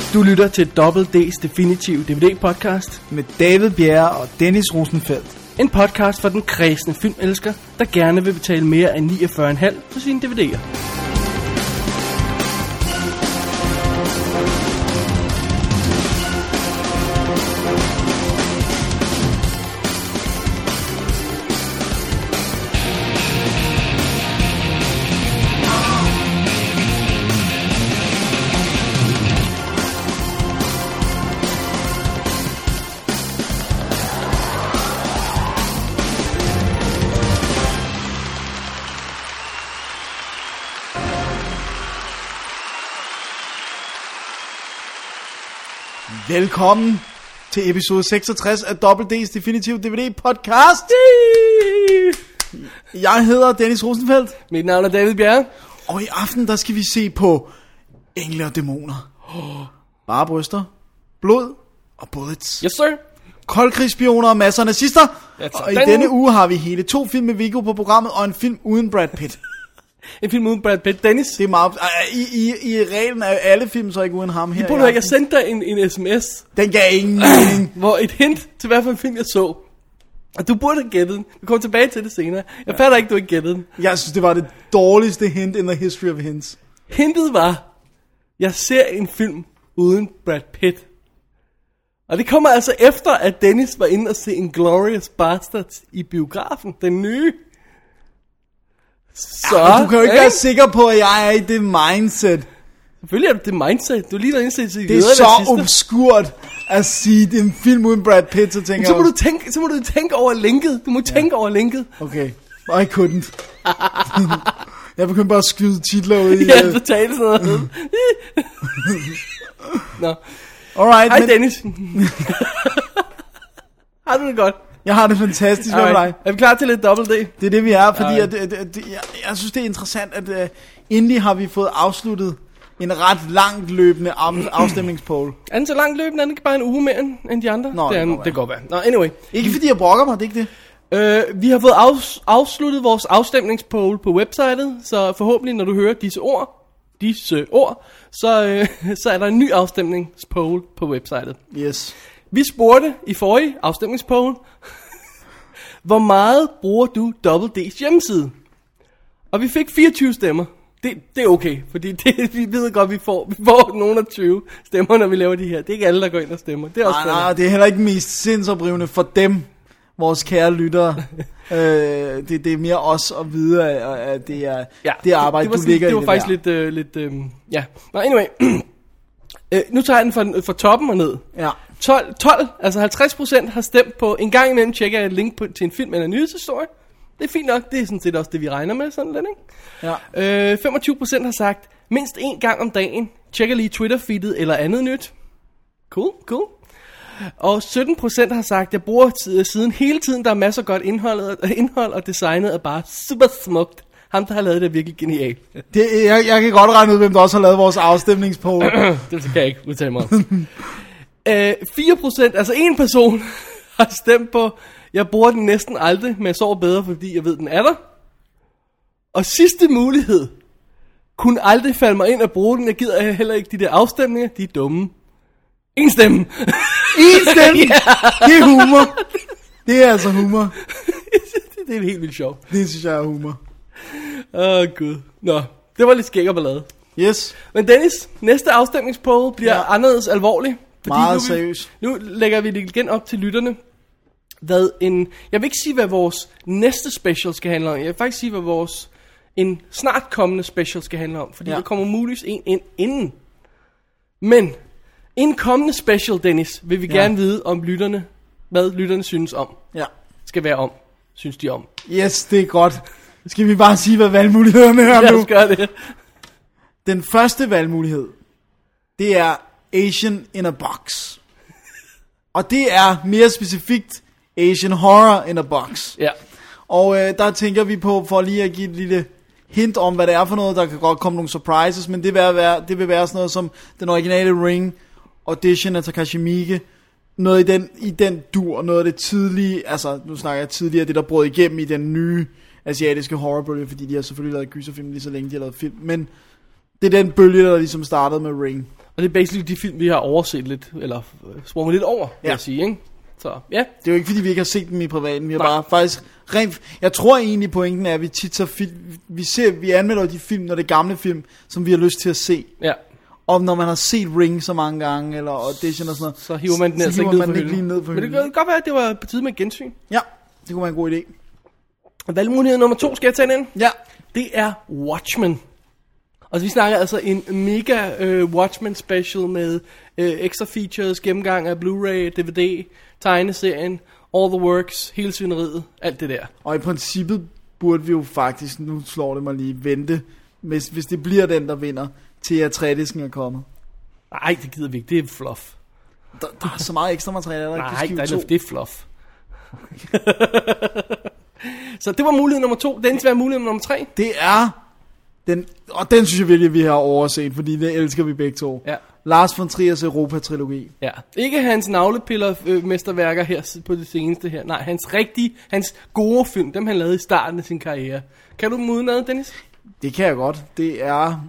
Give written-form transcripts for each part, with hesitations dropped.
Du lytter til Double D's Definitive DVD-podcast med David Bjerre og Dennis Rosenfeldt. En podcast for den kredsende filmelsker, der gerne vil betale mere end 49,5 for sine DVD'er. Velkommen til episode 66 af Double D's Definitive DVD podcast. Jeg hedder Dennis Rosenfeldt. Mit navn er David Bjerre. Og i aften der skal vi se på Engle og Dæmoner. Bare bryster, blod og bullets. Yes sir. Koldkrigsspioner og masser af nazister. Og i denne uge har vi hele 2 film med Viggo på programmet og en film uden Brad Pitt. En film uden Brad Pitt. Dennis. Det er meget... I reglen er alle film så ikke uden ham her. Jeg sendte dig en sms. Den gav ingen mening. Hvor et hint til hvad for en film jeg så. Og du burde have gættet den. Vi kommer tilbage til det senere. Jeg fatter ikke, du ikke gættede den. Jeg synes, det var det dårligste hint in the history of hints. Hintet var, jeg ser en film uden Brad Pitt. Og det kommer altså efter, at Dennis var inde og se Inglourious Basterds i biografen. Den nye. Så, ja, du kan jo ikke være sikker på, at jeg er i det mindset. Selvfølgelig er det mindset. Du er lige der indset til det er så obskurt at sige, det er en film uden Brad Pitt, så tænker jeg... Så må du tænke over linket. Du må tænke over linket. Okay, I couldn't. Jeg begyndte bare at skyde titler ud i... Ja, så tale sådan noget. Nå. Alright. Hej Dennis. Har du det godt? Jeg har det fantastisk med dig. Er vi klar til lidt Double D? Det er det vi er, fordi jeg synes det er interessant, at endelig har vi fået afsluttet en ret langt løbende afstemningspoll. Er den så langt løbende? Er den ikke bare en uge mere end de andre? Nå, det kan godt være. Nå, anyway. Ikke fordi jeg brokker mig, det er ikke det. Vi har fået afsluttet vores afstemningspoll på websitet, så forhåbentlig når du hører disse ord, så er der en ny afstemningspoll på websitet. Yes. Vi spurgte i forrige afstemningspoll, hvor meget bruger du Double D's hjemmeside? Og vi fik 24 stemmer. Det er okay, fordi vi ved godt, vi får nogle af 20 stemmer, når vi laver de her. Det er ikke alle, der går ind og stemmer. Det er også nej, det er heller ikke mest sindsoprivende for dem, vores kære lyttere. Det er mere os at vide, at det er det arbejde, du ligger i. Det var faktisk lidt ja. Nå, anyway. Nu tager jeg den fra toppen og ned. Ja. 12, altså 50% har stemt på, en gang imellem tjekker jeg et link til en film eller en nyhedshistorie. Det er fint nok, det er sådan set også det, vi regner med, sådan lidt, ikke? Ja. 25% har sagt, mindst en gang om dagen, tjekker lige Twitter-feedet eller andet nyt. Cool. Og 17% har sagt, jeg bruger siden hele tiden, der er masser af godt indhold, og designet er bare super smukt. Ham, der har lavet det, er virkelig genialt. Jeg kan godt regne ud, hvem der også har lavet vores afstemningspoll. Det kan jeg ikke udtale mig om. 4%, altså en person, har stemt på, jeg bruger den næsten aldrig, men jeg sover bedre, fordi jeg ved, den er der. Og sidste mulighed, kunne aldrig falde mig ind og bruge den. Jeg gider heller ikke de der afstemninger, de er dumme. En stemme. En stemme? Ja. Det er humor. Det er altså humor. Det er helt vildt sjovt. Det synes jeg er humor. Gud. Nå, det var lidt skæg og ballade. Yes. Men Dennis, næste afstemningspoll bliver anderledes alvorlig. Meget seriøst. Nu lægger vi det igen op til lytterne. Jeg vil ikke sige, hvad vores næste special skal handle om. Jeg vil faktisk sige, hvad en snart kommende special skal handle om. Fordi der kommer muligvis en ind inden. Men en kommende special, Dennis, vil vi gerne vide om hvad lytterne synes om. Ja. Skal være om. Synes de om. Yes, det er godt. Skal vi bare sige, hvad valgmulighederne er nu? Lad os gøre det. Den første valgmulighed, det er Asian in a Box. Og det er mere specifikt Asian Horror in a Box. Ja. Og der tænker vi på, for lige at give et lille hint om, hvad det er for noget. Der kan godt komme nogle surprises, men det vil være sådan noget som den originale Ring, Audition af Takashi Miike. Noget i den dur, noget af det tidlige, altså nu snakker jeg tidligere, det der brød igennem i den nye asiatiske horrorbølge, fordi de har selvfølgelig lavet gyserfilm lige så længe de har lavet film, men det er den bølge, der ligesom startede med Ring. Og det er basically de film, vi har overset lidt, eller sprunget lidt over, vil jeg sige, ikke? Så, ja. Det er jo ikke, fordi vi ikke har set dem i privaten. Vi har bare faktisk rent... Jeg tror egentlig, pointen er, at vi tit så vi anmelder de film, når det er gamle film, som vi har lyst til at se. Ja. Og når man har set Ring så mange gange, eller Audition og sådan noget, så hiver man den altså ikke ned for hylden. Men det kan godt være, at det var på tide med gensyn. Ja, det kunne være en god idé. Valgmulighed nummer 2, skal jeg tage den ind? Ja. Det er Watchmen. Og vi snakker altså en mega Watchmen special med extra features, gennemgang af Blu-ray, DVD, tegneserien, all the works, hele svineriet, alt det der. Og i princippet burde vi jo faktisk, nu slår det mig lige, vente, hvis det bliver den, der vinder, til at 3-disken er kommet. Nej, det gider vi ikke, det er fluff. Der er så meget ekstra materiale, nej, det er fluff. Så det var mulighed nummer 2. Den skal være mulighed nummer 3. Det er og den synes jeg virkelig, vi har overset, fordi det elsker vi begge to. Ja. Lars von Triers Europa-trilogi. Ja. Ikke hans navlepiller-mesterværker her på det seneste her. Nej, hans gode film, dem han lavede i starten af sin karriere. Kan du dem udenad, Dennis? Det kan jeg godt. Det er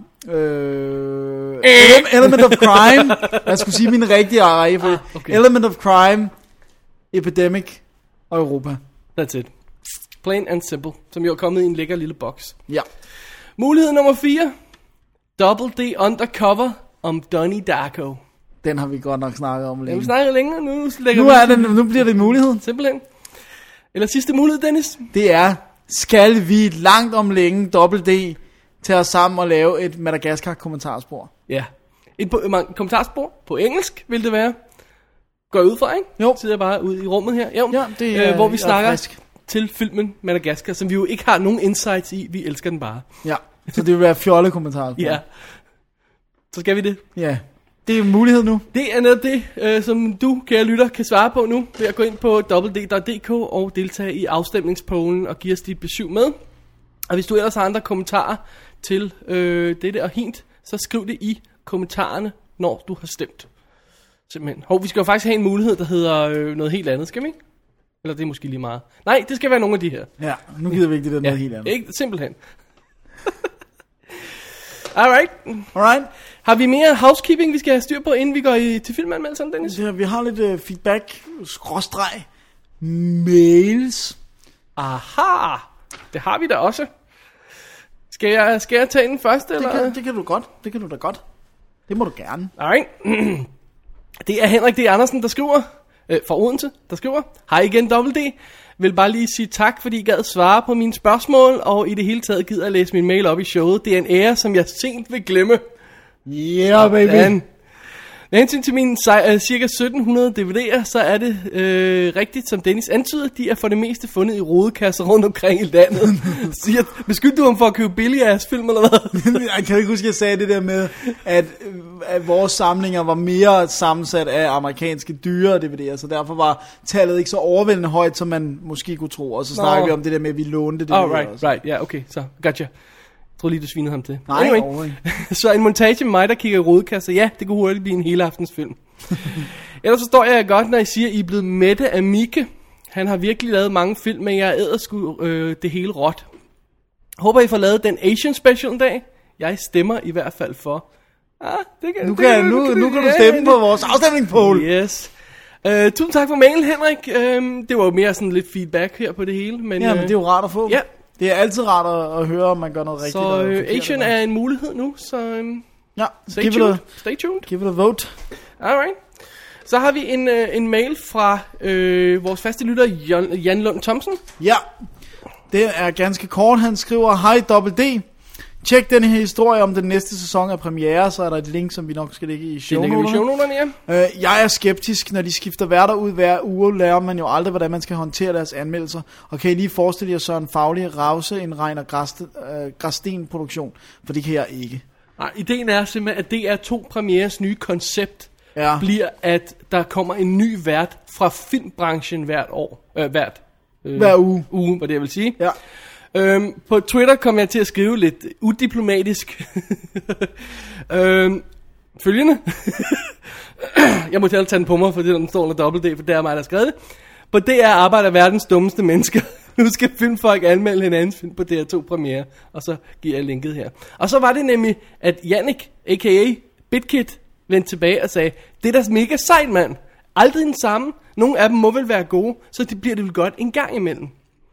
Element of Crime. Jeg skulle sige min rigtige række. Okay. Element of Crime, Epidemic og Europa. That's it. Plain and simple. Som jo er kommet i en lækker lille boks. Ja. Mulighed nummer 4. Double D Undercover om Donnie Darko. Den har vi godt nok snakket om længe. Vi snakker længere. Nu bliver det muligheden. Simpelthen. Eller sidste mulighed, Dennis. Det er, skal vi langt om længe Double D tage os sammen og lave et Madagaskar kommentarspor? Ja. Et kommentarspor på engelsk vil det være. Går jeg ud fra, ikke? Jo. Sidder bare ude i rummet her. Jo. Ja, det er hvor vi snakker til filmen Madagaskar, som vi jo ikke har nogen insights i. Vi elsker den bare. Ja, så det vil være fjolle kommentarspor. Ja. Så skal vi det. Ja. Det er en mulighed nu. Det er noget det, som du, kære lytter, kan svare på nu, ved at gå ind på www.dk og deltage i afstemningspollen og give os dit besøg med. Og hvis du ellers har andre kommentarer til dette og hint, så skriv det i kommentarerne, når du har stemt. Simpelthen. Vi skal jo faktisk have en mulighed, der hedder noget helt andet, skal vi ikke? Eller det er måske lige meget. Nej, det skal være nogle af de her. Ja, nu gider vi ikke det der noget helt andet. Ikke, simpelthen. Alright. Har vi mere housekeeping, vi skal have styr på, inden vi går til filmanmeldelsen, Dennis? Ja, vi har lidt feedback, mails. Aha, det har vi da også. Skal jeg tage den første? Det kan du godt. Det kan du da godt. Det må du gerne. Alright. Det er Henrik D. Andersen, der skriver, fra Odense, der skriver: Hej igen, Double D. Vil bare lige sige tak, fordi I gad svare på mine spørgsmål, og i det hele taget gider at læse min mail op i showet. Det er en ære, som jeg sent vil glemme. Yeah, baby. Med hensyn til mine cirka 1700 DVD'er, så er det rigtigt, som Dennis antyder, de er for det meste fundet i rodekasser rundt omkring i landet. Beskyldte du ham for at købe billige ass film eller hvad? Jeg kan ikke huske, at jeg sagde det der med, at vores samlinger var mere sammensat af amerikanske dyre DVD'er, så derfor var tallet ikke så overvældende højt, som man måske kunne tro. Og så snakker vi om det der med, at vi lånte DVD'er. Right, ja, okay, så gotcha. Jeg tror lige, du svinede ham til. Nej, anyway. Så en montage med mig, der kigger i rodekasser, ja, det kunne hurtigt blive en hele aftens film. Ellers så står jeg godt, når I siger, at I er blevet mætte af Mikke. Han har virkelig lavet mange film, men jeg æder sgu det hele råt. Håber, I får lavet den Asian Special en dag. Jeg stemmer i hvert fald for. Nu kan du stemme på vores afstemningspoll. Yes. Tusind tak for mailen, Henrik. Det var jo mere sådan lidt feedback her på det hele. Men, ja, men det er jo rart at få. Ja. Det er altid rart at høre, om man gør noget rigtigt. Så Asian er en mulighed nu, så ja, stay tuned. Give it a vote. Alright. Så har vi en mail fra vores faste lytter, Jan Lund Thomsen. Ja, det er ganske kort. Han skriver: Hej Double D. Tjek denne her historie om den næste sæson af premiere, så er der et link, som vi nok skal lægge i shownoterne. Ja. Jeg er skeptisk, når de skifter værter ud hver uge, lærer man jo aldrig, hvordan man skal håndtere deres anmeldelser. Og kan I lige forestille jer så en faglig rause, en Reiner Græsten produktion? For det kan jeg ikke. Nej, ideen er simpelthen, at DR2 Premieres nye koncept bliver, at der kommer en ny vært fra filmbranchen hver uge, var det jeg vil sige. Ja. På Twitter kom jeg til at skrive lidt udiplomatisk følgende. Jeg må tage den på mig, for det der står under dobbelt D, for det er mig, der har skrevet det. På DR arbejder verdens dummeste mennesker. Nu skal filmfolk anmelde hinandens film på DR2 Premiere. Og så giver jeg linket her. Og så var det nemlig, at Jannik, a.k.a. BitKit, vendte tilbage og sagde, det er da mega sejt, mand. Aldrig den samme. Nogle af dem må vel være gode, så det bliver det vel godt en gang imellem.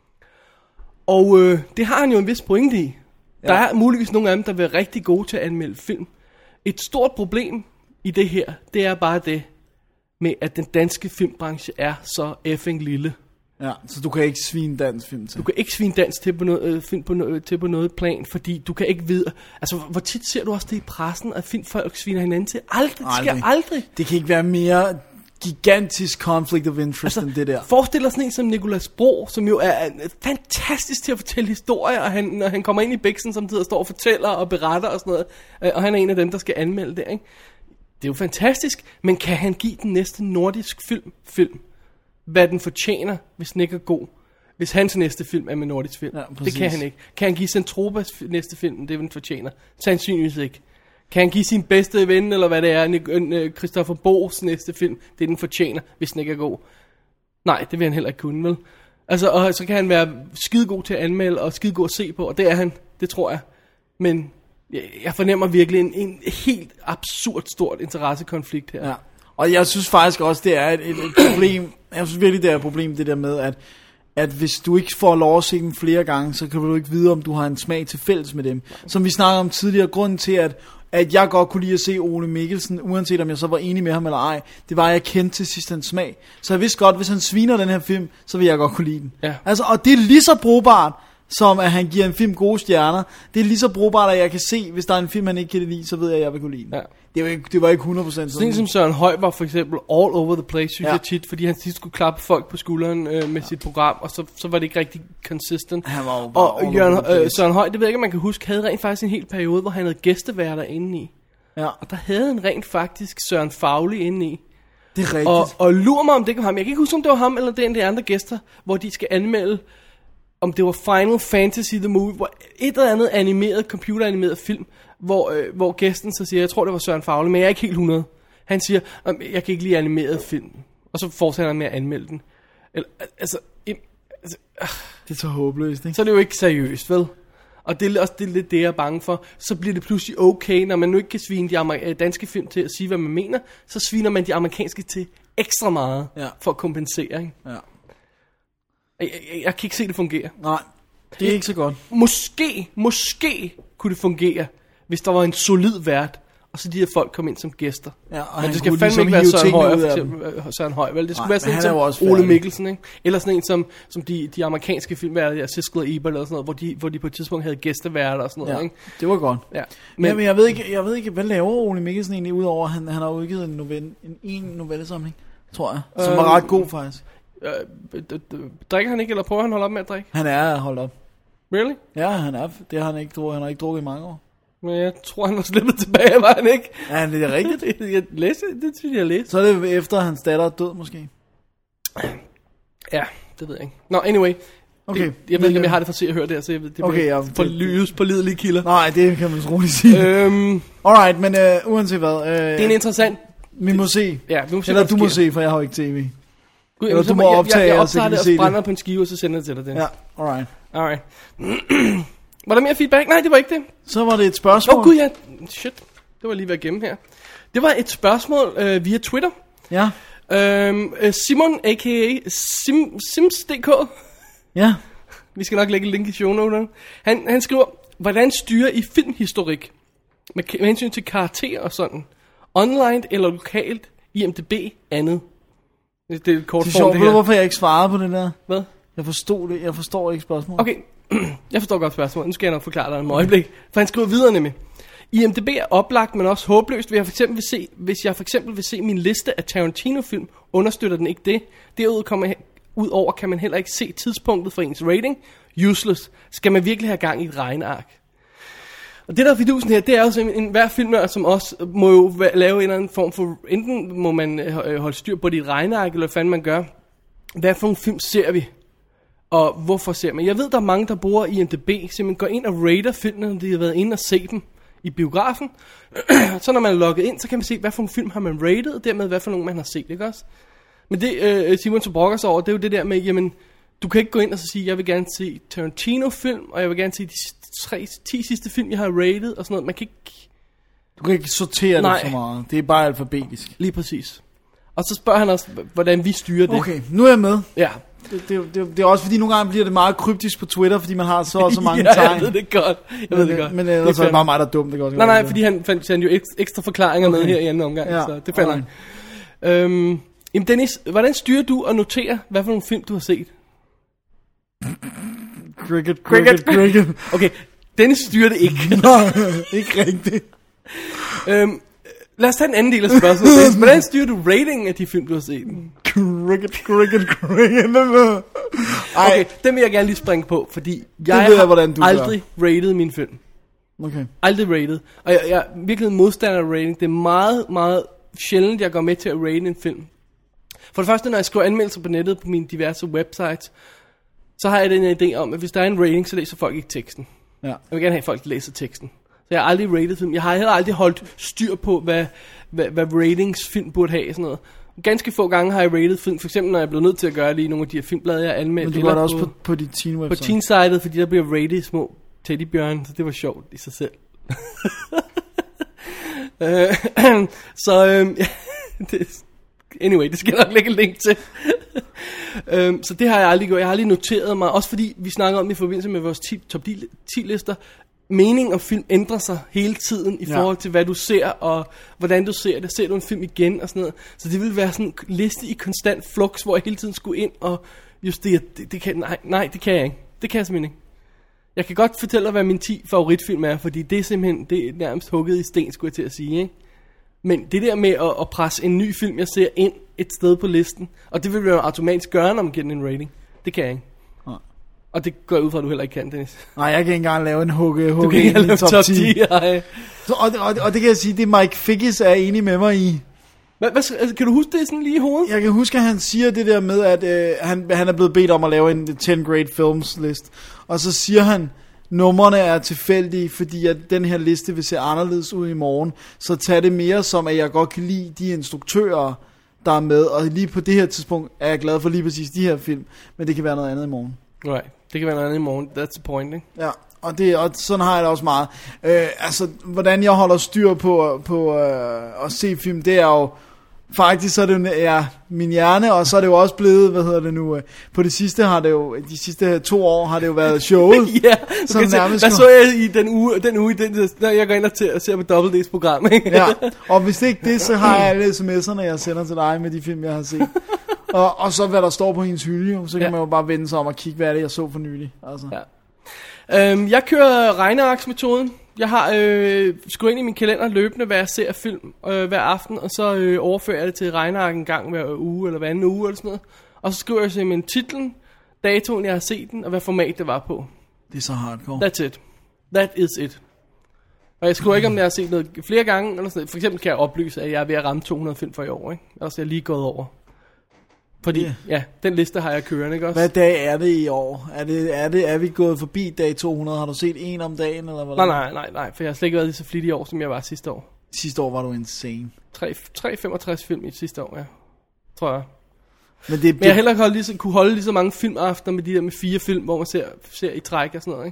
Og det har han jo en vis pointe i. Ja. Der er muligvis nogle af dem, der vil være rigtig gode til at anmelde film. Et stort problem i det her, det er bare det med, at den danske filmbranche er så effing lille. Ja, så du kan ikke svine dansk film til. Du kan ikke svine dansk til på noget, film på noget plan, fordi du kan ikke vide... Altså, hvor tit ser du også det i pressen, at filmfolk sviner hinanden til? Aldrig. Det sker aldrig. Det kan ikke være mere gigantisk conflict of interest end det der. Forestil dig sådan en som Nicolas Bro, som jo er fantastisk til at fortælle historier, og når han kommer ind i biksen, samtidig står og fortæller og beretter og sådan noget, og han er en af dem, der skal anmelde det, ikke? Det er jo fantastisk, men kan han give den næste nordisk film, hvad den fortjener, hvis den ikke er god? Hvis hans næste film er med nordisk film. Ja, det kan han ikke. Kan han give Centropas næste film, det den fortjener? Sandsynligvis ikke. Kan han give sin bedste ven, eller hvad det er, Christoffer Boes næste film, det den fortjener, hvis den ikke er god? Nej, det vil han heller ikke kunne, vel? Altså, og så kan han være skidegod til at anmelde, og skidegod at se på, og det er han, det tror jeg. Men jeg fornemmer virkelig en helt absurd stort interessekonflikt her. Ja. Og jeg synes faktisk også, det er et problem. Jeg synes virkelig, det er et problem, det der med, at hvis du ikke får lov at se dem flere gange, så kan du ikke vide, om du har en smag til fælles med dem. Som vi snakkede om tidligere, grunden til, at jeg godt kunne lide at se Ole Mikkelsen, uanset om jeg så var enig med ham eller ej, det var, at jeg kendte til sidst hans smag. Så jeg vidste godt, hvis han sviner den her film, så vil jeg godt kunne lide den. Ja. Altså, og det er lige så brugbart, som at han giver en film gode stjerner. Det er lige så brugbart, at jeg kan se, hvis der er en film, han ikke kan lide, så ved jeg, at jeg vil kunne lide den. Ja. Det var ikke 100% sådan. Sådan som Søren Høj var for eksempel all over the place, synes jeg tit, fordi han tit skulle klappe folk på skulderen med sit program, og så var det ikke rigtig consistent. Han var jo bare og Søren Høj, det ved jeg ikke, om man kan huske, havde rent faktisk en hel periode, hvor han havde gæsteværter inde i. Ja. Og der havde han rent faktisk Søren Fauli inde i. Det er rigtigt. Og lurer mig, om det var ham. Jeg kan ikke huske, om det var ham eller de andre gæster, hvor de skal anmelde, om det var Final Fantasy The Movie, hvor et eller andet animeret, computeranimeret film, hvor gæsten så siger, jeg tror det var Søren Fauli, men jeg er ikke helt 100. Han siger, jeg kan ikke lide animeret film. Og så fortsætter han med at anmelde den. Det er så håbløst, ikke? Så er det jo ikke seriøst, vel? Og det er også lidt det, jeg er bange for. Så bliver det pludselig okay, når man nu ikke kan svine de danske film til at sige, hvad man mener, så sviner man de amerikanske til ekstra meget for at kompensere, ikke? Ja. Jeg kan ikke se det fungere. Nej, det er ikke så godt. Måske kunne det fungere, hvis der var en solid vært, og så de her folk kom ind som gæster. Ja, og men det skal fandme ikke være Søren Høj, vel? Det skulle være sådan en som Ole Mikkelsen, ikke? Eller sådan en som de amerikanske filmværter, Siskel og Ebert eller sådan noget, hvor de på et tidspunkt havde gæsteværter og sådan noget, ikke? Det var godt. Ja. Men jeg ved ikke, hvad laver Ole Mikkelsen egentlig, udover han har udgivet en novellesamling, tror jeg, som var ret god faktisk. Drikker han ikke, eller prøver han at holde op med at drikke? Han er holdt op. Really? Ja, han er. Det har han ikke drukket. Han har ikke drukket i mange år. Men jeg tror, han var slippet tilbage, var han ikke? Ja, det er rigtigt. Jeg læste, det synes jeg læste. Så er det efter, hans datter er død, måske. Ja, det ved jeg ikke. Nå, anyway. Okay. Jeg ved ikke, om jeg har det for at se og høre det, så jeg ved, det er for lydes på lidelige kilder. Nej, det kan man roligt sige. Alright, men uanset hvad. Det er en interessant... Vi må se. Ja, vi må se. Eller du må se, for jeg har jo ikke tv. Gud, eller du må optage, jeg optager det og brænder på en skive, og så sender det til dig, Dennis. Ja, alright. Var der mere feedback? Nej, det var ikke det. Så var det et spørgsmål. Gud, ja. Shit. Det var lige ved at gemme her. Det var et spørgsmål via Twitter. Ja. Simon, a.k.a. Sims.dk. Ja. Vi skal nok lægge et link i shownoterne. Han skriver, hvordan styrer I filmhistorik med hensyn til karakterer og sådan? Online eller lokalt, IMDb, andet? Det er et kort form, det her. Ved du, hvorfor jeg ikke svarede på det der? Hvad? Jeg forstår ikke spørgsmålet. Okay, jeg forstår godt spørgsmålet. Nu skal jeg nok forklare dig en øjeblik. For han skriver videre nemlig. IMDb er oplagt, men også håbløst. Hvis jeg for eksempel vil se min liste af Tarantino-film, understøtter den ikke det. Derudover kan man heller ikke se tidspunktet for ens rating. Useless. Skal man virkelig have gang i et regneark? Og det der fidusen her, det er jo en hver filmnørd, som også må jo lave en eller anden form for, enten må man holde styr på dit regneark, eller hvad fanden man gør. Hvad for en film ser vi? Og hvorfor ser man? Jeg ved, der er mange, der bruger IMDb, simpelthen går ind og rater filmene, når de har været inde og se dem i biografen. Så når man er logget ind, så kan man se, hvad for en film har man rated, og dermed hvad for nogen man har set, ikke også? Men det Simon så brokker sig over, det er jo det der med, jamen, du kan ikke gå ind og så sige, jeg vil gerne se Tarantino-film, og jeg vil gerne se de 10 sidste film, jeg har rated, og sådan noget. Man kan ikke... Du kan ikke sortere det så meget. Det er bare alfabetisk. Lige præcis. Og så spørger han også, hvordan vi styrer det. Okay, nu er jeg med. Ja. Det er også fordi, nogle gange bliver det meget kryptisk på Twitter, fordi man har så mange tegn. Jeg ved det godt. Men ellers er det bare mig, der er dum. Det godt, nej, fordi han fandt jo ekstra forklaringer med her i anden omgang. Ja, så det falder han. Jamen Dennis, hvordan styrer du og noterer, hvad for nogle film du har set? Cricket. Okay, Dennis styrer det ikke. Nej, ikke rigtigt. Lad os tage en anden del af spørgsmålet. Hvordan styrer du ratingen af de film, du har set? Cricket. Okay, den vil jeg gerne lige springe på, fordi jeg har aldrig rated min film. Okay. Aldrig rated. Og jeg er virkelig modstander af rating. Det er meget, meget sjældent, jeg går med til at rate en film. For det første, når jeg skriver anmeldelser på nettet på mine diverse websites, så har jeg den idé om, at hvis der er en rating, så læser folk ikke teksten. Ja. Jeg vil gerne have, at folk læser teksten. Så jeg har aldrig rated film. Jeg har heller aldrig holdt styr på, hvad ratings film burde have. Sådan noget. Ganske få gange har jeg rated film. For eksempel, når jeg er blevet nødt til at gøre lige nogle af de her filmblade, jeg anmeldt. Men du gør det også på dit teen-website. På teen-sitet, fordi der bliver rated små teddybjørne, så det var sjovt i sig selv. Anyway, det skal jeg nok lægge en link til. Så det har jeg aldrig gjort. Jeg har aldrig noteret mig. Også fordi vi snakker om det i forbindelse med vores top 10 lister. Mening om film ændrer sig hele tiden i forhold til hvad du ser og hvordan du ser det. Ser du en film igen og sådan noget. Så det vil være sådan en liste i konstant flux, hvor jeg hele tiden skulle ind og justere. Det kan det kan jeg ikke. Det kan jeg simpelthen ikke. Jeg kan godt fortælle dig, hvad min 10 favoritfilm er, fordi det er simpelthen det er nærmest hugget i sten, skulle jeg til at sige, ikke? Men det der med at presse en ny film, jeg ser ind et sted på listen, og det vil jo automatisk gøre, når man giver den en rating. Det kan jeg ikke. Nej. Og det går jeg ud fra, at du heller ikke kan, Dennis. Nej, jeg kan ikke engang lave en hugge du kan ikke lave top 10. Og det kan jeg sige, det Mike Figgis er enig med mig i. Kan du huske det sådan lige i hovedet? Jeg kan huske, at han siger det der med, at han er blevet bedt om at lave en 10 great films list. Og så siger han, numrene er tilfældige, fordi at den her liste vil se anderledes ud i morgen. Så tag det mere som, at jeg godt kan lide de instruktører, der er med. Og lige på det her tidspunkt er jeg glad for lige præcis de her film. Men det kan være noget andet i morgen. Right, det kan være noget andet i morgen. That's the point, ikke? Ja, og sådan har jeg det også meget. Altså, hvordan jeg holder styr på at se film, det er jo... Faktisk så er det jo min hjerne, og så er det jo også blevet, på det sidste har det jo, de sidste 2 år har det jo været showet. Ja, som nærmest der så jeg i den uge, der jeg går ind og ser på Double D's program, ikke? Ja, og hvis det ikke det, så har jeg alle sms'erne, jeg sender til dig med de film, jeg har set. og så hvad der står på hendes hylde, så kan man jo bare vende sig om og kigge, hvad er det, jeg så for nylig. Altså. Ja. Jeg kører regnearksmetoden. Jeg har skruet ind i min kalender løbende, hvad jeg ser film hver aften, og så overfører jeg det til regneark en gang hver uge, eller hver anden uge, eller sådan noget. Og så skriver jeg simpelthen titlen, datoen, jeg har set den, og hvad format det var på. Det er så hardcore. That's it. That is it. Og jeg skriver ikke, om jeg har set noget flere gange, eller sådan noget. For eksempel kan jeg oplyse, at jeg er ved at ramme 200 film for i år, ikke? Altså jeg er lige gået over. Fordi, ja, den liste har jeg kørende, ikke også? Hvad dag er det i år? Er vi gået forbi dag 200? Har du set en om dagen, eller hvad? Nej, for jeg har slet ikke været lige så flittig i år, som jeg var sidste år. Sidste år var du insane. 365 film i sidste år, ja. Tror jeg. Men jeg har heller ikke kunne holde lige så mange filmaftener med de der med 4 film, hvor man ser i træk og sådan noget, ikke?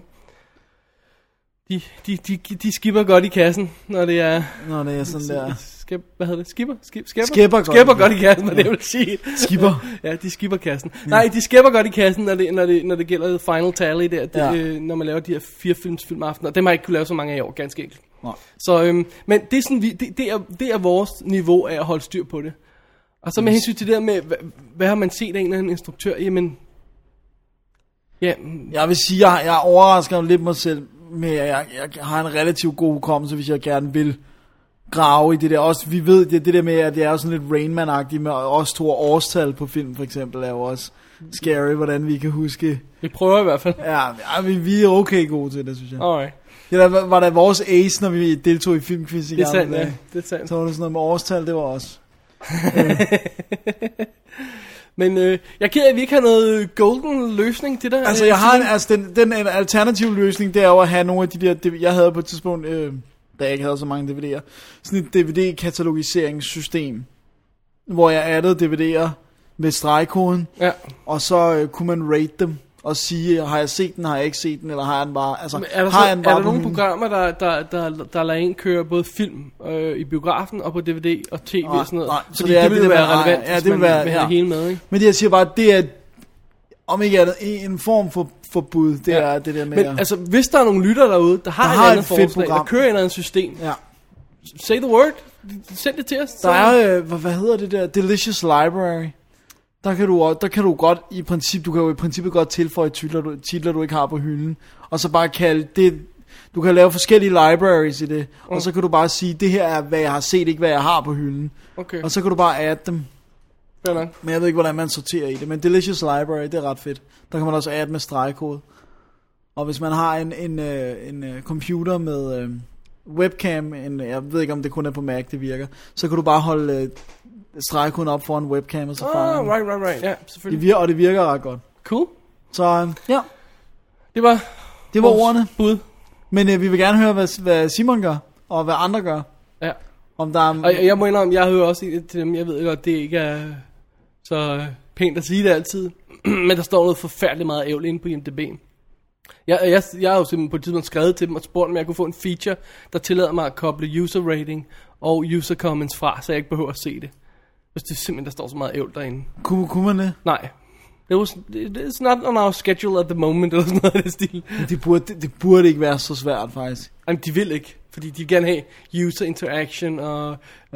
De skipper godt i kassen, når det er sådan der. Hvad hedder det? Skipper godt i kassen, hvad det vil sige. Skipper. Ja, de skipper kassen. Ja. Nej, de skipper godt i kassen, når det gælder final tally der, når man laver de her 4 filmaftener. Dem har jeg ikke kunne lave så mange af i år, ganske enkelt. Nej. Så, men det er sådan, det er vores niveau af at holde styr på det. Og så med hensyn til det der med, hvad har man set af en eller anden instruktør? Jamen, ja. Jeg vil sige, jeg overrasker lidt mig selv med, at jeg har en relativt god hukommelse, hvis jeg gerne vil grave i det der. Også, vi ved, det der med, at det er sådan lidt Rain Man-agtigt, med også 2 årstal på film, for eksempel, er jo også scary, hvordan vi kan huske. Vi prøver i hvert fald. Ja, vi er okay gode til det, synes jeg. Alright. Det der var der vores ace, når vi deltog i filmquiz i gang. Det er sandt, ja. Det er sandt. Så var det sådan noget med årstal, det var også. Men jeg er ked af, at vi ikke har noget golden løsning til det. Altså jeg har den alternative løsning, det er jo at have nogle af de der, jeg havde på et tidspunkt, da jeg ikke havde så mange DVD'er, sådan et DVD-katalogiseringssystem, hvor jeg addede DVD'er med stregkoden, og så kunne man rate dem. og sige, har jeg set den, har jeg ikke set den, eller har jeg den bare, altså, er der nogle programmer, der lader en køre både film i biografen og på DVD og tv og sådan noget? Nej, så det vil være relevant, ja, det vil være, vil have hele med, ikke? Men det jeg siger bare, det er, om ikke andet, en form for forbud, det er det der med. Men altså, hvis der er nogle lytter derude, der har et andet forslag, der kører et eller andet system, say the word, send det til os. Der er, hvad hedder det der, Delicious Library. Der kan du godt i princippet godt tilføje titler du ikke har på hylden, og så bare kalde det, du kan lave forskellige libraries i det, og så kan du bare sige, det her er hvad jeg har set, ikke hvad jeg har på hylden. Okay. Og så kan du bare adde dem. Men jeg ved ikke hvordan man sorterer i det, men Delicious Library, det er ret fedt. Der kan man også adde med stregkode. Og hvis man har en computer med webcam, jeg ved ikke om det kun er på Mac det virker, så kan du bare holde stregkoden op foran webcam og så fanger right, ja, selvfølgelig. Og det virker ret godt. Cool. Så ja. Det var ordene. Bud. Men vi vil gerne høre hvad Simon gør og hvad andre gør. Ja. Om der er... Og jeg må indrømme, jeg hører også til dem, jeg ved godt, det ikke er så pænt at sige det altid, men der står noget forfærdeligt meget ævl inde på IMDb. Jeg har jo simpelthen på et tidspunkt skrevet til dem og spurgt, om jeg kunne få en feature, der tillader mig at koble user rating og user comments fra, så jeg ikke behøver at se det. Hvis det simpelthen, der står så meget ævl derinde. Kunne man det? Nej. It's not on our schedule at the moment, eller sådan noget af det stil. Det burde ikke være så svært, faktisk. Jamen, de vil ikke, fordi de vil gerne have user interaction og...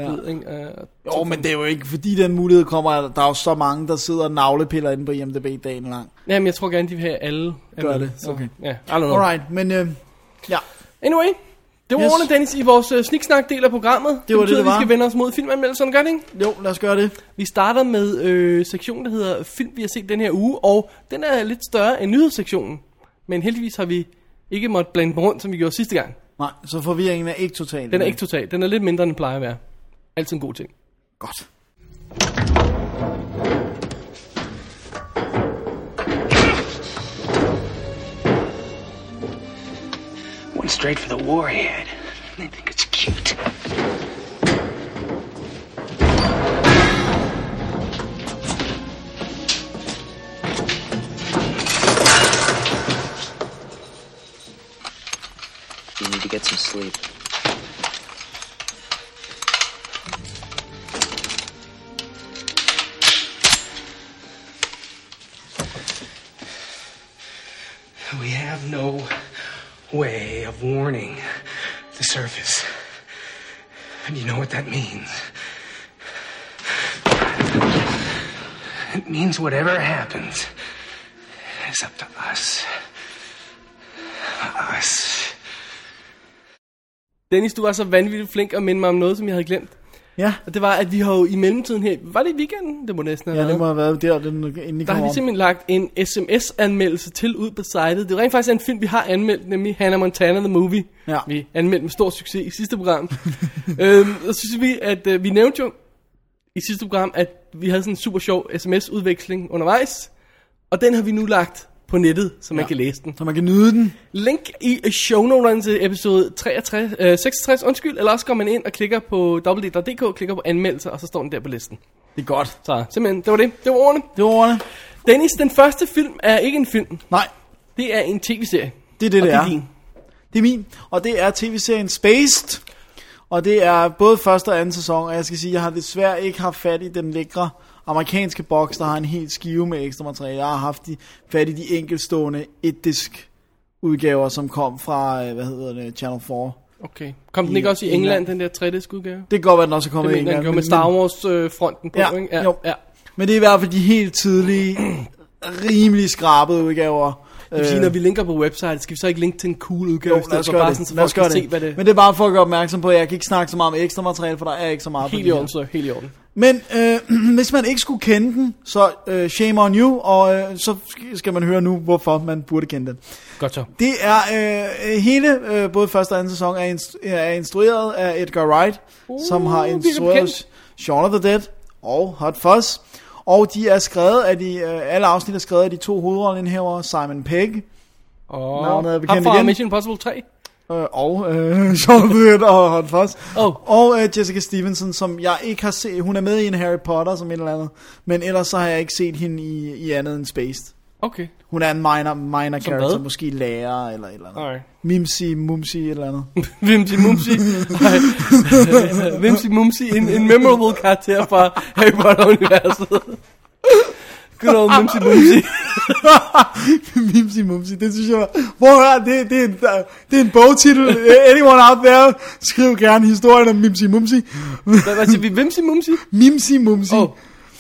Jo, men det er jo ikke, fordi den mulighed kommer, der er jo så mange, der sidder og navlepiller inde på IMDb dagen lang. Jamen, jeg tror gerne, de vil have alle. Gør det, okay. Ja, I don't know. Alright, men ja. Anyway, det var ordene, Dennis, i vores sniksnak-del af programmet. Det betyder, det var. Vi skal vende os mod filmanmeldelserne, gør det ikke? Jo, lad os gøre det. Vi starter med sektionen, der hedder film, vi har set den her uge, og den er lidt større end nyhedssektionen. Men heldigvis har vi ikke måttet blande den rundt, som vi gjorde sidste gang. Nej, så forvirringen er ikke total. Den er ikke total. Den er lidt mindre, end den plejer at være. Altid en god ting. Godt. Went straight for the warhead. They think it's cute. You need to get some sleep. We have no way of warning the surface. And you know what that means? It means whatever happens is up to us. Us. Dennis, du var så vanvittigt flink at minde mig om noget, som jeg havde glemt. Ja. Og det var, at vi har jo i mellemtiden her... Var det i weekenden? Det må næsten have været. Ja, det må have været der, inden I der har vi simpelthen lagt en sms-anmeldelse til ud på sitet. Det er rent faktisk en film, vi har anmeldt, nemlig Hannah Montana The Movie. Ja. Vi anmeldte med stor succes i sidste program. Så synes vi, at vi nævnte jo i sidste program, at vi havde sådan en super sjov sms-udveksling undervejs. Og den har vi nu lagt på nettet, så man kan læse den. Så man kan nyde den. Link i shownoterne til episode 66, eller også går man ind og klikker på www.dk, klikker på anmeldelser, og så står den der på listen. Det er godt. Så simpelthen, det var det. Det var ordene. Det var ordene. Dennis, den første film er ikke en film. Nej. Det er en tv-serie. Det er det, det er. Din. Det er min, og det er tv-serien Spaced. Og det er både første og anden sæson, og jeg skal sige, jeg har desværre ikke haft fat i den lækre amerikanske boks, der har en helt skive med ekstra materiale. Jeg har haft fat i de enkeltstående et-disk udgaver, som kom fra, Channel 4. Okay. Kom den ikke også i England, den der 3-disk udgave? Det kan godt være, den også er kommet i England. Det med Star Wars fronten på, ja, ikke? Jo. Ja. Men det er i hvert fald de helt tidlige, rimelig skrabede udgaver. Det vil sige, når vi linker på website, skal vi så ikke linke til en cool udgave? Jo, lad os gøre det. Lad os gøre det. Men det er bare for at gøre opmærksom på, at jeg kan ikke snakke så meget om ekstra materiale, for der er ikke så meget. Helt i orden, så helt i orden. Men hvis man ikke skulle kende den, så shame on you, og så skal man høre nu, hvorfor man burde kende den. Godt så. Det er hele, både første og anden sæson, er instrueret af Edgar Wright, som har instrueret Shaun of the Dead og Hot Fuzz. Og de er skrevet af alle afsnit er skrevet af de to hovedrollendehavere, Simon Pegg. Og ham fra Mission Impossible 3. Og Shaun of the Dead og Hot Fuzz. Og Jessica Stevenson, som jeg ikke har set. Hun er med i en Harry Potter som et eller andet. Men ellers så har jeg ikke set hende i andet end Spaced. Okay. Hun er en minor character, hvad? måske lærer eller et eller andet. Alright. Mimsi, mumsi, et eller andet. Vimsi Mumsi. Vimsi Mumsi, en memorable karakter fra Harry Potter-universet. Good old Mimsi Mumsi. Mimsi, mumsi, det synes jeg. Det er en bogtitel. Anyone out there, skriv gerne historien om Mimsi, mumsi. Hvad siger vi? Vimsi Mumsi? Mimsi, mumsi. Oh.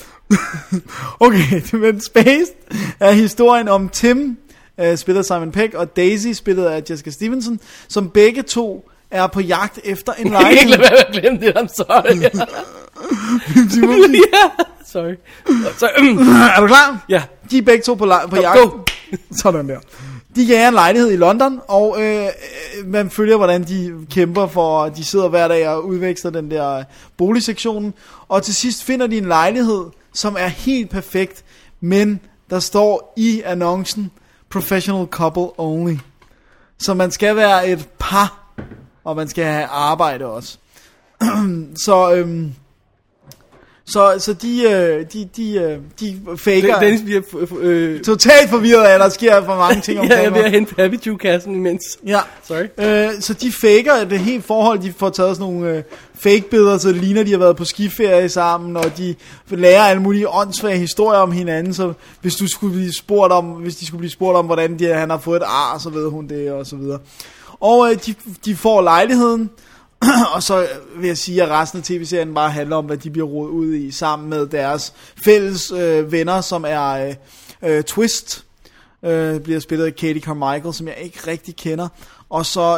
Okay, men Spaced er historien om Tim, spillet af Simon Pegg, og Daisy, spillet af Jessica Stevenson, som begge to er på jagt efter en Jeg kan ikke lejlighed. lade være med at glemme det, I'm sorry. Mimsi, mumsi. Ja, sorry. Er du klar? Ja. De er begge to på jagt. Go. Sådan der. De jager en lejlighed i London, og man følger, hvordan de kæmper for, de sidder hver dag og udveksler den der boligsektionen, og til sidst finder de en lejlighed, som er helt perfekt, men der står i annoncen, professional couple only. Så man skal være et par, og man skal have arbejde også. Så de faker. Dennis bliver Totalt forvirret af, at der sker for mange ting omkring jeg er ved at hente Happy Chew-kassen imens. Ja. Sorry. Så de faker det helt forhold. De får taget sådan nogle fake-billeder, så det ligner, de har været på skiferie sammen, og de lærer alle mulige åndssvage historier om hinanden. Så hvis de skulle blive spurgt om, hvordan han har fået et ar, så ved hun det, og så videre. Og de får lejligheden. Og så vil jeg sige, at resten af tv-serien bare handler om, hvad de bliver rodet ud i, sammen med deres fælles venner, som er Twist, bliver spillet af Katie Carmichael, som jeg ikke rigtig kender, og så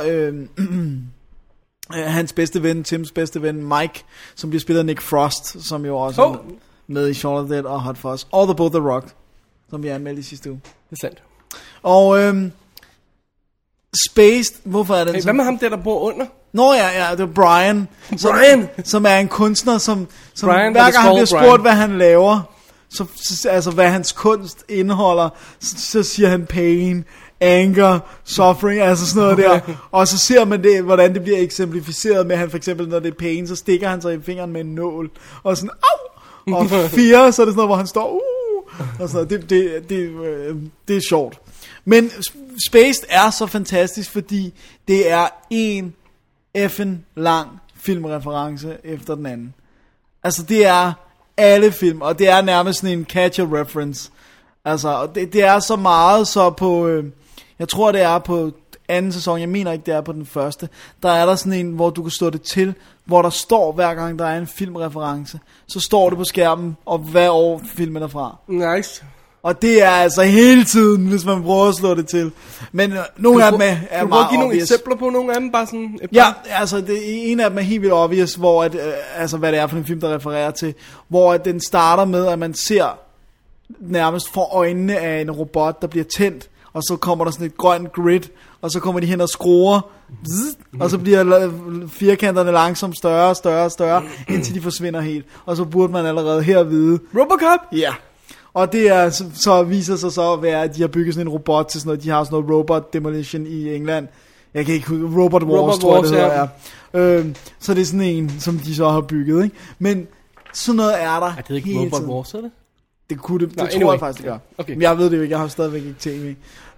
hans bedste ven, Tims bedste ven, Mike, som bliver spillet af Nick Frost, som jo også er med i Shaun of the Dead og Hot Fuzz, og The Boat The Rock, som vi anmeldte i sidste uge. Det er sandt. Og Spaced, hvorfor er det Hey, hvad med ham der bor under? Nå ja, det er Brian. Som er en kunstner, som Brian, hver gang han bliver spurgt, Brian. hvad han laver, så altså hvad hans kunst indeholder, så siger han pain, anger, suffering, altså sådan noget der. Og så ser man det, hvordan det bliver eksemplificeret med, han for eksempel, når det er pain, så stikker han sig i fingeren med en nål, og sådan, au! Og 4, så er det sådan noget, hvor han står, og sådan noget. Det er sjovt. Men Spaced er så fantastisk, fordi det er en effing lang filmreference efter den anden. Altså det er alle film, og det er nærmest sådan en catch-up reference. Altså det er så meget, så på jeg tror det er på anden sæson, jeg mener ikke det er på den første, der er der sådan en, hvor du kan stå det til, hvor der står hver gang der er en filmreference, så står det på skærmen, og hvad år filmen er fra. Nice. Og det er altså hele tiden, hvis man prøver at slå det til. Men nogle af dem er meget Kan du prøve at give nogle obvious. eksempler på nogle af dem? Bare sådan et par? Ja, altså en af dem er helt vildt obvious, hvor at, altså hvad det er for en film, der refererer til, hvor at den starter med, at man ser nærmest for øjnene af en robot, der bliver tændt, og så kommer der sådan et grønt grid, og så kommer de hen og skruer, og så bliver firkanterne langsomt større, indtil de forsvinder helt. Og så burde man allerede her vide. Robocop? Ja. Og det er, så viser sig så at være, at de har bygget sådan en robot til sådan noget. De har sådan noget robot demolition i England. Jeg kan ikke huske, Robot Wars, tror jeg det hedder. Ja. Så det er sådan en, som de så har bygget, ikke? Men sådan noget er der. Er det ikke Robot Wars, er det? Det kunne det, Nå, tror anyway. jeg faktisk, det gør. Okay. Men jeg ved det jo ikke, jeg har stadigvæk ikke tv.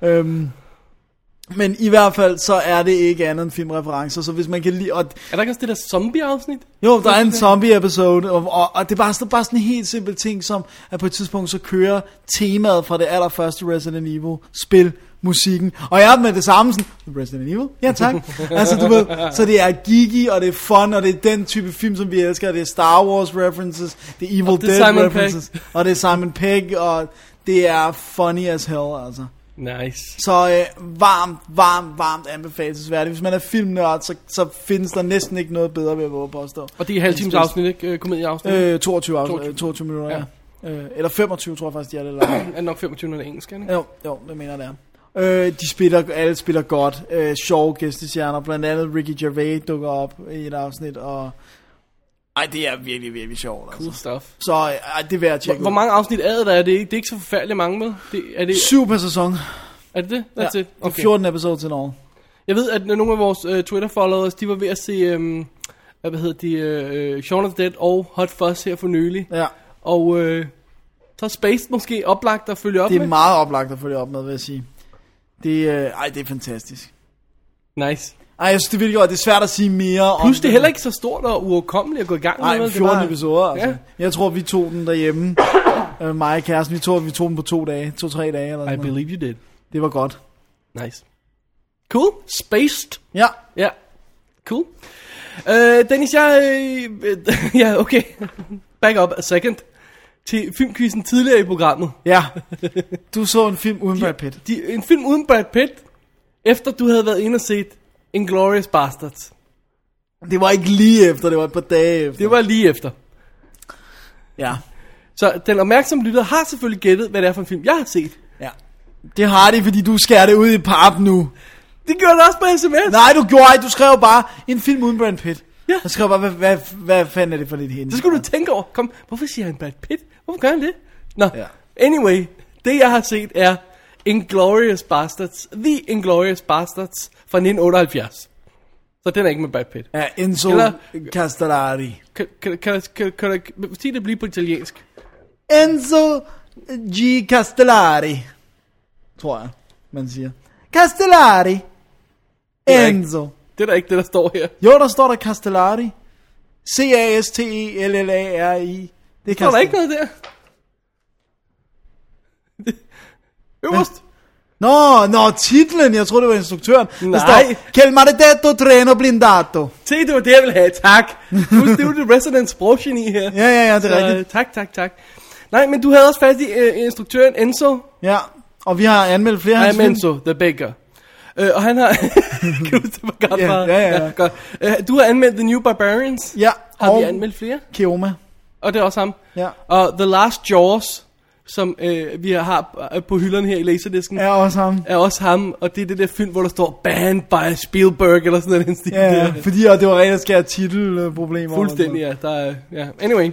Men i hvert fald, så er det ikke andet end filmreferencer, så hvis man kan lide... Er der ikke også det der zombie-afsnit? Jo, der er en zombie-episode, og det er bare sådan en helt simpel ting, som at på et tidspunkt så kører temaet fra det allerførste Resident Evil-spil, musikken, og jeg er med det samme sådan, Resident Evil? Ja, tak. Altså, du ved, så det er geeky, og det er fun, og det er den type film, som vi elsker, det er Star Wars references, det er Evil Dead references, og det er Simon Pegg, og det er funny as hell, altså. Nice. Så varmt anbefalesværdigt. Hvis man er filmnørd, så findes der næsten ikke noget bedre ved at våge påstå. Og det er halvtimes afsnit, ikke? Komedieafsnit? 22 minutter, ja. Eller 25, tror jeg faktisk, de er det. Eller. Er det nok 25, når det er engelsk, ikke? Jo, det mener det er. Alle spiller godt. Sjove gæstestjerner, blandt andet Ricky Gervais dukker op i et afsnit, og det er virkelig, virkelig sjovt. Cool altså. stuff. Så det er værd at tjekke Hvor mange afsnit er det? Det er ikke så forfærdeligt mange med. Er det 7 per sæson. Er det det? That's it. Okay. 14 episodes in all. Jeg ved, at nogle af vores Twitter-followers, de var ved at se, Shaun of the Dead og Hot Fuzz her for nylig. Ja. Og Så er Spaced måske oplagt at følge op med. Det er meget oplagt at følge op med, vil jeg sige. Det er fantastisk. Nice. Ej, jeg synes, det er virkelig godt. Det er svært at sige mere om. Plus det er heller ikke så stort og uoverkommeligt at gå i gang med. Nej, 14 episoder. Altså. Ja. Jeg tror, vi tog den derhjemme. Mig og kæresten, vi tog den på 2 dage. 2-3 dage eller sådan. I believe you did. Det var godt. Nice. Cool. Spaced. Ja. Ja. Cool. Dennis, ja, okay. Back up a second. Til filmquizzen tidligere i programmet. Ja. Du så en film uden Brad Pitt. En film uden Brad Pitt, efter du havde været inde og set Inglourious Basterds. Det var ikke lige efter, det var et par dage efter. Det var lige efter. Ja. Så den opmærksomme lytter har selvfølgelig gættet, hvad det er for en film, jeg har set. Ja. Det har de, fordi du skærer det ud i pap nu. Det gjorde det også på sms. Nej, du gjorde ikke. Du skrev bare en film uden Brad Pitt. Ja. Jeg skrev bare, hvad fanden er det for lidt hende? Så skulle du tænke over, hvorfor siger han Brad Pitt? Hvorfor gør han det? Nå, Ja. Anyway, det jeg har set er Inglourious Basterds, The Inglourious Basterds fra 1978. Så den er ikke med Brad Pitt. Ja, Enzo Castellari. Kan sige det blive på italiensk? Enzo G. Castellari. Tror jeg, man siger. Castellari. Enzo. Det er da ikke det, der står her. Jo, der står der Castellari. C-A-S-T-E-L-L-A-R-I. Det Står der ikke noget der? Øverst. Nå, titlen. Jeg troede, det var instruktøren. Nej. Der står, Quel maledetto treno blindato. Se, det var det, jeg ville have. Tak. Det er jo det resident sproggeni her. Ja, det er rigtigt. Tak. Nej, men du havde også fast i instruktøren Enzo. Ja, og vi har anmeldt flere af hans film. Enzo, the baker. Og han har... kan du huske, det var godt bare? Ja. Godt. Du har anmeldt The New Barbarians. Ja, Har vi anmeldt flere? Keoma. Og det er også ham. Ja. Og The Last Jaws, som vi har på hylderne her i Laserdisken, Er også ham. og det er det der film, hvor der står Banned by Spielberg, eller sådan noget. Ja, fordi det var rent skære titelproblemer. Fuldstændig, ja. Anyway.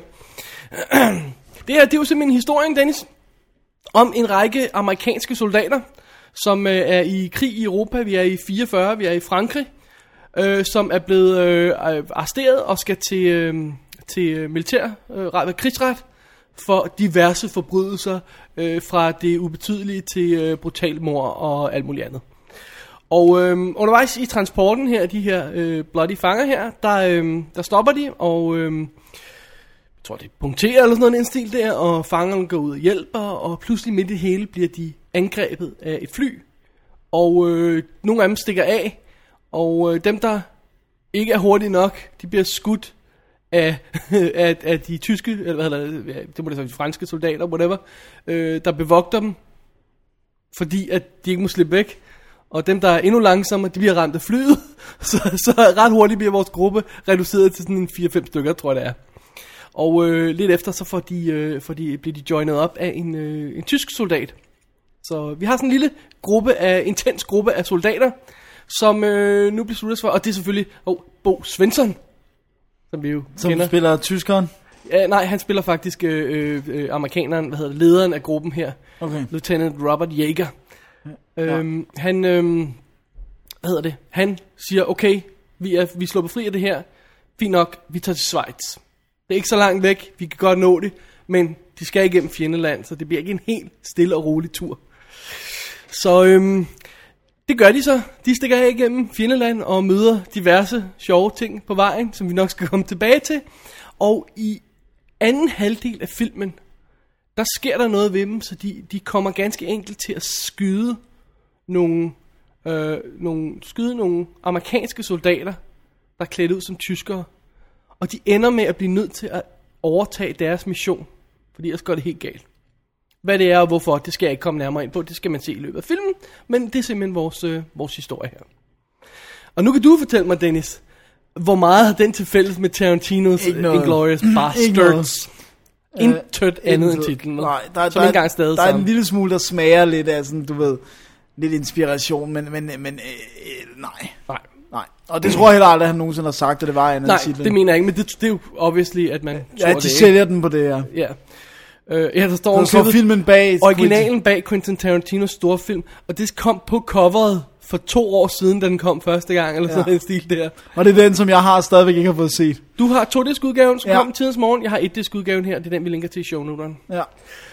Det er jo simpelthen historien, Dennis, om en række amerikanske soldater, som er i krig i Europa. Vi er i 44, vi er i Frankrig, som er blevet arresteret og skal til militær krigsret for diverse forbrydelser, fra det ubetydelige til brutalt mord og alt muligt andet. Og undervejs i transporten her, de her bloody fanger her, der stopper de, og jeg tror det punkterer eller sådan noget en stil der, og fangerne går ud og hjælper, og pludselig midt i det hele bliver de angrebet af et fly, og nogle af dem stikker af, og dem der ikke er hurtige nok, de bliver skudt af de tyske, eller det må det sige, de franske soldater, whatever, der bevogter dem, fordi at de ikke må slippe væk. Og dem der er endnu langsommere, de bliver ramt af flyet, så ret hurtigt bliver vores gruppe reduceret til sådan en 4-5 stykker, tror jeg det er. Og lidt efter så bliver de joinet op af en tysk soldat. Så vi har sådan en lille intens gruppe af soldater, som nu beslutter sig for, og det er selvfølgelig Bo Svensson, som vi jo kender. Spiller tyskeren? Ja, nej, han spiller faktisk amerikaneren, lederen af gruppen her. Okay. Lieutenant Robert Yeager. Han siger, okay, vi er sluppet fri af det her. Fint nok, vi tager til Schweiz. Det er ikke så langt væk, vi kan godt nå det, men de skal igennem fjendeland, så det bliver ikke en helt stille og rolig tur. Så det gør de så. De stikker af igennem fjendeland og møder diverse sjove ting på vejen, som vi nok skal komme tilbage til. Og i anden halvdel af filmen, der sker der noget ved dem, så de kommer ganske enkelt til at skyde nogle amerikanske soldater, der er klædt ud som tyskere. Og de ender med at blive nødt til at overtage deres mission, fordi ellers går det helt galt. Hvad det er og hvorfor, det skal jeg ikke komme nærmere ind på, det skal man se i løbet af filmen, men det er simpelthen vores historie her. Og nu kan du fortælle mig, Dennis, hvor meget har den til fælles med Tarantinos Inglourious Basterds? Intet andet end titlen. Nej, der er en lille smule, der smager lidt af sådan, du ved, lidt inspiration, men nej. Og det tror jeg heller aldrig, han nogensinde har sagt, at det var andet end titlen. Nej, det mener jeg ikke, men det er jo obviously, at man tror det. Ja, de sælger den på det, ja. Der står filmen bag originalen bag Quentin Tarantinos store film, og det kom på coveret for 2 år siden, da den kom første gang, eller sådan en stil der. Og det er den, som jeg har stadigvæk ikke har fået set. Du har 2-disk-udgaven, som kom tidens morgen. Jeg har 1-disk-udgaven her, det er den, vi linker til i shownoterne. Ja.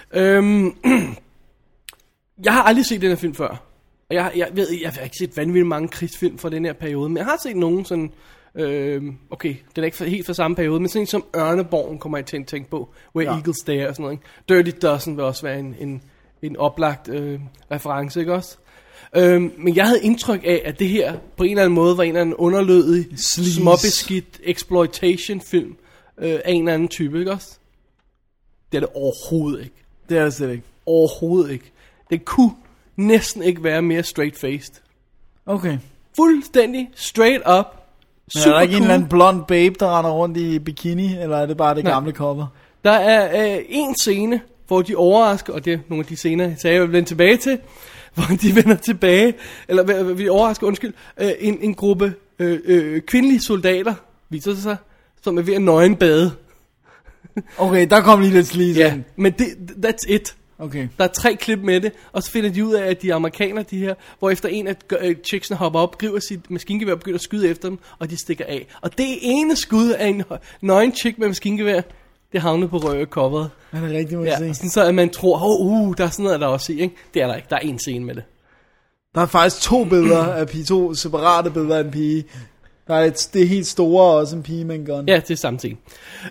Jeg har aldrig set den her film før. Og jeg har ikke set vanvittigt mange krigsfilm fra den her periode, men jeg har set nogen sådan, okay, den er ikke helt fra samme periode, men sådan en som Ørneborgen kommer jeg til at tænke på, Where Eagles Dare og sådan noget, ikke? Dirty Dozen vil også være en oplagt reference, ikke også? Men jeg havde indtryk af, at det her på en eller anden måde var en eller anden underlødig, småbeskidt exploitation film af en eller anden type, ikke også? Det er det overhovedet ikke. Det er det slet ikke. Overhovedet ikke. Det kunne næsten ikke være mere straight-faced. Okay. Fuldstændig straight up. Men er der ikke en eller anden blond babe, der render rundt i bikini, eller er det bare det gamle cover? Der er en scene, hvor de overrasker, og det er nogle af de scener, jeg vil vende tilbage til, hvor de vender tilbage, eller vi overrasker, en gruppe kvindelige soldater, viser sig, som er ved at nøgenbade. Okay, der kom lige lidt sleaze. Ja, men that's it. Okay. Der er 3 klip med det, og så finder de ud af, at de er amerikanere, de her, hvor efter en af chicksene hopper op, griber sit maskingevær og begynder at skyde efter dem, og de stikker af. Og det ene skud af en nøgen chick med maskingevær, det havnede på coveret. Er det rigtigt, må jeg sige? Sådan så at man tror, der er sådan noget, der også i, ikke? Det er der ikke, der er en scene med det. Der er faktisk 2 billeder af pige, 2 separate billeder af en pige. Der er det helt store, og også en pige med en gun. Ja, det er samme ting.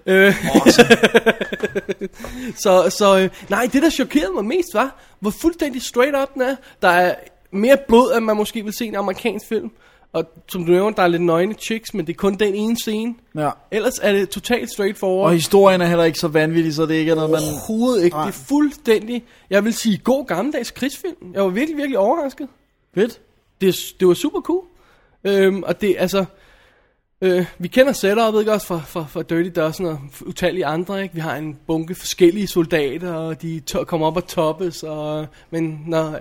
Nej, det der chokerede mig mest var, hvor fuldstændig straight up den er. Der er mere blod, end man måske vil se i en amerikansk film. Og som du nævner, der er lidt nøgne chicks, men det er kun den ene scene. Ja. Ellers er det totalt straightforward. Og historien er heller ikke så vanvittig, så det ikke er noget, man... Overhovedet ikke. Det er fuldstændig, jeg vil sige, god gammeldags krigsfilm. Jeg var virkelig, virkelig overrasket. Fedt. Det var super cool. Og det, altså... vi kender setup'et, ikke også, fra Dirty Dozen og utallige andre, ikke? Vi har en bunke forskellige soldater, og de kommer op og toppes, men når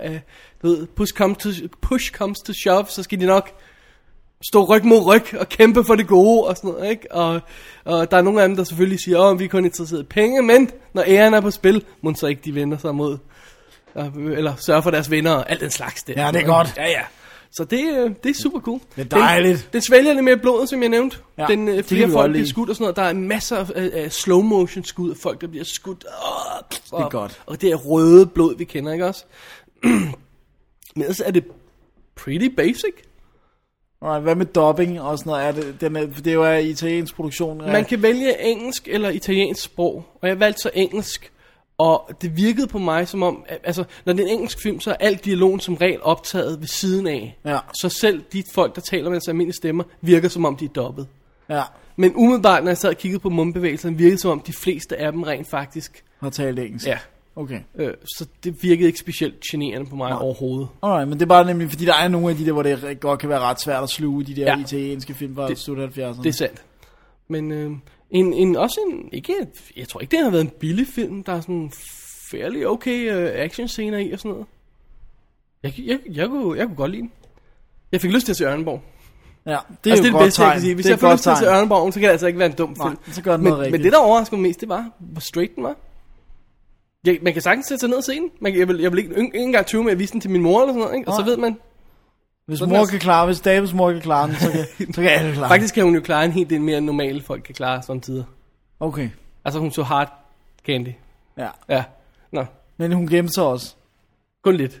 push comes to shove, så skal de nok stå ryg mod ryg og kæmpe for det gode og sådan noget, ikke? Og der er nogle af dem, der selvfølgelig siger, vi er kun interesseret i penge, men når æren er på spil, må så ikke de vender sig mod, eller sørge for deres venner og alt den slags der. Ja, det er godt. Ja. Så det er super cool. Det er dejligt. Den svælger lidt mere blodet, som jeg nævnte. Ja, den flere folk bliver skudt og sådan noget. Der er masser af slow motion skud af folk, der bliver skudt. Det er godt. Og det er røde blod, vi kender, ikke også? Men ellers er det pretty basic. Alright, hvad med dubbing og sådan noget? Det er jo en italiensk produktion. Man kan vælge engelsk eller italiensk sprog. Og jeg valgte så engelsk. Og det virkede på mig som om, altså når det er en engelsk film, så er al dialogen som regel optaget ved siden af. Ja. Så selv de folk, der taler med deres almindelige stemmer, virker som om de er dobbet. Ja. Men umiddelbart, når jeg sad og kiggede på mundbevægelserne, virkede som om de fleste af dem rent faktisk har talt engelsk. Ja. Okay. Så det virkede ikke specielt generende på mig overhovedet. Alright, men det er bare nemlig, fordi der er nogle af de der, hvor det godt kan være ret svært at sluge de der italienske film fra slut 70'erne. Det er sandt. Men ikke, jeg tror ikke, det har været en billig film. Der er sådan fairly okay actionscener i og sådan noget. Jeg kunne godt lide den. Jeg fik lyst til at se Ørneborg. Ja, det er jo det godt bedste, jeg kan sige. Hvis jeg får lyst til at se Ørneborg, så kan det altså ikke være en dum film. Nej, så gør den noget rigtigt. Men det, der overrasker mig mest, det var, hvor straight den var. Man kan sagtens sætte sig ned og se den. Jeg vil ikke engang tøve med at vise den til min mor eller sådan noget, ikke? Og så ved man... Hvis Davids mor kan klare den, så kan alle klare. Faktisk kan hun jo klare en helt del mere end normale folk kan klare sådan tider. Okay. Altså hun så hard candy. Ja. Nå. Men hun gemte sig også. Kun lidt.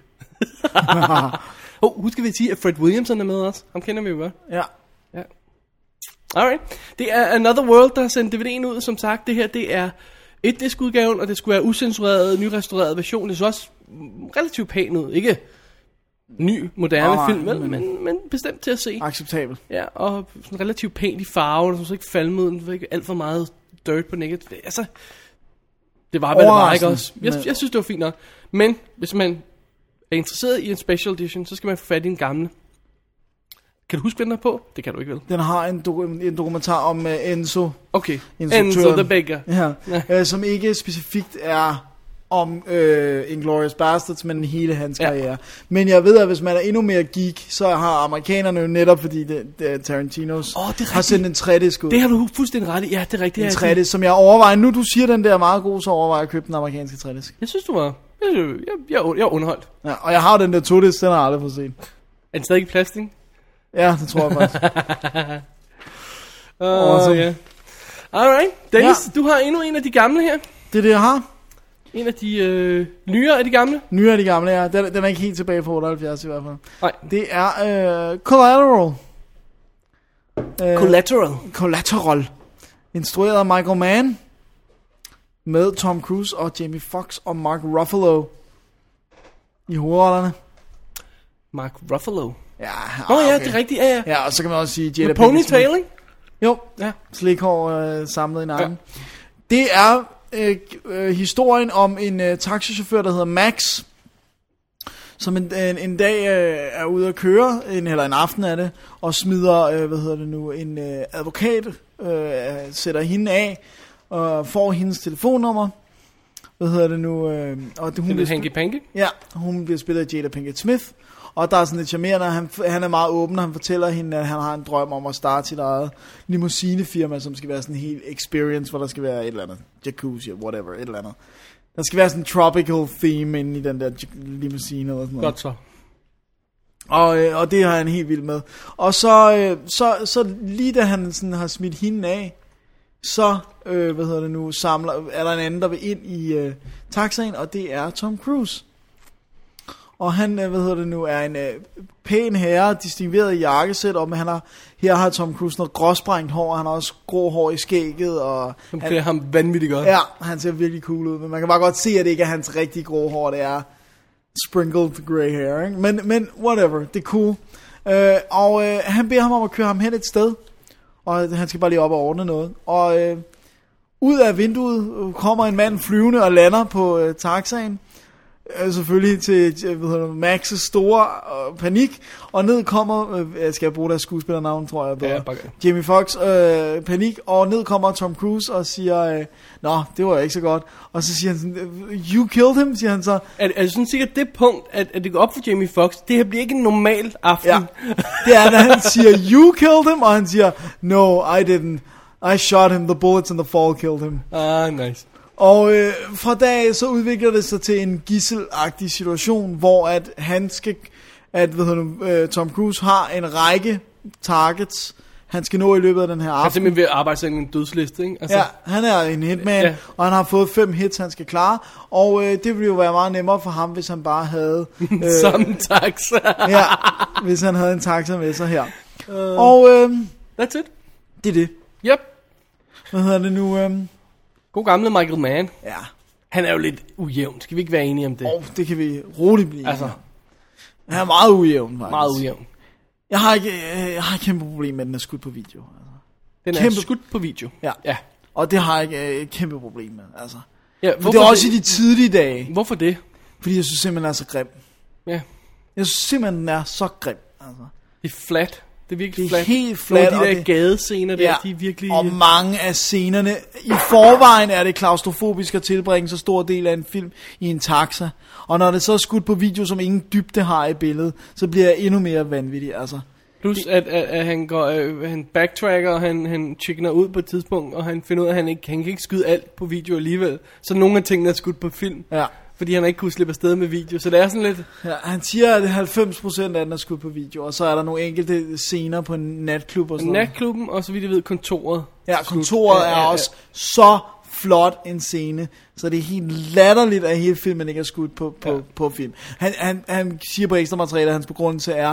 Husk vi sige, at Fred Williamson er med os. Ham kender vi jo godt. Ja. Alright. Det er Another World, der har sendt DVD'en ud. Som sagt, det her, det er 1-disk-udgaven, og det skulle være usensureret, nyrestaureret version. Det så også relativt pæn ud. Ikke ny, moderne film, vel? Men bestemt til at se. Acceptabel. Ja, og sådan relativt pænt i farve, der så ikke falme ud, den ikke alt for meget dirt på nækket. Altså, det var, hvad det var, ikke også? Jeg synes, det var fint nok. Men hvis man er interesseret i en special edition, så skal man få fat i en gammel. Kan du huske, hvad den er på? Det kan du ikke, vel? Den har en dokumentar om Enzo. Okay, Enzo the Baker. Ja. Som ikke specifikt er om Inglourious Basterds, men hele hans karriere. Men jeg ved, at hvis man er endnu mere geek, så har amerikanerne jo netop, fordi det Tarantinos har sendt en 3-disk ud. Det har du fuldstændig ret i. Ja, det er rigtigt. En 3-disk, som jeg overvejer. Nu du siger, den der er meget god, så overvejer jeg at købe den amerikanske 3-disk. Jeg synes, du var... Jeg er underholdt. Ja, og jeg har den der 2-disk, den har jeg aldrig fået set. Er den stadig i plastik? Ja, det tror jeg faktisk. Ja. Alright. Dennis, du har endnu en af de gamle her. Det er det, jeg har. En af de nyere af de gamle. Nyere af de gamle, ja. Den er ikke helt tilbage på 78 i hvert fald. Nej. Det er Collateral. Collateral. Instrueret af Michael Mann. Med Tom Cruise og Jamie Foxx og Mark Ruffalo i hovedrollerne. Mark Ruffalo. Ja, ja, det er rigtigt, ja. Ja, og så kan man også sige Jada Pinkett Smith. Ponytail, ikke? Jo, ja. Slikhår samlet i nakken. Ja. Det er historien om en taxichauffør, der hedder Max, som en dag er ude at køre, eller en aften er det, og smider, en advokat, sætter hende af, og får hendes telefonnummer. Og hun det Hanky Panky? Ja, hun bliver spillet af Jada Pinkett Smith. Og der er sådan lidt charmerende, han er meget åben, og han fortæller hende, at han har en drøm om at starte sit eget limousinefirma, som skal være sådan en helt experience, hvor der skal være et eller andet jacuzzi, whatever, et eller andet. Der skal være sådan en tropical theme inde i den der limousine eller sådan noget. Godt så. Og det har han helt vildt med. Og så lige da han sådan har smidt hende af, så er der en anden, der vil ind i taxaen, og det er Tom Cruise. Og han, er en pæn herre, distingueret jakkesæt, og her har Tom Cruise noget gråsprængt hår, han har også grå hår i skægget, og som klæder ham vanvittigt godt. Ja, han ser virkelig cool ud, men man kan bare godt se, at det ikke er hans rigtig grå hår, det er sprinkled grey hair, ikke? Men whatever, det er cool. Han beder ham om at køre ham hen et sted, og han skal bare lige op og ordne noget, og ud af vinduet kommer en mand flyvende og lander på taxaen, selvfølgelig til Max's store panik, og ned kommer, skal jeg bruge deres skuespillernavn, tror jeg bedre, Jamie Foxx, panik, og ned kommer Tom Cruise og siger, nå, det var ikke så godt, og så siger han sådan, you killed him, siger han så. Er det sådan sikkert det punkt, at det går op for Jamie Foxx, det her bliver ikke en normal aften? Ja, det er, når han siger, you killed him, og han siger, no, I didn't, I shot him, the bullets in the fall killed him. Nice. Og fra dag så udvikler det sig til en gisselagtig situation, hvor Tom Cruise har en række targets, han skal nå i løbet af den her aften. Han er simpelthen ved at arbejde sig en dødsliste, ikke? Altså. Ja, han er en hitman, og han har fået 5 hits, han skal klare, og det ville jo være meget nemmere for ham, hvis han bare havde samme taxa. Ja, hvis han havde en taxa med sig her. Og that's it. Det er det. Yep. Hvad hedder det nu? God gamle Michael Mann. Ja. Han er jo lidt ujævn. Skal vi ikke være enige om det? Det kan vi roligt blive. Altså. Han er meget ujævn, faktisk. Meget ujævn. Jeg har et kæmpe problem med, at den er skudt på video. Altså. Den er skudt på video? Ja. Og det har jeg et kæmpe problem med, altså. Ja, for det er også i de tidlige dage. Hvorfor det? Fordi jeg synes simpelthen, den er så grim. Ja. Jeg synes simpelthen, den er så grim, altså. Det er flat. Det er virkelig flat. Helt flat. Nogle af de der gadescener der, de er virkelig... Og mange af scenerne... I forvejen er det klaustrofobisk at tilbringe så stor del af en film i en taxa. Og når det så er skudt på video, som ingen dybde har i billedet, så bliver jeg endnu mere vanvittig, altså. Plus at han backtracker, og han chickener ud på et tidspunkt, og han finder ud af, at han kan ikke skyde alt på video alligevel. Så nogle af tingene er skudt på film. Ja. Fordi han ikke kunne slippe afsted med video, så det er sådan lidt... Ja, han siger, at 90% af den er skudt på video, og så er der nogle enkelte scener på en natklub og sådan noget. Natklubben, og så vidt jeg ved, kontoret. Ja, kontoret er også så flot en scene, så det er helt latterligt, at hele filmen ikke er skudt på film. Han siger på ekstra materiale, at hans begrundelse er,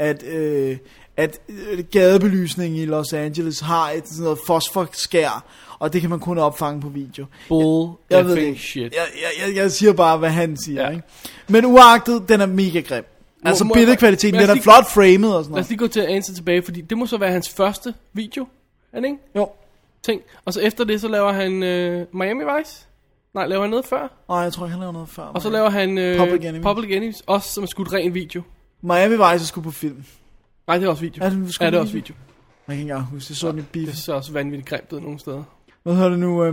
at gadebelysningen i Los Angeles har et sådan noget fosforskær, og det kan man kun opfange på video. Jeg ved ikke. Shit. Jeg siger bare, hvad han siger. Ikke? Men uagtet, den er mega grim. Altså billedkvaliteten, den er flot framed og sådan noget. Lad os lige gå til at answer tilbage, fordi det må så være hans første video, er det ikke? Jo. Ting. Og så efter det, så laver han Miami Vice. Nej, laver han noget før? Nej, jeg tror ikke, han laver noget før. Og så laver han Public Enemies, også som er skudt ren video. Miami Vice er skudt på film. Nej, det er også video. Er det også video? Jeg kan ikke engang huske, det er sådan et beef. Det ser også vanvittigt grimt ud nogle steder. Hvad hedder det nu?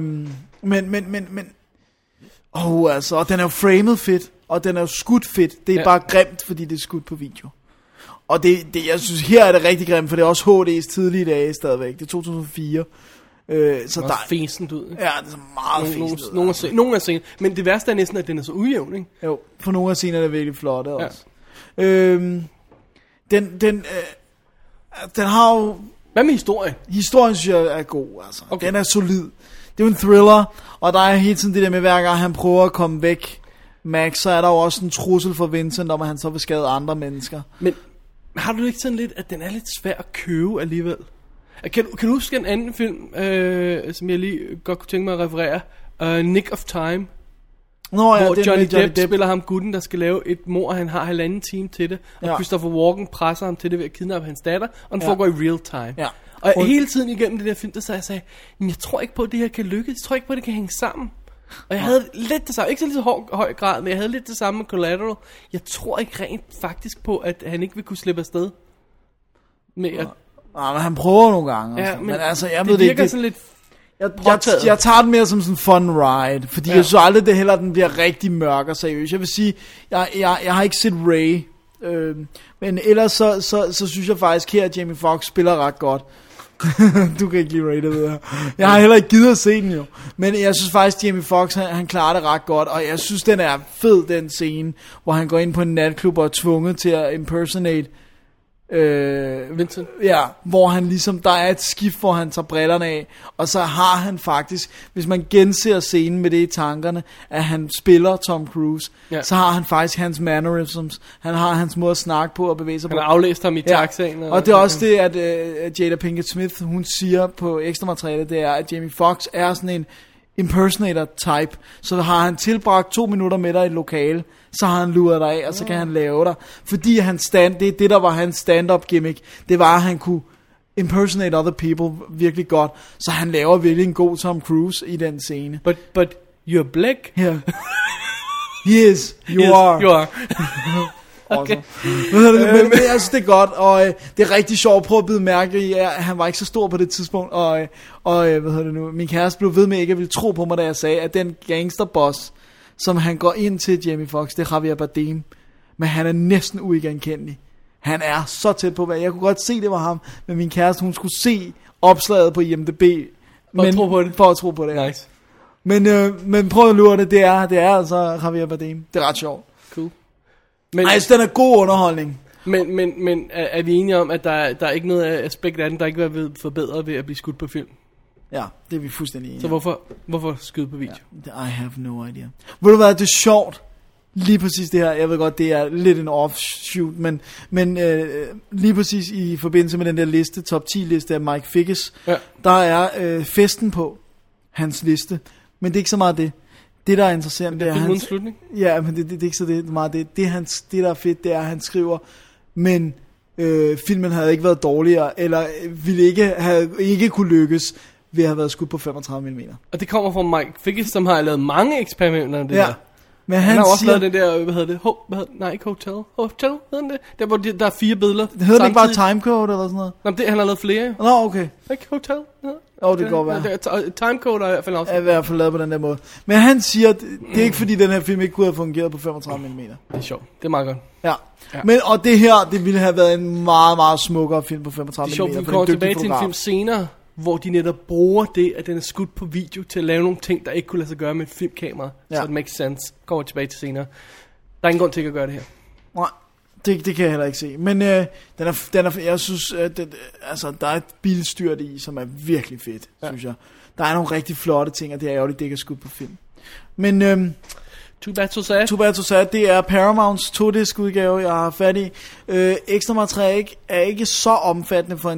Altså, og den er jo framed fedt, og den er jo skudt fedt. Det er bare grimt, fordi det er skudt på video. Og det, jeg synes, her er det rigtig grimt, for det er også HD's tidlige dage stadigvæk. Det er 2004. Så der er fæsent ud. Ja, det er så meget fæsent ud. Nogle af scenerne. Men det værste er næsten, at den er så ujævn, ikke? Jo, for nogle af scenerne er det virkelig flotte også. den har jo... Hvad med historien? Historien synes jeg er god, altså. Okay. Den er solid. Det er jo en thriller, og der er hele tiden det der med, hver gang han prøver at komme væk, Max, så er der jo også en trussel for Vincent, om at han så vil skade andre mennesker. Men har du ikke sådan lidt, at den er lidt svær at købe alligevel? Kan du huske en anden film, som jeg lige godt kunne tænke mig at referere? Nick of Time. Nå, ja, hvor Johnny Depp spiller ham gutten, der skal lave et mord, og han har 1,5 time til det. Og Christopher Walken presser ham til det ved at kidnappe hans datter, og den foregår i real time. Ja. Og hele tiden igennem det der film, der sagde jeg, jeg tror ikke på, at det her kan lykkes. Jeg tror ikke på, at det kan hænge sammen. Og jeg havde lidt det samme, ikke så lige så høj grad, men jeg havde lidt det samme med Collateral. Jeg tror ikke rent faktisk på, at han ikke vil kunne slippe afsted med at... men han prøver nogle gange. Ja, men altså, jeg det ved virker ikke, sådan lidt... Jeg tager den mere som sådan en fun ride, fordi jeg synes aldrig, det heller den bliver rigtig mørk og seriøs. Jeg vil sige, jeg har ikke set Ray, men ellers så synes jeg faktisk her, at Jamie Foxx spiller ret godt. Du kan ikke lide Ray, det ved jeg. Jeg har heller ikke givet at se den jo. Men jeg synes faktisk, at Jamie Foxx, han klarer det ret godt, og jeg synes, den er fed, den scene, hvor han går ind på en natklub og er tvunget til at impersonate Vincent. Ja, hvor han ligesom, der er et skift, hvor han tager brillerne af, og så har han faktisk, hvis man genser scenen med det i tankerne, at han spiller Tom Cruise, så har han faktisk hans mannerisms, han har hans måde at snakke på og bevæge sig på. Han har aflæst ham i taxaen. Og det er også det, at Jada Pinkett Smith, hun siger på ekstra materiale, det er, at Jamie Foxx er sådan en impersonator type, så har han tilbragt 2 minutter med dig i et lokale, så har han luret dig af, og så kan han lave dig. Fordi det der var hans stand-up gimmick, det var, at han kunne impersonate other people virkelig godt, så han laver virkelig en god Tom Cruise i den scene. But you're black? Yeah. Yes, you are. You are. Okay. Men jeg synes, det er godt, og det er rigtig sjovt at prøve at bide mærke i, at han var ikke så stor på det tidspunkt, og hvad hedder det nu, min kæreste blev ved med ikke at ville tro på mig, da jeg sagde, at den gangsterboss, som han går ind til, Jamie Foxx, det er Javier Bardem, men han er næsten uigenkendelig. Han er så tæt på, jeg kunne godt se, det var ham, men min kæreste, hun skulle se opslaget på IMDb, for at tro på det. Nice. Men prøv at lure det, det er altså Javier Bardem. Det er ret sjovt. Cool. Men den er god underholdning. Men er vi enige om, at der er ikke noget aspekt af den, der ikke vil forbedret ved at blive skudt på film? Ja, det er vi fuldstændig enige. Så hvorfor skyde på video? I have no idea. Ved du hvad, det er sjovt. Lige præcis det her, jeg ved godt, det er lidt en offshoot, men lige præcis i forbindelse med den der liste, top 10 liste af Mike Figgis, der er festen på hans liste, men det er ikke så meget det. Det der er interessant, det er hans slutning. Ja, men det er ikke så det er meget det. Det der er fedt, det er at han skriver, men filmen havde ikke været dårligere, eller ville ikke kunne lykkes ved at have været skudt på 35 mm. Og det kommer fra Mike Figgis, som har lavet mange eksperimenter om det der. Men han har også lavet den der, hvad hedder det? Nej, ikke Hotel, hedder det? Der hvor der er 4 billeder. Det hedder ikke bare Timecode eller sådan noget? Nå, han har lavet flere. Nå, okay. Ikke Hotel? Det kan godt være. Timecode er i hvert fald også. Er i hvert fald lavet på den der måde. Men han siger, det er ikke fordi den her film ikke kunne have fungeret på 35 mm. Det er sjovt. Det er meget godt. Ja. Men, og det her, det ville have været en meget, meget smukkere film på 35 mm. Det er sjovt, vi kommer tilbage til en film senere, hvor de netop bruger det, at den er skudt på video, til at lave nogle ting, der ikke kunne lade sig gøre med et filmkamera. Så det makes sense. Kommer tilbage til senere. Der er ingen grund til at gøre det her. Nej, det kan jeg heller ikke se. Men den er, jeg synes, at der er et bilstyrt i, som er virkelig fedt, synes jeg. Der er nogle rigtig flotte ting, og det er ærgerligt, det ikke er skudt på film. Men Too Bad So Sad. Too Bad So Sad, det er Paramounts 2-disk udgave, jeg har fat i. Ekstra materiale er ikke så omfattende for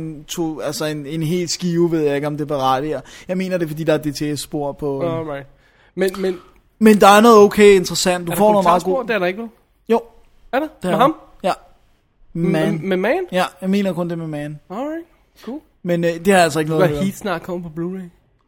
en helt skive, ved jeg ikke, om det berettiger. Jeg mener det, fordi der er DTS-spor på. Alright. Men der er noget okay interessant. Du får noget meget godt. Det er der ikke, vel? Jo. Er der? Med ham? Ja. Med Man? Ja, jeg mener kun det med Man. Alright, cool. Men det har altså ikke noget at høre. Heat snart kommer på Blu-ray.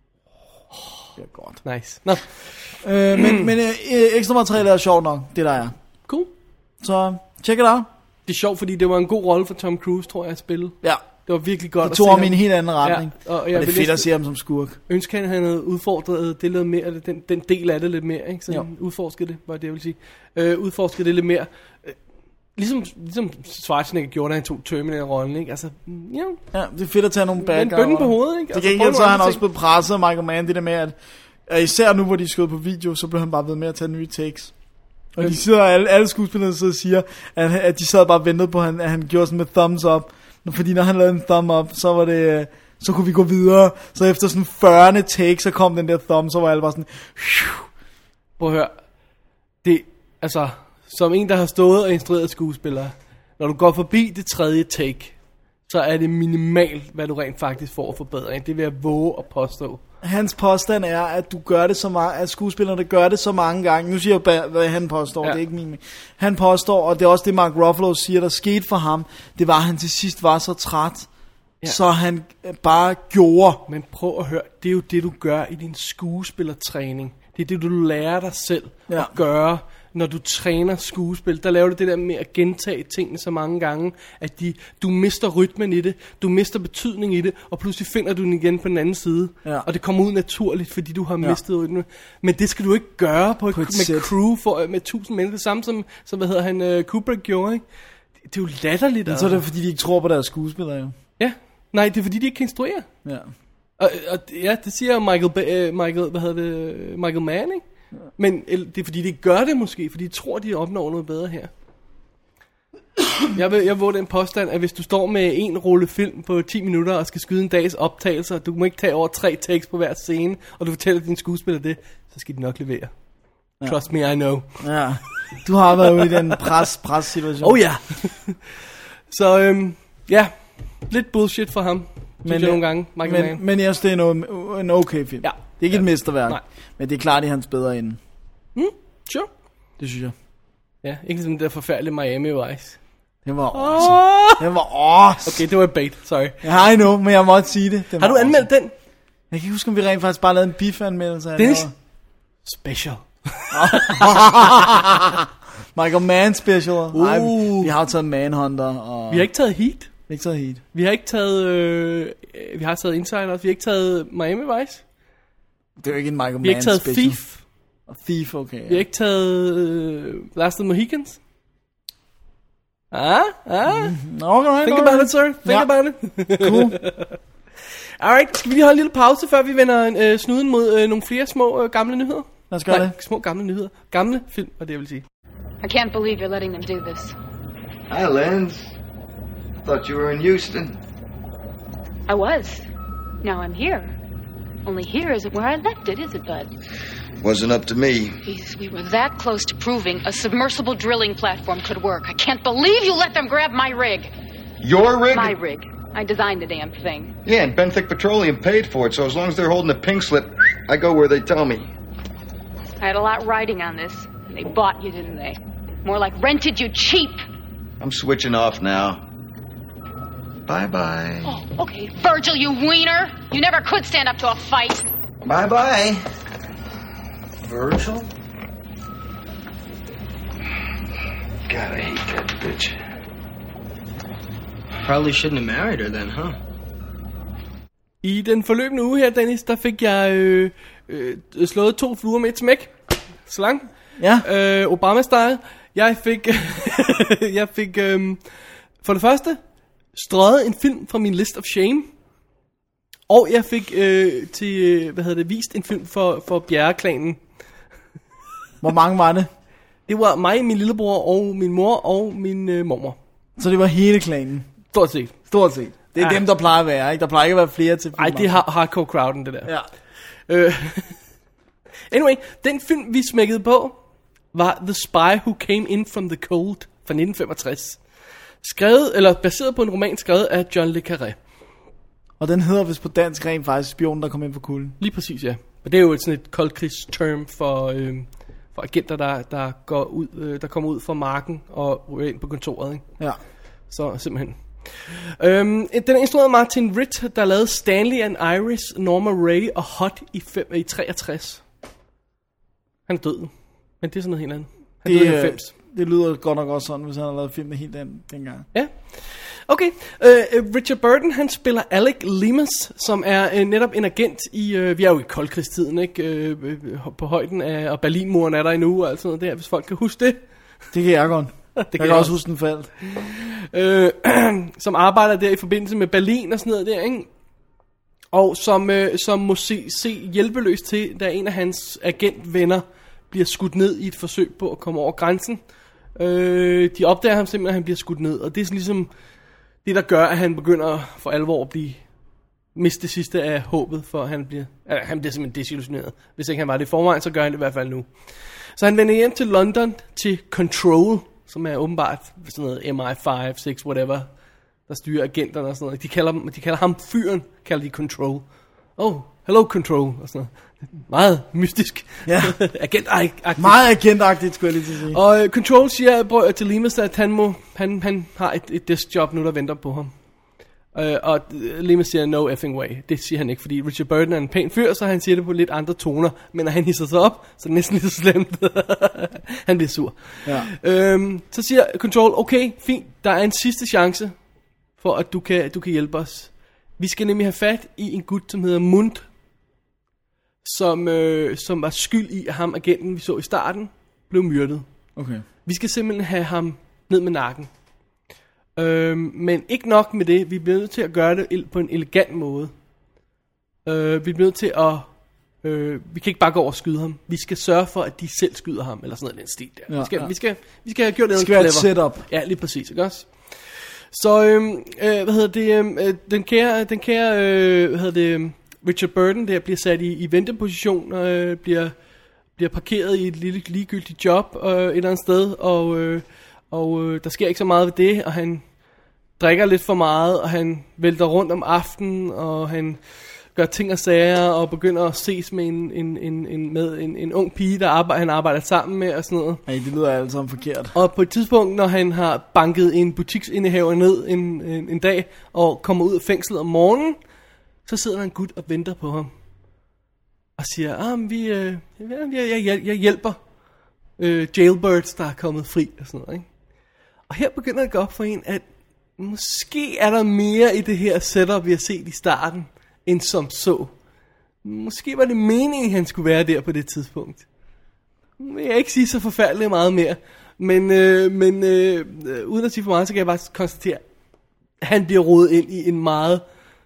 Det er godt. Nice. Nå. Men ekstra materiale er sjovt nok, det der er. Cool. Så check it out. Det er sjovt, fordi det var en god rolle for Tom Cruise, tror jeg, at spille. Ja. Det var virkelig godt at se ham. Det tog ham i en helt anden retning. Ja, og det er fedt at se ham som skurk. Ønsker han havde udfordret det lidt mere, den del af det lidt mere, ikke? Så udforsket det, var det jeg vil sige. Udforsket det lidt mere. Ligesom Schwarzenegger gjorde, da han tog Terminator-rollen, ikke? Altså, ja, det er fedt at tage nogle bad guys. Bønnen på hovedet, ikke? Det gengæld så han også blevet presset af Michael Mann, det der med, at især nu, hvor de skød på video, så blev han bare ved med at tage nye takes. Og de sidder, alle skuespillerne sidder og siger, at de sad bare og ventede på, at han gjorde sådan med thumbs up. Fordi når han lavede en thumb up, så var det... Så kunne vi gå videre. Så efter sådan 40. take, så kom den der thumb, så var alle bare sådan... Prøv at høre. Det, altså, som en, der har stået og instrueret skuespillere, når du går forbi det 3. take, så er det minimalt, hvad du rent faktisk får af forbedring. Det vil jeg våge at påstå. Hans påstand er, at du gør det så meget, at skuespillerne gør det så mange gange. Nu siger jeg, hvad han påstår, det er ikke min. Han påstår, og det er også det, Mark Ruffalo siger, der skete for ham, det var, at han til sidst var så træt, så han bare gjorde. Men prøv at høre, det er jo det, du gør i din skuespillertræning. Det er det, du lærer dig selv at gøre, når du træner skuespil. Der laver du det der med at gentage tingene så mange gange, at du mister rytmen i det, du mister betydning i det, og pludselig finder du den igen på den anden side. Ja. Og det kommer ud naturligt, fordi du har mistet rytmen. Men det skal du ikke gøre med crew med 1000 mennesker, samme som hvad hedder han, Kubrick gjorde, ikke? Det er jo latterligt. Men så er det fordi, de ikke tror på deres skuespillere, jo. Ja, nej, det er fordi, de ikke kan instruere. Ja. Og det siger Michael Mann, ikke? Ja. Men det er fordi, de gør det måske, fordi de tror, de opnår noget bedre her. Jeg våger den påstand, at hvis du står med en rulle film på 10 minutter og skal skyde en dags optagelser, du må ikke tage over 3 takes på hver scene, og du fortæller din skuespiller det, så skal de nok levere. Ja. Trust me, I know. Ja. Du har været ude i den pres-situation. Oh ja. Så lidt bullshit for ham. Men nogle gange, men jeg synes, det er en okay film. Ja. Det er ikke et mesterværk. Nej. Men det er klart i hans bedre ende. Sure. Det synes jeg. Ja, ikke sådan der forfærdelige Miami Vice. Det var awesome. Det var awesome. Okay, det var et bait, sorry. Ja, I know, men jeg måtte sige det. Har du anmeldt den? Jeg kan ikke huske, om vi rent faktisk bare lavede en beef-anmeldelse af det. Special. Michael Mann special. Ej, vi har taget Manhunter. Og... Vi har ikke taget Heat. Vi har ikke taget vi har taget Insiders. Vi har ikke taget Miami Vice. Det er jo ikke en Michael Mann special. Vi har ikke taget special. Thief. Okay. Vi har ikke taget Last of the Mohicans. Okay, Think about it, sir. Think about it. Cool. Alright, skal vi lige holde en lille pause, før vi vender snuden mod nogle flere små gamle nyheder? Lad os gøre det. Små gamle nyheder. Gamle film, og det jeg vil sige. I can't believe you're letting them do this. Hi, Lens. Thought you were in Houston. I was. Now I'm here. Only here isn't where I left it, is it, Bud? Wasn't up to me. Jesus, we were that close to proving a submersible drilling platform could work. I can't believe you let them grab my rig. Your rig? My rig. I designed the damn thing. Yeah, and Benthic Petroleum paid for it, so as long as they're holding the pink slip, I go where they tell me. I had a lot riding on this, and they bought you, didn't they? More like rented you cheap. I'm switching off now. Bye-bye. Oh, okay. Virgil, you wiener. You never could stand up to a fight. Bye-bye. Virgil? God, I hate that bitch. Probably shouldn't have married her then, huh? I den forløbende uge her, Dennis, der fik jeg slået 2 fluer med et smæk. Slang. Ja. Obama-style. Jeg fik for det første strøget en film fra min list of shame. Og jeg fik vist en film for Bjerreklanen. Hvor mange var det? Det var mig, min lillebror og min mor og min mormor. Så det var hele klanen? Stort set. Det er dem, der plejer at være, ikke? Der plejer ikke at være flere til film. Nej, det er hardcore crowden, det der. Ja. Anyway, den film, vi smækkede på, var The Spy Who Came In From The Cold fra 1965. Baseret på en roman skrevet af John le Carré. Og den hedder vist på dansk rent faktisk Spionen, der kom ind fra kulden. Lige præcis, ja. Og det er jo sådan et koldkrigsterm for agenter, der kommer ud fra marken og ryger ind på kontoret, ikke? Ja. Så simpelthen. Den er instrueret af Martin Ritt, der lavede Stanley and Iris, Norma Ray og Hot i 63. Han er død, men det er sådan noget helt andet. Han døde i 90. Det lyder godt nok også sådan, hvis han har lavet film med helt dengang. Ja. Okay, Richard Burton, han spiller Alec Leamas, som er netop en agent i, vi er jo i koldkrigstiden, ikke? På højden af, og Berlinmuren er der endnu, og alt sådan noget der, hvis folk kan huske det. Det kan jeg godt. Jeg kan også huske den faldt. Som arbejder der i forbindelse med Berlin og sådan noget der, ikke? Og som må se hjælpeløs til, da en af hans agentvenner bliver skudt ned i et forsøg på at komme over grænsen. De opdager ham simpelthen, at han bliver skudt ned, og det er sådan ligesom det, der gør, at han begynder for alvor at miste det sidste af håbet, for han bliver simpelthen desillusioneret. Hvis ikke han var det i forvejen, så gør han det i hvert fald nu. Så han vender hjem til London til Control, som er åbenbart sådan noget MI5, 6, whatever, der styrer agenterne og sådan noget. De kalder ham fyren, kalder de Control. Oh, hello Control, og sådan noget. Meget mystisk. Ja. Agentagtigt. Meget agentagtigt, skulle jeg lige til at sige. Og Control siger til Lemus, at han har et deskjob nu, der venter på ham. Og Lemus siger, no effing way. Det siger han ikke, fordi Richard Burton er en pæn fyr, så han siger det på lidt andre toner. Men når han hisser sig op, så er det næsten lige så slemt. Han bliver sur. Ja. Så siger Control, okay, fint, der er en sidste chance for, at du kan hjælpe os. Vi skal nemlig have fat i en gut, som hedder Mund, som var skyld i, at ham agenten, vi så i starten, blev myrdet. Okay. Vi skal simpelthen have ham ned med nakken. Men ikke nok med det. Vi bliver nødt til at gøre det på en elegant måde. Vi bliver nødt til at... vi kan ikke bare gå over og skyde ham. Vi skal sørge for, at de selv skyder ham, eller sådan noget den stil der. Ja, vi skal have gjort det. Det skal være et setup. Ja, lige præcis, ikke også? Så, den kære, Richard Burton der bliver sat i venteposition, og bliver parkeret i et lille ligegyldigt job et eller andet sted, og der sker ikke så meget ved det, og han drikker lidt for meget, og han vælter rundt om aftenen, og han gør ting og sager, og begynder at ses med en ung pige, han arbejder sammen med, og sådan noget. Ej, det lyder alt sammen forkert. Og på et tidspunkt, når han har banket en butiksindehaver ned en dag, og kommer ud af fængslet om morgenen, så sidder der en gut og venter på ham. Og siger, jeg hjælper jailbirds, der er kommet fri, og sådan noget, ikke? Og her begynder det at gå op for en, at måske er der mere i det her setup, vi har set i starten, end som så. Måske var det meningen, han skulle være der på det tidspunkt. Jeg kan ikke sige så forfærdeligt meget mere. Men uden at sige for meget, så kan jeg bare konstatere, at han bliver rodet ind i en meget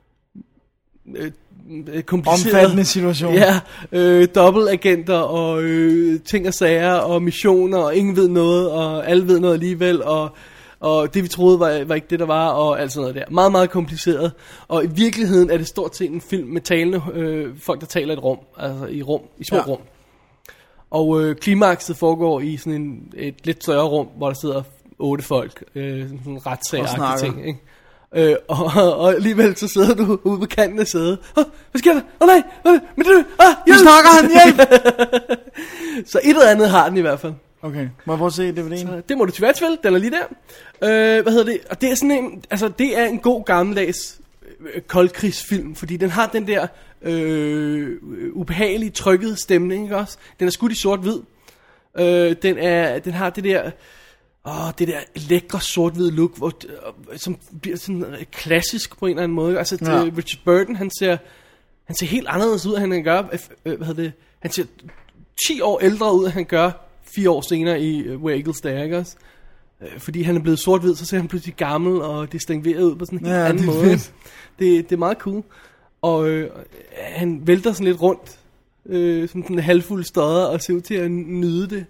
kompliceret... omfattende situation. Ja, dobbeltagenter og ting og sager og missioner, og ingen ved noget, og alle ved noget alligevel, og det vi troede var ikke det der var, og alt sådan noget der. Meget, meget kompliceret. Og i virkeligheden er det stort set en film med talende folk, der taler i et rum, altså i små rum. Og klimakset foregår i sådan et lidt større rum, hvor der sidder 8 folk, sådan en retssageragtig ting, ikke? Og alligevel så sidder du ude på kanten af sædet. Hvad sker der? Nej, men det Nu snakker han, hjælp! Så et eller andet har den i hvert fald. Okay, må jeg prøve at se DVD'en? Det må du tværtimod, den er lige der. Og det er sådan en, altså det er en god gammeldags koldkrigsfilm, fordi den har den der ubehagelige, trykkede stemning, ikke også? Den er skudt i sort-hvid. Den har det der... det der lækre sort-hvid look, som bliver sådan klassisk på en eller anden måde. Altså, Richard Burton, han ser helt anderledes ud, end han gør. Han ser 10 år ældre ud, end han gør 4 år senere i Where Eagles Dare, ikke også? Fordi han er blevet sort-hvid, så ser han pludselig gammel, og det stingveret ud på sådan en helt anden måde. Det er meget cool. Og han vælter sådan lidt rundt, som sådan en halvfuld stodder, og ser ud til at nyde det.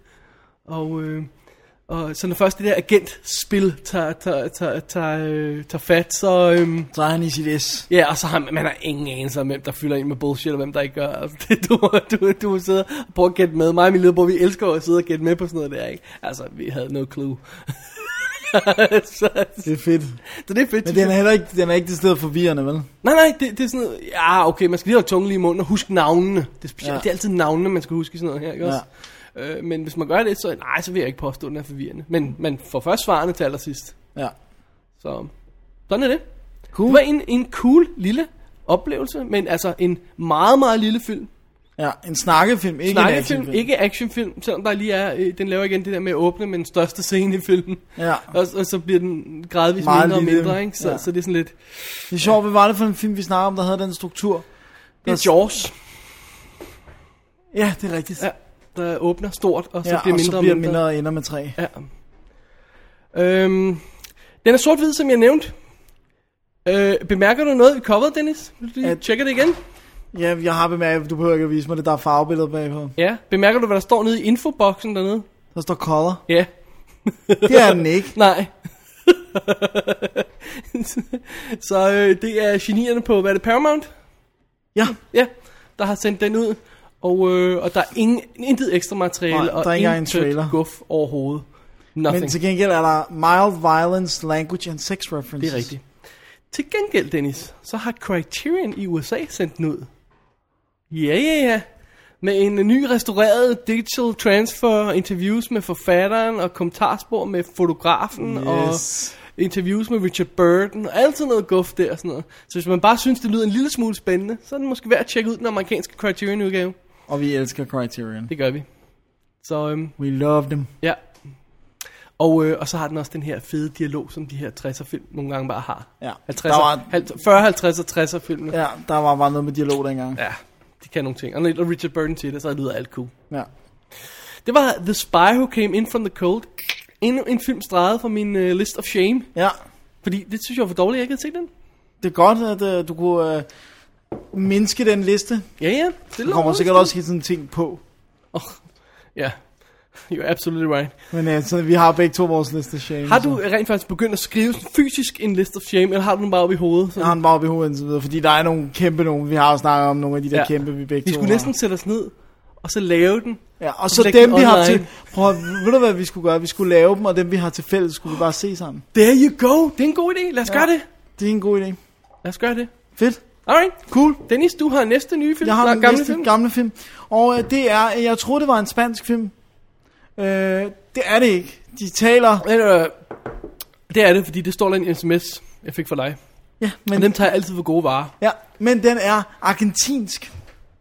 Og så når først det der agentspil tager fat, så er han i sit S. Ja, og så har man har ingen anelse om, hvem der fylder ind med bullshit, og hvem der ikke gør. Altså, du må sidde og prøve at gætte med. Mig og min lillebror, vi elsker at sidde og gætte med på sådan noget der, ikke? Altså, vi havde no clue. Det er fedt. Så det er fedt. Men den er ikke det sted forvirrende, vel? Nej, det er sådan noget, ja, okay, man skal lige have tunge lige i munden og huske navnene. Det er specielt, det er altid navnene, man skal huske i sådan noget her, ikke også? Men hvis man gør det, så vil jeg ikke påstå, at den er forvirrende. Men man får først svarene til allersidst. Ja. Så sådan er det. Cool. Det var en cool lille oplevelse, men altså en meget, meget lille film. Ja, en snakkefilm, ikke en actionfilm. Ikke actionfilm, selvom der lige er, den laver igen det der med at åbne med den største scene i filmen. Ja. Og så bliver den gradvist mindre og mindre, ikke? Så det er sådan lidt... Det er sjovt, hvad var det for en film, vi snakker om, der havde den struktur? Det er Jaws. Ja, det er rigtigt. Ja. Der åbner stort, og så bliver mindre og ender med 3. Ja. Den er sort-hvid, som jeg nævnte. Bemærker du noget, vi coverede, Dennis? Vil du lige tjekke det igen? Ja, jeg har bemærket, du behøver ikke at vise mig det, der er farvebilleder bagpå. Ja, bemærker du, hvad der står nede i infoboksen dernede? Der står color. Ja. Det er den ikke. Nej. Så det er genierne på, hvad er det, Paramount? Ja. Ja, der har sendt den ud. Og der er intet ekstra materiale. Nej, der er ikke en trailer. Guf overhovedet. Nothing. Men til gengæld er der mild violence, language and sex references. Det er rigtigt. Til gengæld, Dennis, så har Criterion i USA sendt den ud. Ja. Med en ny restaureret digital transfer, interviews med forfatteren og kommentarspor med fotografen og interviews med Richard Burton og altid noget guf der og sådan noget. Så hvis man bare synes, det lyder en lille smule spændende, så er det måske værd at tjekke ud den amerikanske Criterion-udgave. Og vi elsker Criterion. Det gør vi. Så, we love them. Ja. Og så har den også den her fede dialog, som de her 60'er film nogle gange bare har. Ja. 40, 50 og 60'er filmene. Ja, der var bare noget med dialog dengang. Ja, de kan nogle ting. Og når Richard Burton til det, så lyder alt cool. Ja. Det var The Spy Who Came In From The Cold. Endnu en film streget fra min list of shame. Ja. Fordi det synes jeg var for dårligt, jeg ikke havde set den. Det er godt, at du kunne mindske den liste. Ja. Der kommer sikkert også helt sådan en ting på. Ja. You're absolutely right. Men så vi har begge to vores liste of shame. Har du rent faktisk begyndt at skrive fysisk en list of shame, eller har du den bare oppe i hovedet? Jeg har den bare oppe i hovedet indtil videre, fordi der er nogle kæmpe nogle. Vi har jo snakket om nogle af de der kæmpe, vi begge to. Vi skulle næsten sætte os ned, og så lave den. Ja, og så dem vi har til. Prøv, ved du hvad vi skulle gøre? Vi skulle lave dem, og dem vi har til fælles skulle vi bare se sammen. There you go. Det er en god idé. Lad os gøre det. Det er en god idé. Lad os gøre det. Fedt. Alright. Cool. Dennis, du har næste nye film. Jeg har den gamle film. Og det er, jeg troede det var en spansk film. Det er det ikke. De taler... Det er det, fordi det står der en sms, jeg fik fra dig. Ja, men... Og dem tager jeg altid for gode varer. Ja, men den er argentinsk.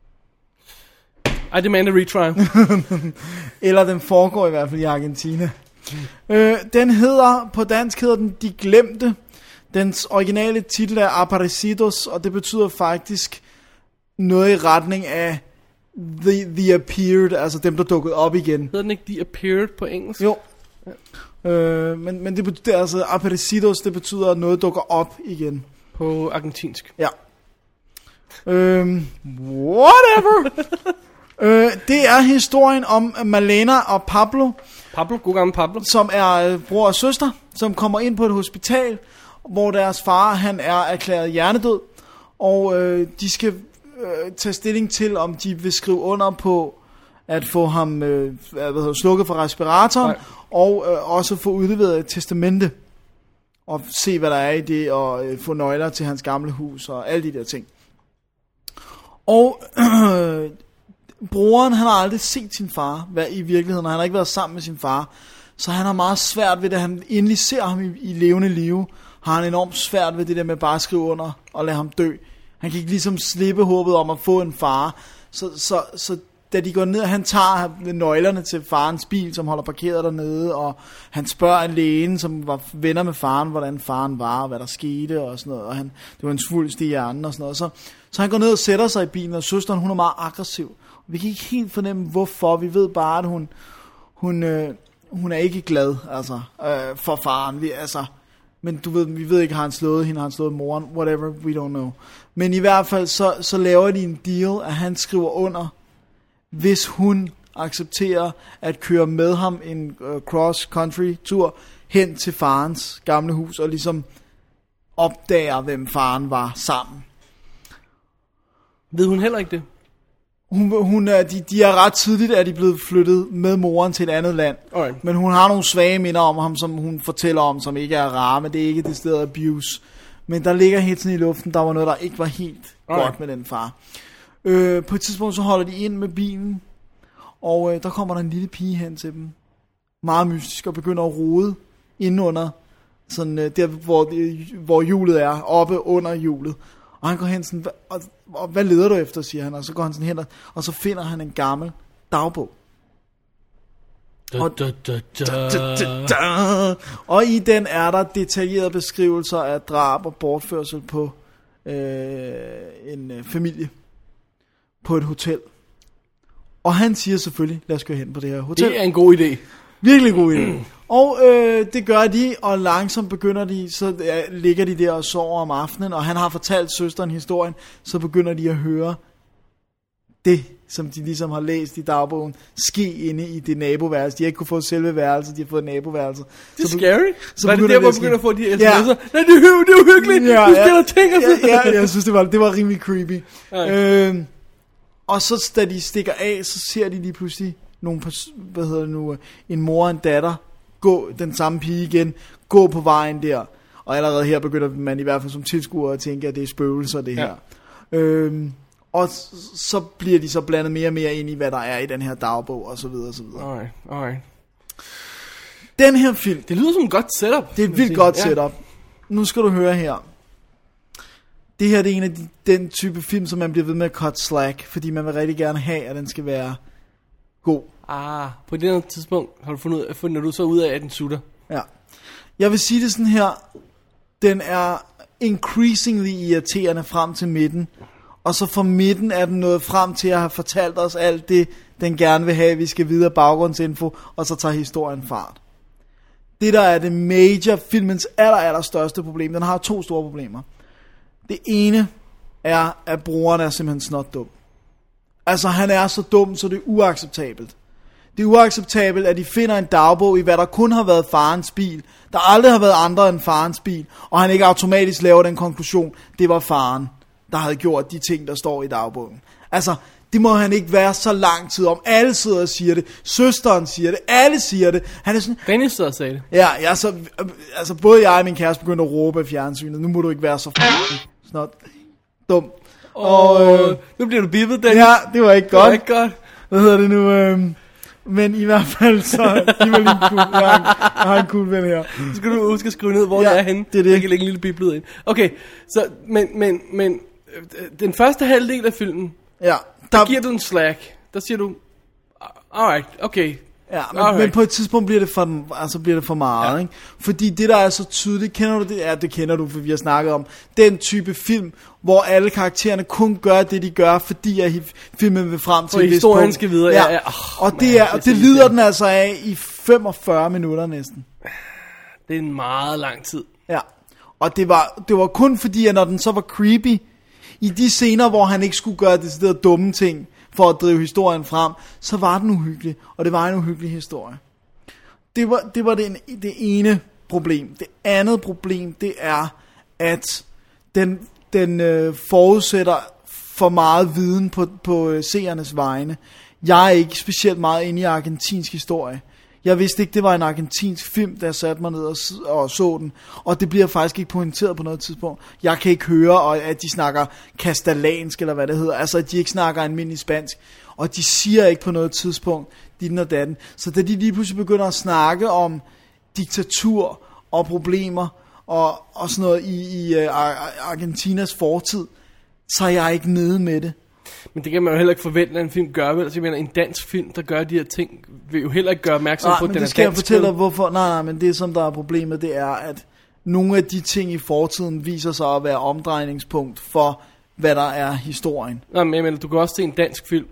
I demand a retrial. Eller den foregår i hvert fald i Argentina. Den hedder, på dansk hedder den De Glemte. Dens originale titel er Aparecidos, og det betyder faktisk noget i retning af The Appeared, altså dem der dukkede op igen. Hedder den ikke The Appeared på engelsk? Jo. Ja. Men det betyder altså Aparecidos, det betyder at noget dukker op igen. På argentinsk. Ja. Whatever. Det er historien om Malena og Pablo. God gammel Pablo. Som er bror og søster, som kommer ind på et hospital, hvor deres far, han er erklæret hjernedød. Og de skal tage stilling til, om de vil skrive under på at få ham slukket fra respiratoren. Nej. Og også få udleveret et testamente. Og se, hvad der er i det, og få nøgler til hans gamle hus, og alle de der ting. Og... broren, han har aldrig set sin far i virkeligheden, og han har ikke været sammen med sin far. Så han har meget svært ved det, han endelig ser ham i levende live, har han enormt svært ved det der med bare at skrive under og lade ham dø. Han kan ikke ligesom slippe håbet om at få en far. Så da de går ned, han tager nøglerne til farens bil, som holder parkeret dernede, og han spørger en læge, som var venner med faren, hvordan faren var, og hvad der skete, og sådan noget. Og det var en svulst i hjernen og sådan noget. Så han går ned og sætter sig i bilen, og søsteren, hun er meget aggressiv. Vi kan ikke helt fornemme, hvorfor. Vi ved bare, at hun er ikke glad altså, for faren. Men du ved, vi ved ikke, har han slået hende, har han slået moren, whatever, we don't know. Men i hvert fald, så laver de en deal, at han skriver under, hvis hun accepterer at køre med ham en cross-country tur hen til farens gamle hus, og ligesom opdager, hvem faren var sammen. Ved hun heller ikke det? De er ret tidligt, at de er blevet flyttet med moren til et andet land. Okay. Men hun har nogle svage minder om ham, som hun fortæller om, som ikke er rare, men det er ikke det sted abuse. Men der ligger helt sådan i luften, der var noget, der ikke var helt godt med den far. På et tidspunkt så holder de ind med bilen, og der kommer der en lille pige hen til dem. Meget mystisk, og begynder at rode indenunder, sådan der hvor hjulet er, oppe under hjulet. Og han går hen sådan, og hvad leder du efter, siger han, og så går han sådan hen, og så finder han en gammel dagbog. Og i den er der detaljerede beskrivelser af drab og bortførsel på en familie på et hotel. Og han siger selvfølgelig, lad os gå hen på det her hotel. Det er en god idé. Virkelig god idé. Og det gør de, og langsomt begynder de, så ligger de der og sover om aftenen, og han har fortalt søsteren historien, så begynder de at høre det, som de ligesom har læst i dagbogen, ske inde i det naboværelse. De har ikke kunne få selve værelset, de har fået naboværelset. Det er scary. Så var det der, hvor begynder at få de her sms'er? Ja. Nej, det er uhyggeligt. Du skal ting og sådan. Ja, jeg synes, det var rimelig creepy. Og så, da de stikker af, så ser de lige pludselig nogle, en mor og en datter, gå, den samme pige igen, gå på vejen der. Og allerede her begynder man i hvert fald som tilskuer at tænke, at det er spøgelser, det her. Og så bliver de så blandet mere og mere ind i, hvad der er i den her dagbog, og så videre, og så videre. Alright. Den her film... Det lyder som et godt setup. Det er et vildt godt setup. Nu skal du høre her. Det her det er en af den type film, som man bliver ved med at cut slack, fordi man vil rigtig gerne have, at den skal være god. På det her tidspunkt har du fundet du så ud af, at den sutter. Ja. Jeg vil sige det sådan her. Den er increasingly irriterende frem til midten. Og så fra midten er den nået frem til at have fortalt os alt det, den gerne vil have. Vi skal videre baggrundsinfo, og så tager historien fart. Det der er det major, filmens allerstørste problem. Den har 2 store problemer. Det ene er, at brugeren er simpelthen snot dum. Altså han er så dum, så det er uacceptabelt. Det er uacceptabelt, at de finder en dagbog i, hvad der kun har været farens bil. Der aldrig har været andre end farens bil. Og han ikke automatisk laver den konklusion, det var faren, der havde gjort de ting, der står i dagbogen. Altså, det må han ikke være så lang tid om. Alle sidder og siger det. Søsteren siger det. Alle siger det. Han er sådan... Dennis sidder og sagde det. Ja, altså både jeg og min kæreste begyndte at råbe af fjernsynet. Nu må du ikke være så snot dum. Nu bliver du bippet, Dennis. Ja, det var ikke godt. Det var ikke godt. Hvad hedder det nu? Men i hvert fald så... I var lige cool. Jeg har en cool ven her. Så skal du huske at skrive ned, hvor jeg er henne. Det er det. Jeg kan lægge en lille biblet ind. Okay, så... Men den første halvdel af filmen... Ja. Der giver du en slack. Der siger du... Alright, okay. Ja, men på et tidspunkt bliver det for meget, ikke? Fordi det der er så tydeligt, kender du det? Ja, det kender du, for vi har snakket om den type film, hvor alle karaktererne kun gør det, de gør, fordi at filmen vil frem til et vist punkt. Historien skal videre, ja. Og det lider den altså af i 45 minutter næsten. Det er en meget lang tid. Ja, og det var kun fordi, at når den så var creepy, i de scener, hvor han ikke skulle gøre det dumme ting, for at drive historien frem, så var den uhyggelig, og det var en uhyggelig historie. Det var det ene problem. Det andet problem, det er, at den forudsætter for meget viden på seernes vegne. Jeg er ikke specielt meget inde i argentinsk historie. Jeg vidste ikke, det var en argentinsk film, da jeg satte mig ned og så den. Og det bliver faktisk ikke pointeret på noget tidspunkt. Jeg kan ikke høre, at de snakker katalansk, eller hvad det hedder. Altså, at de ikke snakker almindelig spansk. Og de siger ikke på noget tidspunkt, ditten og datten. Så da de lige pludselig begynder at snakke om diktatur og problemer og sådan noget i Argentinas fortid, så er jeg ikke nede med det. Men det kan man jo heller ikke forvente, at en film gør, vel? Altså, jeg mener, en dansk film, der gør de her ting, vil jo heller ikke gøre opmærksom på, at den er dansk. Nej, men det skal jeg fortælle dig, hvorfor. Nej, men det som der er problemet, det er, at nogle af de ting i fortiden viser sig at være omdrejningspunkt for, hvad der er historien. Nej, men jeg mener, du kan også se en dansk film,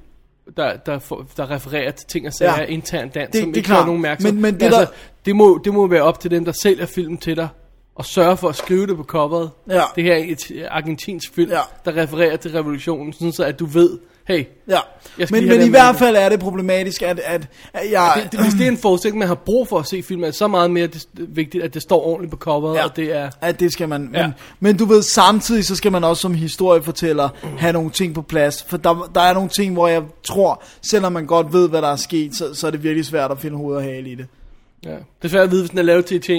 der refererer til ting og sager internt dansk, som ikke gør nogen opmærksom. Men altså, det må være op til dem, der sælger filmen til dig, og sørge for at skrive det på coveret. Ja. Det her er et argentinsk film, der refererer til revolutionen, sådan så at du ved, hey, men i hvert fald er det problematisk, at jeg... Hvis det er en forudsætning, man har brug for at se filmen, er det så meget mere vigtigt, at det står ordentligt på coveret, og det er... Ja, det skal man. Men du ved, samtidig så skal man også som historiefortæller have nogle ting på plads, for der er nogle ting, hvor jeg tror, selvom man godt ved, hvad der er sket, så er det virkelig svært at finde hoved og hale i det. Ja. Det er svært at vide, hvis den er lavet til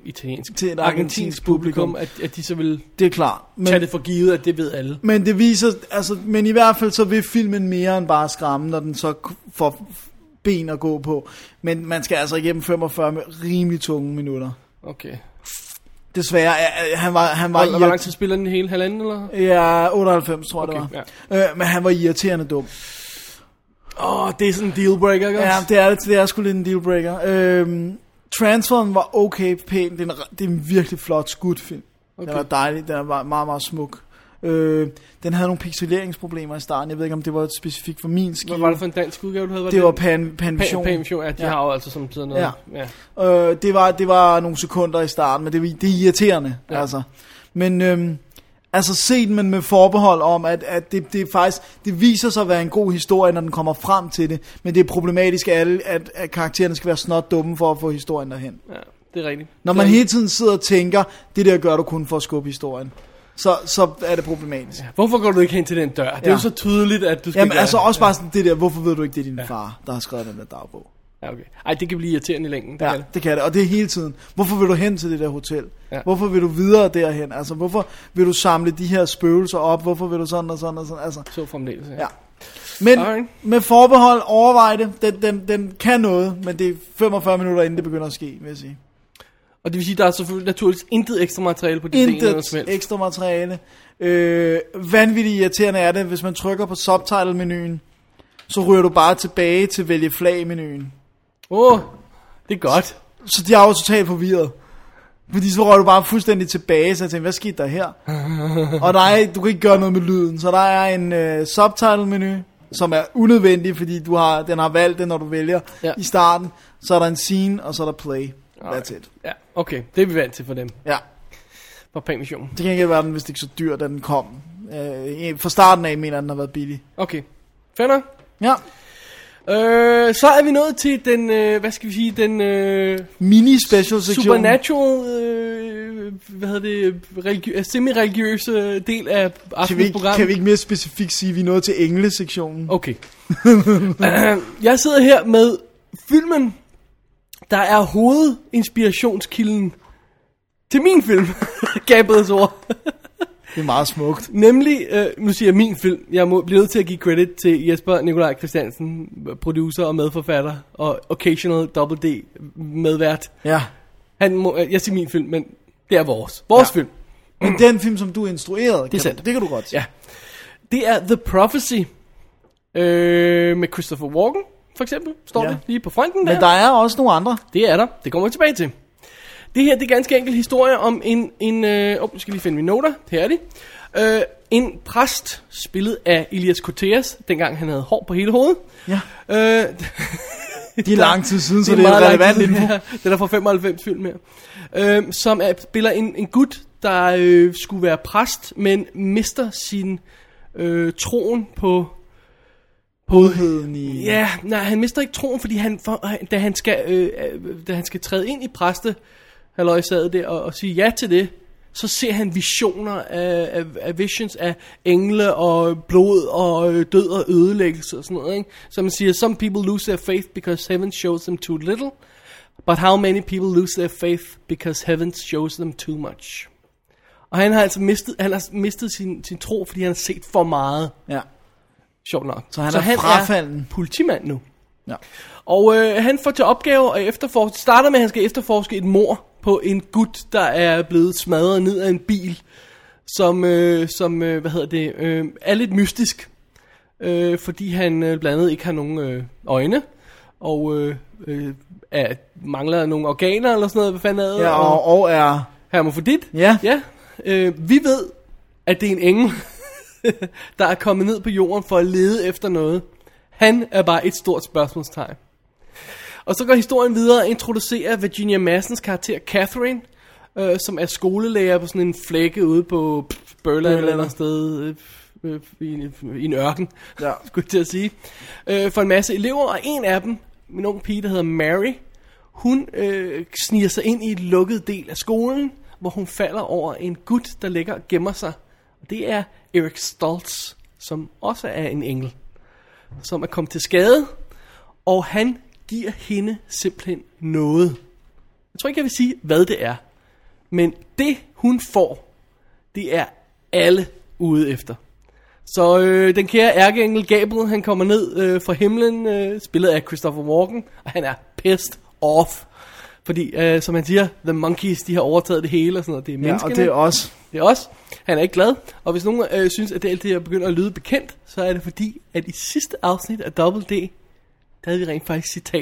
et argentinsk publikum, at de så vil det er klart. Tage det for givet, at det ved alle. Men det viser, altså, men i hvert fald så vil filmen mere end bare skræmme, når den så får ben at gå på. Men man skal altså igennem 45 rimelig tunge minutter. Okay. Desværre, han var Hvor lang tid spiller den hele? Halvanden, eller? Ja, 98 tror jeg det var. Ja. Men han var irriterende dum. Det er sådan en dealbreaker, ikke? Ja, det er sgu lidt en dealbreaker. Transferen var okay pæn. Det er en virkelig flot skudfilm. Okay. Den var dejlig, den var meget, meget smuk. Den havde nogle pixeleringsproblemer i starten. Jeg ved ikke, om det var specifikt for min skive. Hvad var det for en dansk udgave, du havde? Det var Panvision. Panvision, ja, de har jo altså som sådan noget. Ja. Det var nogle sekunder i starten, men det er irriterende. Ja. Altså. Men Altså set, men med forbehold om, at det faktisk, det viser sig at være en god historie, når den kommer frem til det. Men det er problematisk, at karaktererne skal være snot dumme for at få historien derhen. Ja, det er rigtigt. Når man hele tiden sidder og tænker, det der gør du kun for at skubbe historien, så er det problematisk. Ja, hvorfor går du ikke hen til den dør? Det er jo så tydeligt, at du skal Jamen altså også bare sådan det der, hvorfor ved du ikke, det er din far, der har skrevet den der dagbog? Ja, okay. Ej, det kan blive irriterende i længden. Det kan det, og det er hele tiden. Hvorfor vil du hen til det der hotel? Ja. Hvorfor vil du videre derhen? Altså, hvorfor vil du samle de her spøgelser op? Hvorfor vil du sådan og sådan og sådan? Altså, så fremdeles, ja. Men alright. med forbehold, overvej det. Den kan noget, men det er 45 minutter inden det begynder at ske, vil jeg sige. Og det vil sige, der er selvfølgelig naturligvis intet ekstra materiale på det. Intet ekstra materiale. Vanvittigt irriterende er det, hvis man trykker på subtitle-menuen, så ryger du bare tilbage til vælge flag-menuen. Det er godt. Så de er jo totalt forvirret. Fordi så rører du bare fuldstændig tilbage, så jeg tænker, hvad skete der her? Og du kan ikke gøre noget med lyden. Så der er en subtitle-menu, som er unødvendig, fordi den har valgt det, når du vælger i starten. Så er der en scene, og så er der play. That's it. Ja, okay. Det er vi vant til for dem. Ja. For pension. Det kan ikke være den, hvis det ikke så dyr, da den kom. Fra starten af, mener den har været billig. Okay. Fair nok. Ja. Så er vi nået til den, hvad skal vi sige, den mini-special sektion. Supernatural, semi-religiøse del af aftenens program. Kan vi ikke mere specifikt sige, at vi er nået til englesektionen? Okay. Jeg sidder her med filmen, der er hovedinspirationskilden til min film. Gabriels ord. Det er meget smukt. Nemlig, nu siger jeg min film. Jeg bliver nødt til at give credit til Jesper Nikolaj Christiansen, producer og medforfatter, og occasional Double D medvært. Ja. Jeg siger min film, men det er vores film. Men den film, som du instruerede, det kan du godt sige. Ja. Det er The Prophecy, med Christopher Walken, for eksempel, står det lige på fronten der. Men der er også nogle andre. Det er der, det kommer vi tilbage til. Det her, det er ganske enkelt historie om nu skal lige finde mine noter. Her er de. En præst, spillet af Elias Koteas, dengang han havde hår på hele hovedet. Ja. Det er lang tid siden, så det er relevant info. Det er der fra 95 film her. Som spiller en gut, der skulle være præst, men mister sin troen på hovedheden i... Ja, nej, han mister ikke troen, fordi da han skal træde ind i præste, halløj sad der og sige ja til det, så ser han visioner af visions af engle og blod og død og ødelæggelse og sådan noget, ikke? Så man siger, some people lose their faith because heaven shows them too little, but how many people lose their faith because heaven shows them too much. Og han har altså mistet sin tro, fordi han har set for meget. Ja. Sjovt nok. Så han er frafalden. Er politimand nu. Ja. Og han får til opgave at efterforske. Starter med, at han skal efterforske et mord på en gut, der er blevet smadret ned af en bil, som er lidt mystisk, fordi han blandt andet ikke har nogen øjne og mangler nogle organer eller sådan noget. Hvad fanden er det? Ja, og er hermafrodit. Ja. Vi ved, at det er en engel, der er kommet ned på jorden for at lede efter noget. Han er bare et stort spørgsmålstegn. Og så går historien videre og introducerer Virginia Madsens karakter Catherine, som er skolelærer på sådan en flække ude på Burland eller andet sted i en ørken, skulle jeg til at sige, for en masse elever. Og en af dem, en ung pige, der hedder Mary, hun sniger sig ind i et lukket del af skolen, hvor hun falder over en gut, der ligger og gemmer sig. Og det er Eric Stoltz, som også er en engel, som er kommet til skade, og han giver hende simpelthen noget. Jeg tror ikke, jeg vil sige, hvad det er. Men det, hun får, det er alle ude efter. Så den kære ærkeengel Gabriel, han kommer ned fra himlen, spillet af Christopher Walken, og han er pissed off. Fordi, som han siger, the monkeys, de har overtaget det hele, og sådan noget. Det er menneskene. Ja, og det er os. Det er os. Han er ikke glad. Og hvis nogen synes, at det alt det her begynder at lyde bekendt, så er det fordi, at i sidste afsnit af Double D, der havde vi rent faktisk citater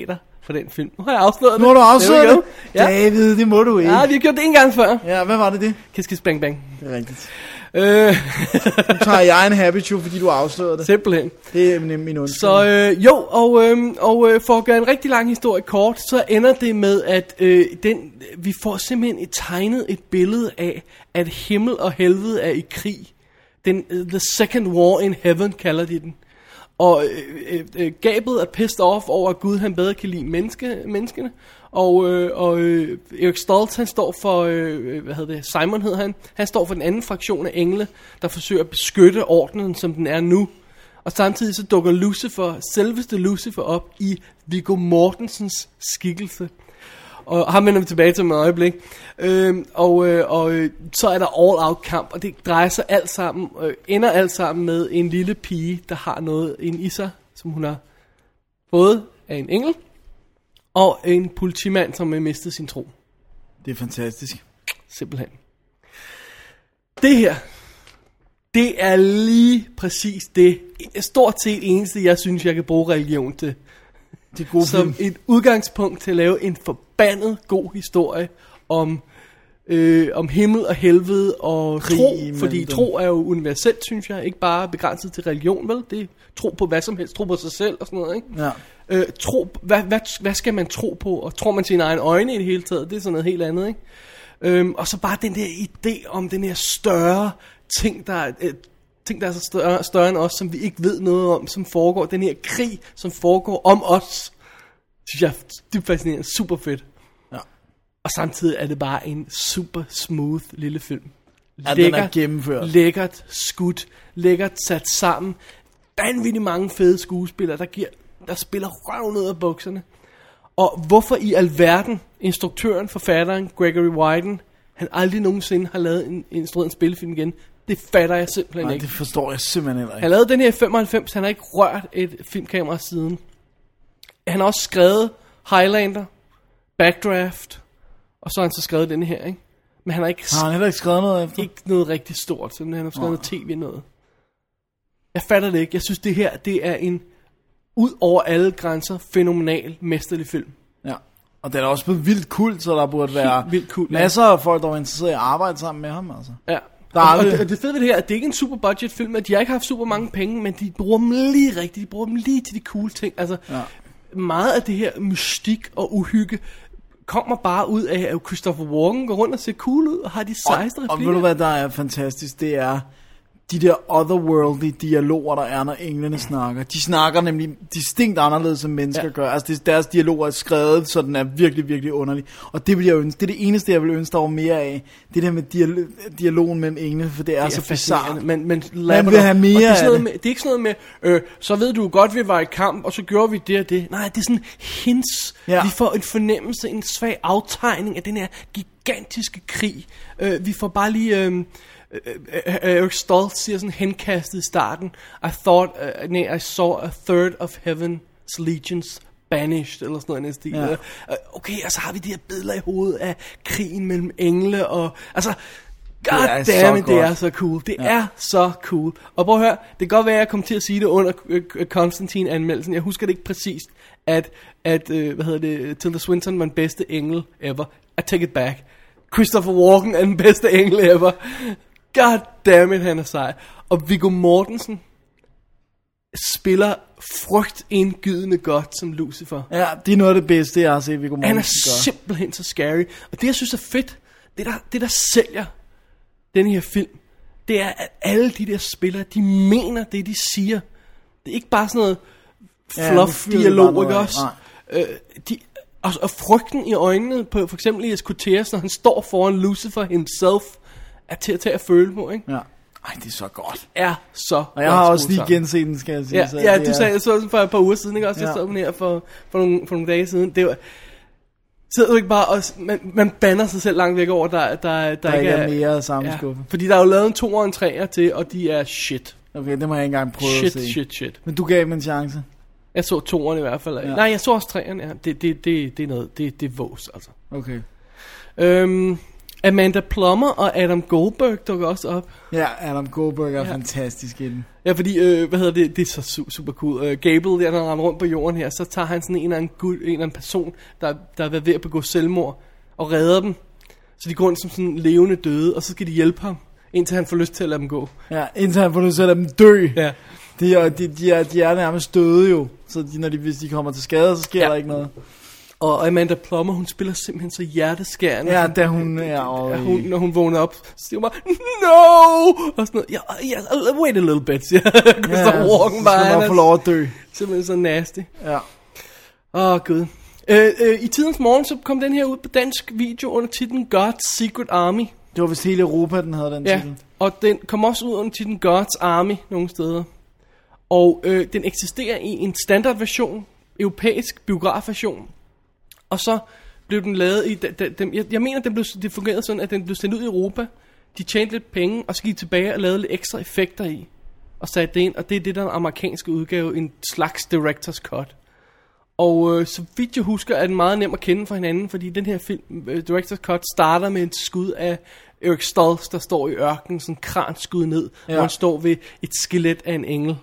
for den film. Nu har jeg afsløret det. Nu har du afsløret det? Ja. David, det må du ikke. Ja, vi har gjort det en gang før. Ja, hvad var det? Kiss Kiss Bang Bang. Det er rigtigt. Nu tager jeg en habitu, fordi du afslørede det. Simpelthen. Det er min undskyld. Så for at gøre en rigtig lang historie kort, så ender det med, at vi får simpelthen tegnet et billede af, at himmel og helvede er i krig. The Second War in Heaven kalder de den. Og Gabet er pissed off over, at Gud han bedre kan lide menneskene. Og Eric Stoltz, han står for, Simon hedder han. Han står for den anden fraktion af engle, der forsøger at beskytte ordenen, som den er nu. Og samtidig så dukker selveste Lucifer op i Viggo Mortensens skikkelse. Og ham vender vi tilbage til med et øjeblik. Så er der all-out kamp, og det drejer sig ender alt sammen med en lille pige, der har noget inde i sig, som hun har fået af en engel, og en politimand, som har mistet sin tro. Det er fantastisk. Simpelthen. Det her, det er lige præcis det, stort set eneste, jeg synes, jeg kan bruge religion til. Det er gode som film. Et udgangspunkt til at lave en forbandet god historie om himmel og helvede og Krig tro, imellem fordi dem. tro er jo universelt, synes jeg, ikke bare begrænset til religion, vel? Det er tro på hvad som helst, tro på sig selv og sådan noget, ikke? Ja. Hvad skal man tro på? Og tror man sine egne øjne i det hele taget? Det er sådan noget helt andet, ikke? Og så bare den der idé om den her større ting, der er så større end os, som vi ikke ved noget om, som foregår. Den her krig, som foregår om os, synes jeg er dybt fascinerende, super fedt. Ja. Og samtidig er det bare en super smooth lille film. Ja, den er gennemført. Lækkert skudt, lækkert sat sammen. Vanvittigt mange fede skuespillere, der spiller røven ud af bukserne. Og hvorfor i alverden instruktøren, forfatteren, Gregory Wyden, han aldrig nogensinde har lavet instrueret en spillefilm igen, det fatter jeg simpelthen ikke. Det forstår jeg simpelthen heller ikke. Han lavede den her i 95, han har ikke rørt et filmkamera siden. Han har også skrevet Highlander, Backdraft, og så har han så skrevet den her, ikke? Men han har ikke Har han heller ikke skrevet noget efter? ikke noget rigtig stort, så han har skrevet noget tv noget. Jeg fatter det ikke. Jeg synes det her, det er en ud over alle grænser fænomenal mesterlig film. Ja. Og den er også blevet vildt kult, så der burde være vildt kult, ja. masser af folk, der var interesseret i at arbejde sammen med ham, altså. Ja. Der er aldrig- Og det fede ved det her, at det ikke er en super budget film, at de har ikke haft super mange penge, men de bruger dem lige rigtigt, de bruger dem lige til de cool ting. Altså, meget af det her mystik og uhygge kommer bare ud af, at Christopher Walken går rundt og ser cool ud, og har de sejeste replikker. Og ved du hvad der er fantastisk, det er de der otherworldly dialoger, der er, når englene snakker. De snakker nemlig distinkt anderledes, som mennesker gør. Altså deres dialoger er skrevet, så den er virkelig, virkelig underlig. Og det vil jeg ønske. Det er det eneste, jeg vil ønske, der var mere af. Det der med dialogen mellem englene, for det er så bizarrt. Men man vil have mere det er af det. det er ikke sådan noget med, så ved du godt, vi var i kamp, og så gjorde vi det og det. Nej, det er sådan hints. Ja. Vi får en fornemmelse, en svag aftegning af den her gigantiske krig. Vi får bare lige... Eric Stoltz siger sådan henkastet i starten, I saw a third of heaven's legions banished, eller sådan noget i stil. Ja. Okay, og så har vi de her billeder i hovedet af krigen mellem engle, og altså, goddammit, det er så cool. Det er så cool. Og prøv at høre, det kan godt være, at jeg kom til at sige det under Constantine-anmeldelsen. Jeg husker det ikke præcist, at Tilda Swinton var den bedste engel ever. I take it back. Christopher Walken er den bedste engel ever. God damn it, han er sej. Og Viggo Mortensen spiller frygtindgydende godt som Lucifer. Ja, det er noget af det bedste, jeg har set Viggo Mortensen Han er gøre. simpelthen så scary. Og det, jeg synes er fedt, det der sælger den her film, det er, at alle de der spillere, de mener det, de siger. Det er ikke bare sådan noget fluff-dialog, ikke også? Og frygten i øjnene på for eksempel i Escoteas, når han står foran Lucifer himself, er til at tage at føle på, ikke? Ja. Ej, det er så godt. Er så. Og jeg har også lige genset den, skal jeg sige. Ja, du sagde, jeg så den for et par uger siden, ikke også? Jeg så den her for nogle dage siden. Det var, sidder du ikke bare og man bander sig selv langt væk over, der ikke er mere samme skuffe. Fordi der er jo lavet en 2'er og en 3'er til, og de er shit. Okay, det må jeg ikke engang prøve at se. Shit. Men du gav mig en chance. Jeg så 2'eren i hvert fald. Ja. Nej, jeg så også 3'eren, ja. Det er noget, det er vås, altså. Okay. Amanda Plummer og Adam Goldberg dukker også op. Ja, Adam Goldberg er fantastisk i den. Ja, fordi, det er så super cool. Gabriel, der når han rammer rundt på jorden her, så tager han sådan en eller anden person, der er ved at begå selvmord, og redder dem. Så de går rundt som sådan levende døde, og så skal de hjælpe ham, indtil han får lyst til at lade dem gå. Ja, indtil han får lyst til at lade dem dø. Ja. De er nærmest døde jo, så hvis de kommer til skade, så sker der ikke noget. Og Amanda Plummer, hun spiller simpelthen så hjerteskærende. Ja, da hun når hun vågner op, så siger hun bare, no! Og sådan noget, yeah, wait a little bit, siger så walking by. Skal nok få lov at dø. Simpelthen så nasty. Ja. Gud. I tidens morgen, så kom den her ud på dansk video under titlen God's Secret Army. Det var vist hele Europa, den havde den titel. Og den kom også ud under titlen God's Army nogle steder. Og den eksisterer i en standardversion, europæisk biografversion. Og så blev den lavet i... Jeg mener, det fungerede sådan, at den blev sendt ud i Europa. De tjente lidt penge, og så gik tilbage og lavede lidt ekstra effekter i. Og satte det ind, og det er det, der er den amerikanske udgave, en slags director's cut. Og så vidt jeg husker, er den meget nem at kende fra hinanden, fordi den her film, director's cut, starter med et skud af Eric Stoltz, der står i ørkenen, sådan en kranskud ned, hvor han står ved et skelet af en engel.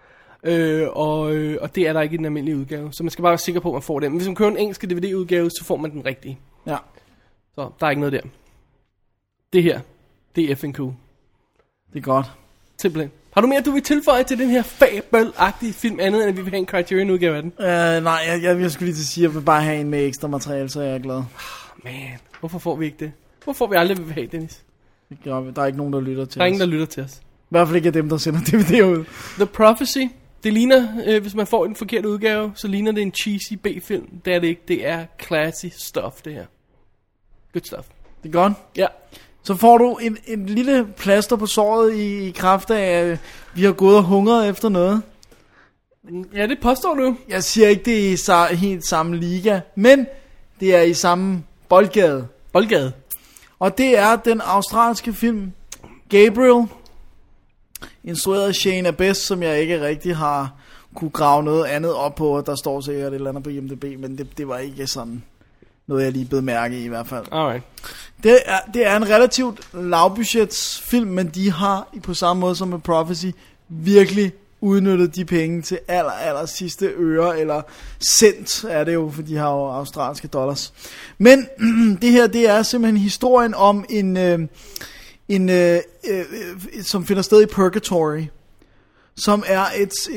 Og det er der ikke i den almindelige udgave. Så man skal bare være sikker på, at man får den. Men hvis man køber en engelsk DVD-udgave, så får man den rigtige. Ja. Så der er ikke noget der. Det her, det er FNQ. Det er godt. Simpelthen. Har du mere, du vil tilføje til den her fabelagtige film, andet end at vi vil have en Criterion-udgave af den? Nej, jeg skulle lige til at sige, at jeg vil bare have en med ekstra materiale, så jeg er glad. Man, hvorfor får vi ikke det? Hvorfor får vi aldrig vil have, Dennis? Der er ikke nogen, der lytter til os. Der er ingen, der lytter til os. I hvert fald ikke af dem, der sender DVD ud. The Prophecy. Det ligner, hvis man får en forkert udgave, så ligner det en cheesy B-film. Det er det ikke. Det er classy stuff, det her. Good stuff. Det er godt. Ja. Så får du en lille plaster på såret i kraft af, at vi har gået og hungret efter noget. Ja, det påstår du. Jeg siger ikke, det er helt samme liga, men det er i samme boldgade. Boldgade. Og det er den australske film Gabriel, instrueret af Shane Abbess, som jeg ikke rigtig har kunne grave noget andet op på. Der står sikkert et eller andet på IMDb, men det var ikke sådan noget, jeg lige blev mærke i hvert fald. Alright. Det er en relativt lavbudgetsfilm, men de har på samme måde som med Prophecy virkelig udnyttet de penge til aller sidste øre, eller cent er det jo, for de har jo australske dollars. Men det her, det er simpelthen historien om en som finder sted i Purgatory, som er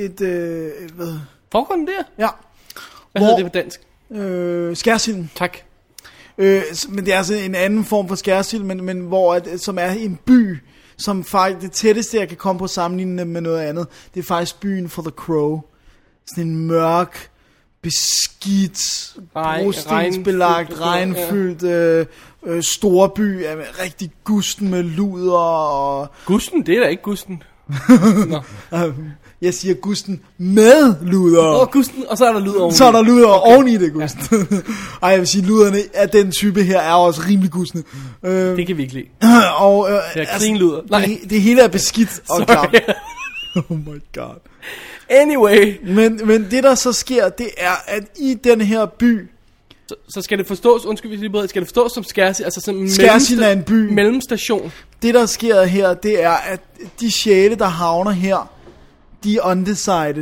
et Foregår den der? ja. Hvad hedder det på dansk? Skærsilden. Tak. Men det er altså en anden form for skærsild, men som er en by, som faktisk det tætteste jeg kan komme på sammenligning med noget andet, det er faktisk byen for The Crow. Sådan en mørk, beskidt, brostensbelagt, regnfyldt storby, rigtig gusten med luder og... Gusten? Det er da ikke gusten. Nå. Jeg siger gusten med luder. Gusten, og så er der luder oveni. Så er der luder oven i det, gusten. Ej, jeg vil sige, luderne af den type her er også rimelig gustne. Det kan vi ikke lide. Og, det er clean luder. Nej. Det hele er beskidt og klamt. Oh my god. Anyway. Men det der så sker, det er, at i den her by... Så skal det forstås, undskyld hvis lige bedre, skal det forstås som Skærsild, altså som Skærsild er en by. Mellemstation. Det der sker her, det er, at de sjæle, der havner her, de er undecided.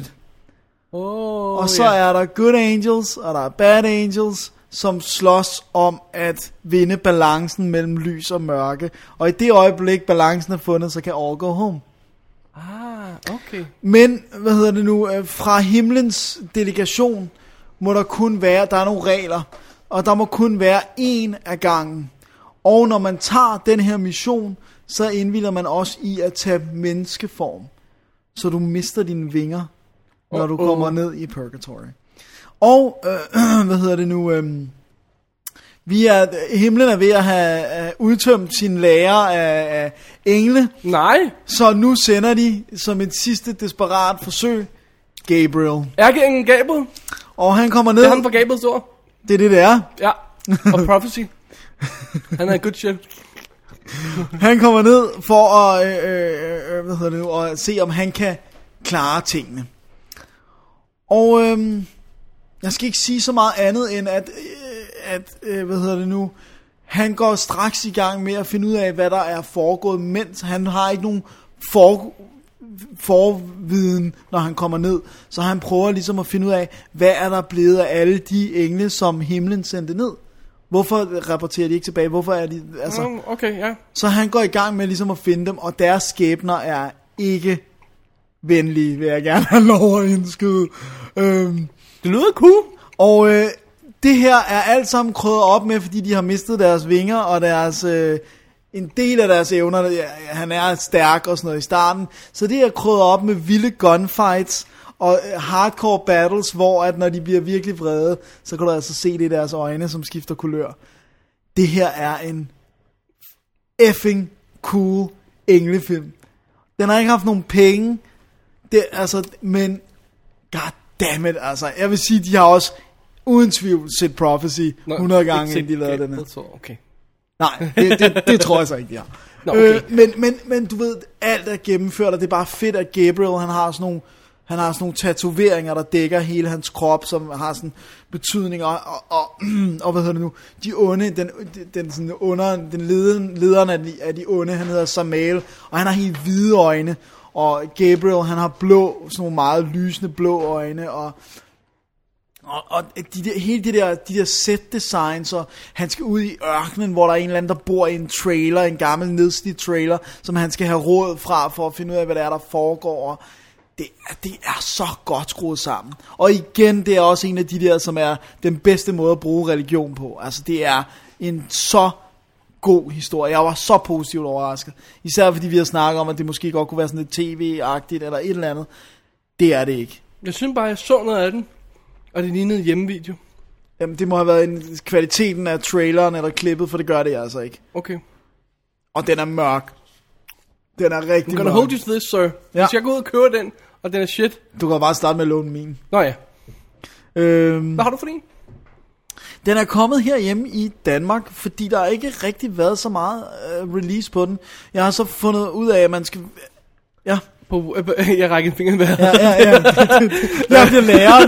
Og så er der good angels, og der er bad angels, som slås om at vinde balancen mellem lys og mørke. Og i det øjeblik, balancen er fundet, så kan all go home. Okay. Men, fra himlens delegation må der kun være, der er nogle regler, og der må kun være én af gangen. Og når man tager den her mission, så indvilder man også i at tage menneskeform. Så du mister dine vinger, når du kommer ned i Purgatory. Og, himlen er ved at have udtømt sin lære af engle. Nej. Så nu sender de, som et sidste desperat forsøg, Gabriel. Ærkeenglen Gabriel. Og han kommer ned. Det er han for Gabriels ord. Det er det er. Ja, og Prophecy. Han er good shit. Han kommer ned for at se om han kan klare tingene. Og jeg skal ikke sige så meget andet end at Han går straks i gang med at finde ud af, hvad der er foregået, mens han har ikke nogen forviden, når han kommer ned. Så han prøver ligesom at finde ud af, hvad er der blevet af alle de engle, som himlen sendte ned. Hvorfor rapporterer de ikke tilbage? Hvorfor er de... Altså... Okay, ja. Så han går i gang med ligesom at finde dem, og deres skæbner er ikke venlige, vil jeg gerne have lov at indskyde. Det lyder cool. Og det her er alt sammen krydret op med, fordi de har mistet deres vinger, og deres... en del af deres evner, han er stærk og sådan noget i starten, så det er krydret op med vilde gunfights og hardcore battles, hvor at når de bliver virkelig vrede, så kan du altså se det i deres øjne, som skifter kulør. Det her er en effing cool englefilm. Den har ikke haft nogen penge, det, altså, men goddammit, altså, jeg vil sige, de har også uden tvivl set Prophecy 100 gange, inden de lavede den her. Okay. Nej, det tror jeg så ikke, de har. Nå, okay. Men du ved, alt er gennemført, og det er bare fedt, at Gabriel, han har sådan nogle tatoveringer, der dækker hele hans krop, som har sådan betydning, og hvad hedder det nu, de onde, lederen af de onde, han hedder Samael, og han har helt hvide øjne, og Gabriel, han har blå, sådan nogle meget lysende blå øjne, og hele de der set designs, og han skal ud i ørkenen, hvor der er en eller anden, der bor i en trailer, en gammel nedslidt trailer, som han skal have råd fra, for at finde ud af, hvad der foregår, og det er så godt skruet sammen. Og igen, det er også en af de der, som er den bedste måde at bruge religion på. Altså det er en så god historie. Jeg var så positivt overrasket. Især fordi vi har snakket om, at det måske godt kunne være sådan lidt tv-agtigt, eller et eller andet. Det er det ikke. Jeg synes bare, jeg så noget af den, og det lignede en hjemmevideo. Jamen det må have været kvaliteten af traileren eller klippet, for det gør det altså ikke. Okay. Og den er mørk. Den er rigtig I'm gonna mørk. hold you to this, sir. Ja. Hvis jeg går ud og køber den, og den er shit. Du kan bare starte med at låne min. Nå ja. Hvad har du for en? Den er kommet herhjemme i Danmark, fordi der ikke rigtig været så meget release på den. Jeg har så fundet ud af, at man skal... Ja. Jeg rækker en finger med. Ja. Jeg bliver læreren.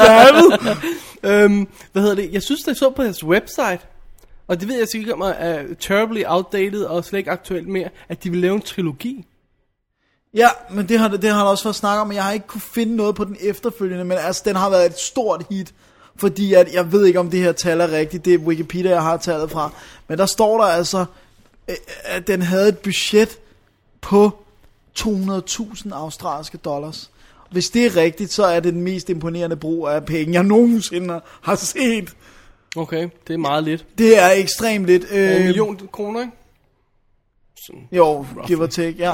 Hvad hedder det? Jeg synes, det så på deres website, og det ved jeg sikkert om er terribly outdated og slet ikke aktuelt mere, at de vil lave en trilogi. Ja, men det har der også været snakket om, men jeg har ikke kunne finde noget på den efterfølgende, men altså, den har været et stort hit, fordi at, jeg ved ikke, om det her tal er rigtigt, det er Wikipedia, jeg har tallet fra, men der står der altså, at den havde et budget på $200,000 australske dollars. Hvis det er rigtigt, så er det den mest imponerende brug af penge, jeg nogensinde har set. Okay, det er meget lidt. Det er ekstremt lidt. 1 million kroner, ikke? Sådan, jo, roughly. give or take, ja.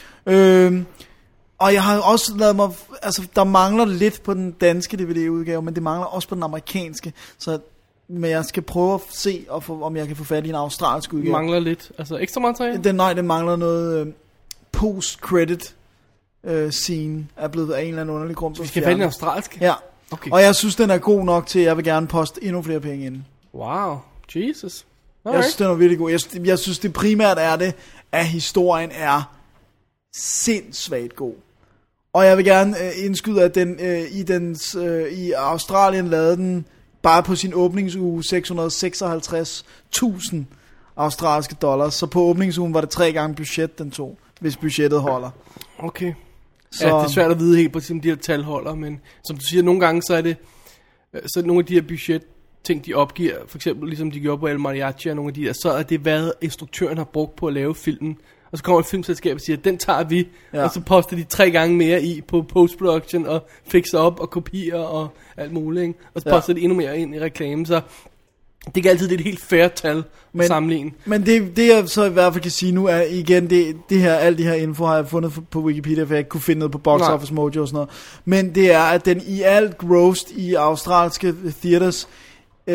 Og jeg har også lavet mig, altså der mangler lidt på den danske DVD-udgave, men det mangler også på den amerikanske, men jeg skal prøve at se, om jeg kan få fat i en australsk udgave. Mangler lidt, altså ekstra materiale? Den mangler noget post-credit scene, er blevet af en eller anden underlig grund. Vi skal have en australsk? Ja, okay. Og jeg synes, den er god nok til, at jeg vil gerne poste endnu flere penge ind. Wow, Jesus. Alright. Jeg synes, den er virkelig god. Jeg synes, det primært er det, at historien er sindssygt god. Og jeg vil gerne indskyde, at den i Australien lavede den bare på sin åbningsuge 656.000 australske dollars. Så på åbningsugen var det 3 gange budget, den tog, hvis budgettet holder. Okay. Så... Ja, det er svært at vide helt på, om de her tal holder, men som du siger, nogle gange så er det så nogle af de her budget ting, de opgiver, for eksempel ligesom de gjorde på El Mariachi og nogle af de der, så er det, hvad instruktøren har brugt på at lave filmen. Og så kommer et filmselskab og siger, den tager vi, og så poster de 3 gange mere i på postproduction og fixer op og kopier og alt muligt, ikke? Og så poster de endnu mere ind i reklame, så det er ikke altid det er et helt fair tal at sammenligne. Men det jeg så i hvert fald kan sige nu er igen, det her, alt det her info har jeg fundet på Wikipedia, for jeg ikke kunne finde noget på Box Office Mojo og sådan noget. Men det er, at den i alt grossed i australske theaters $1.462.000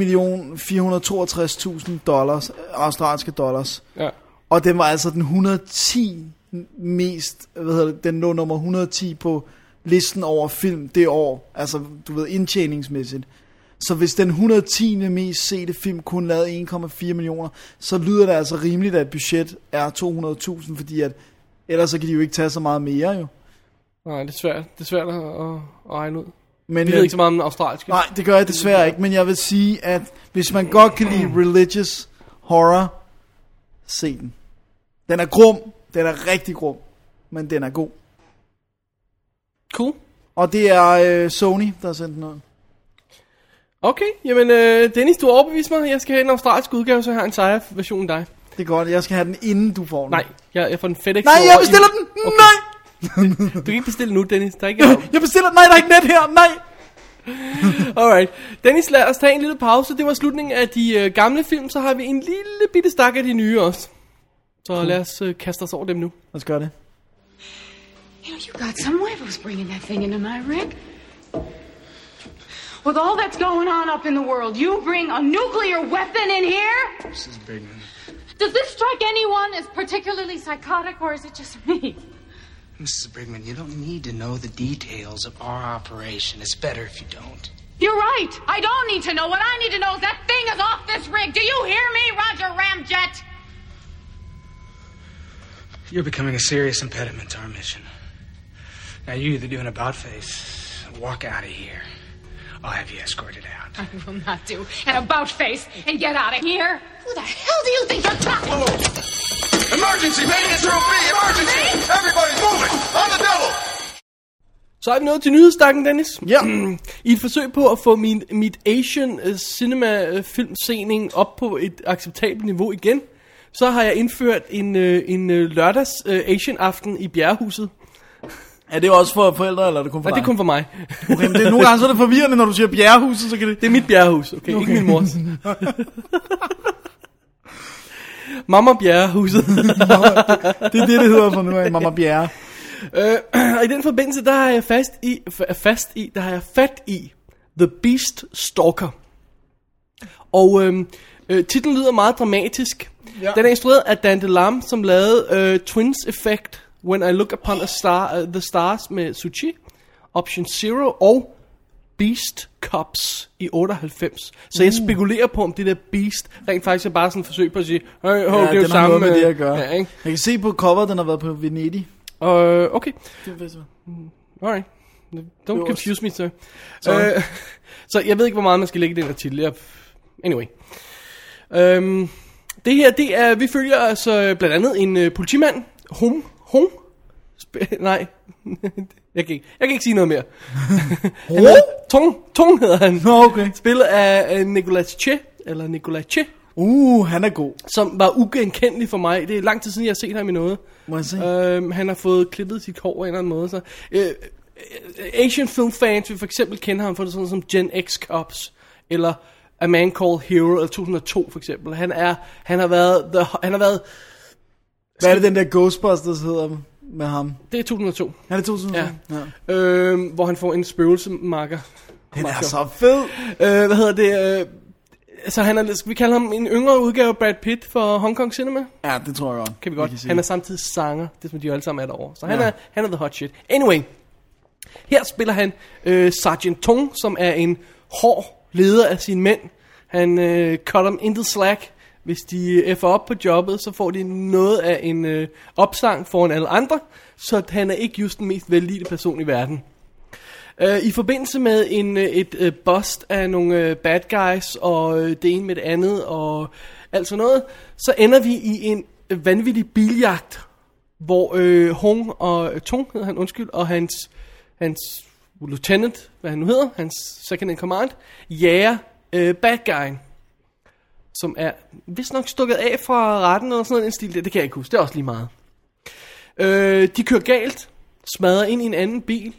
australske dollars. Ja. Og den var altså den 110 mest, den lå nummer 110 på listen over film det år, altså du ved, indtjeningsmæssigt. Så hvis den 110. mest sete film kun lavede 1,4 millioner, så lyder det altså rimeligt, at budget er 200.000, fordi at ellers så kan de jo ikke tage så meget mere jo. Nej, det er svært at regne ud. Men jeg ved ikke så meget om den australske. Nej, det gør jeg desværre ikke, men jeg vil sige, at hvis man godt kan lide religious horror, se den. Den er grum, den er rigtig grum, men den er god. Cool. Og det er Sony, der har sendt den ud. Okay, jamen Dennis, du overbeviste mig. Jeg skal have en australsk udgave, så jeg har en sejre version af dig. Det er godt, jeg skal have den, inden du får den. Nej, jeg får den FedEx. Nej, jeg bestiller den! Okay. Nej! Du kan ikke bestille nu, Dennis. Der er ikke Jeg bestiller den! Nej, der er ikke net her! Nej! Alright. Dennis, lad os tage en lille pause. Det var slutningen af de gamle film. Så har vi en lille bitte stak af de nye også. Så lad os kaste os over dem nu. Lad os gøre det. You know, you got some huevos bringing that thing into my rig. With all that's going on up in the world, you bring a nuclear weapon in here? Mrs. Bigman. Does this strike anyone as particularly psychotic, or is it just me? Mrs. Brigman, you don't need to know the details of our operation. It's better if you don't. You're right. I don't need to know. What I need to know is that thing is off this rig. Do you hear me, Roger Ramjet? You're becoming a serious impediment to our mission. Now you either do an about-face, walk out of here. I'll have you escorted out. I will not do an about-face and get out of here. Who the hell do you think you're talking to? Emergency! Maintenance room B! Emergency! Everybody's moving! On the double! Så er vi nået til nyhedsstakken, Dennis. Ja. I et forsøg på at få mit Asian cinema filmsening op på et acceptabelt niveau igen, så har jeg indført en lørdags Asian aften i Bjerrehuset. Er det også for forældre, eller er det kun for dig? Det er kun for mig. Okay, men det er nogle gange så er det forvirrende, når du siger Bjerrehuset, så kan det... Det er mit bjerrehus, okay? Ikke min mors. Mamma Bjerrehuset. Det er det hedder for nu af, Mamma Bjerre. Og i den forbindelse, der har jeg fat i The Beast Stalker. Og titlen lyder meget dramatisk. Ja. Den er instrueret af Dan DeLam, som lavede Twins Effect, When I Look Upon the Stars med Suchi, Option Zero og Beast Cops i 98. Så jeg spekulerer på, om det der Beast rent faktisk er bare sådan et forsøg på at sige, det er jo samme med det at gøre. Ja, ikke? Jeg kan se på cover, den har været på Venedig. Okay. Det Alright. Don't confuse me, sir. Så jeg ved ikke, hvor meget man skal lægge i den artikel. Anyway. Det her, det er, vi følger altså blandt andet en politimand. Nej. Jeg kan ikke sige noget mere. Tung hedder han. Okay. Spillet af Nicolas Che. Han er god. Som var ugenkendelig for mig. Det er lang tid siden, jeg har set ham i noget. Må jeg se? Han har fået klippet sit hår på en eller anden måde. Så, Asian film fans vil for eksempel kende ham for sådan noget som Gen X Cops. Eller A Man Called Hero, eller 2002 for eksempel. Han har været... Hvad er det den der Ghostbusters hedder med ham? Det er 2002. Han er 2002? Ja. Hvor han får en spøgelsemarker. Den er så fed. Hvad hedder det? Så han er, skal vi kalde ham en yngre udgave af Brad Pitt for Hong Kong Cinema? Ja, det tror jeg godt. Kan vi godt. Han er samtidig sanger, det som de alle sammen er derovre. Så han er the hot shit. Anyway, her spiller han Sergeant Tung, som er en hård leder af sine mænd. Han cut dem into slack. Hvis de effer op på jobbet, så får de noget af en opsang foran alle andre. Så han er ikke just den mest vellidte person i verden. I forbindelse med et bust af nogle bad guys, og det ene med det andet, og alt sådan noget, så ender vi i en vanvittig biljagt, hvor Hong og Tung, hedder han, og hans lieutenant, hvad han nu hedder, hans second in command, jager bad guyen, som er vist nok stukket af fra retten, eller sådan noget, en stil, det kan jeg ikke huske, det er også lige meget. De kører galt, smadrer ind i en anden bil,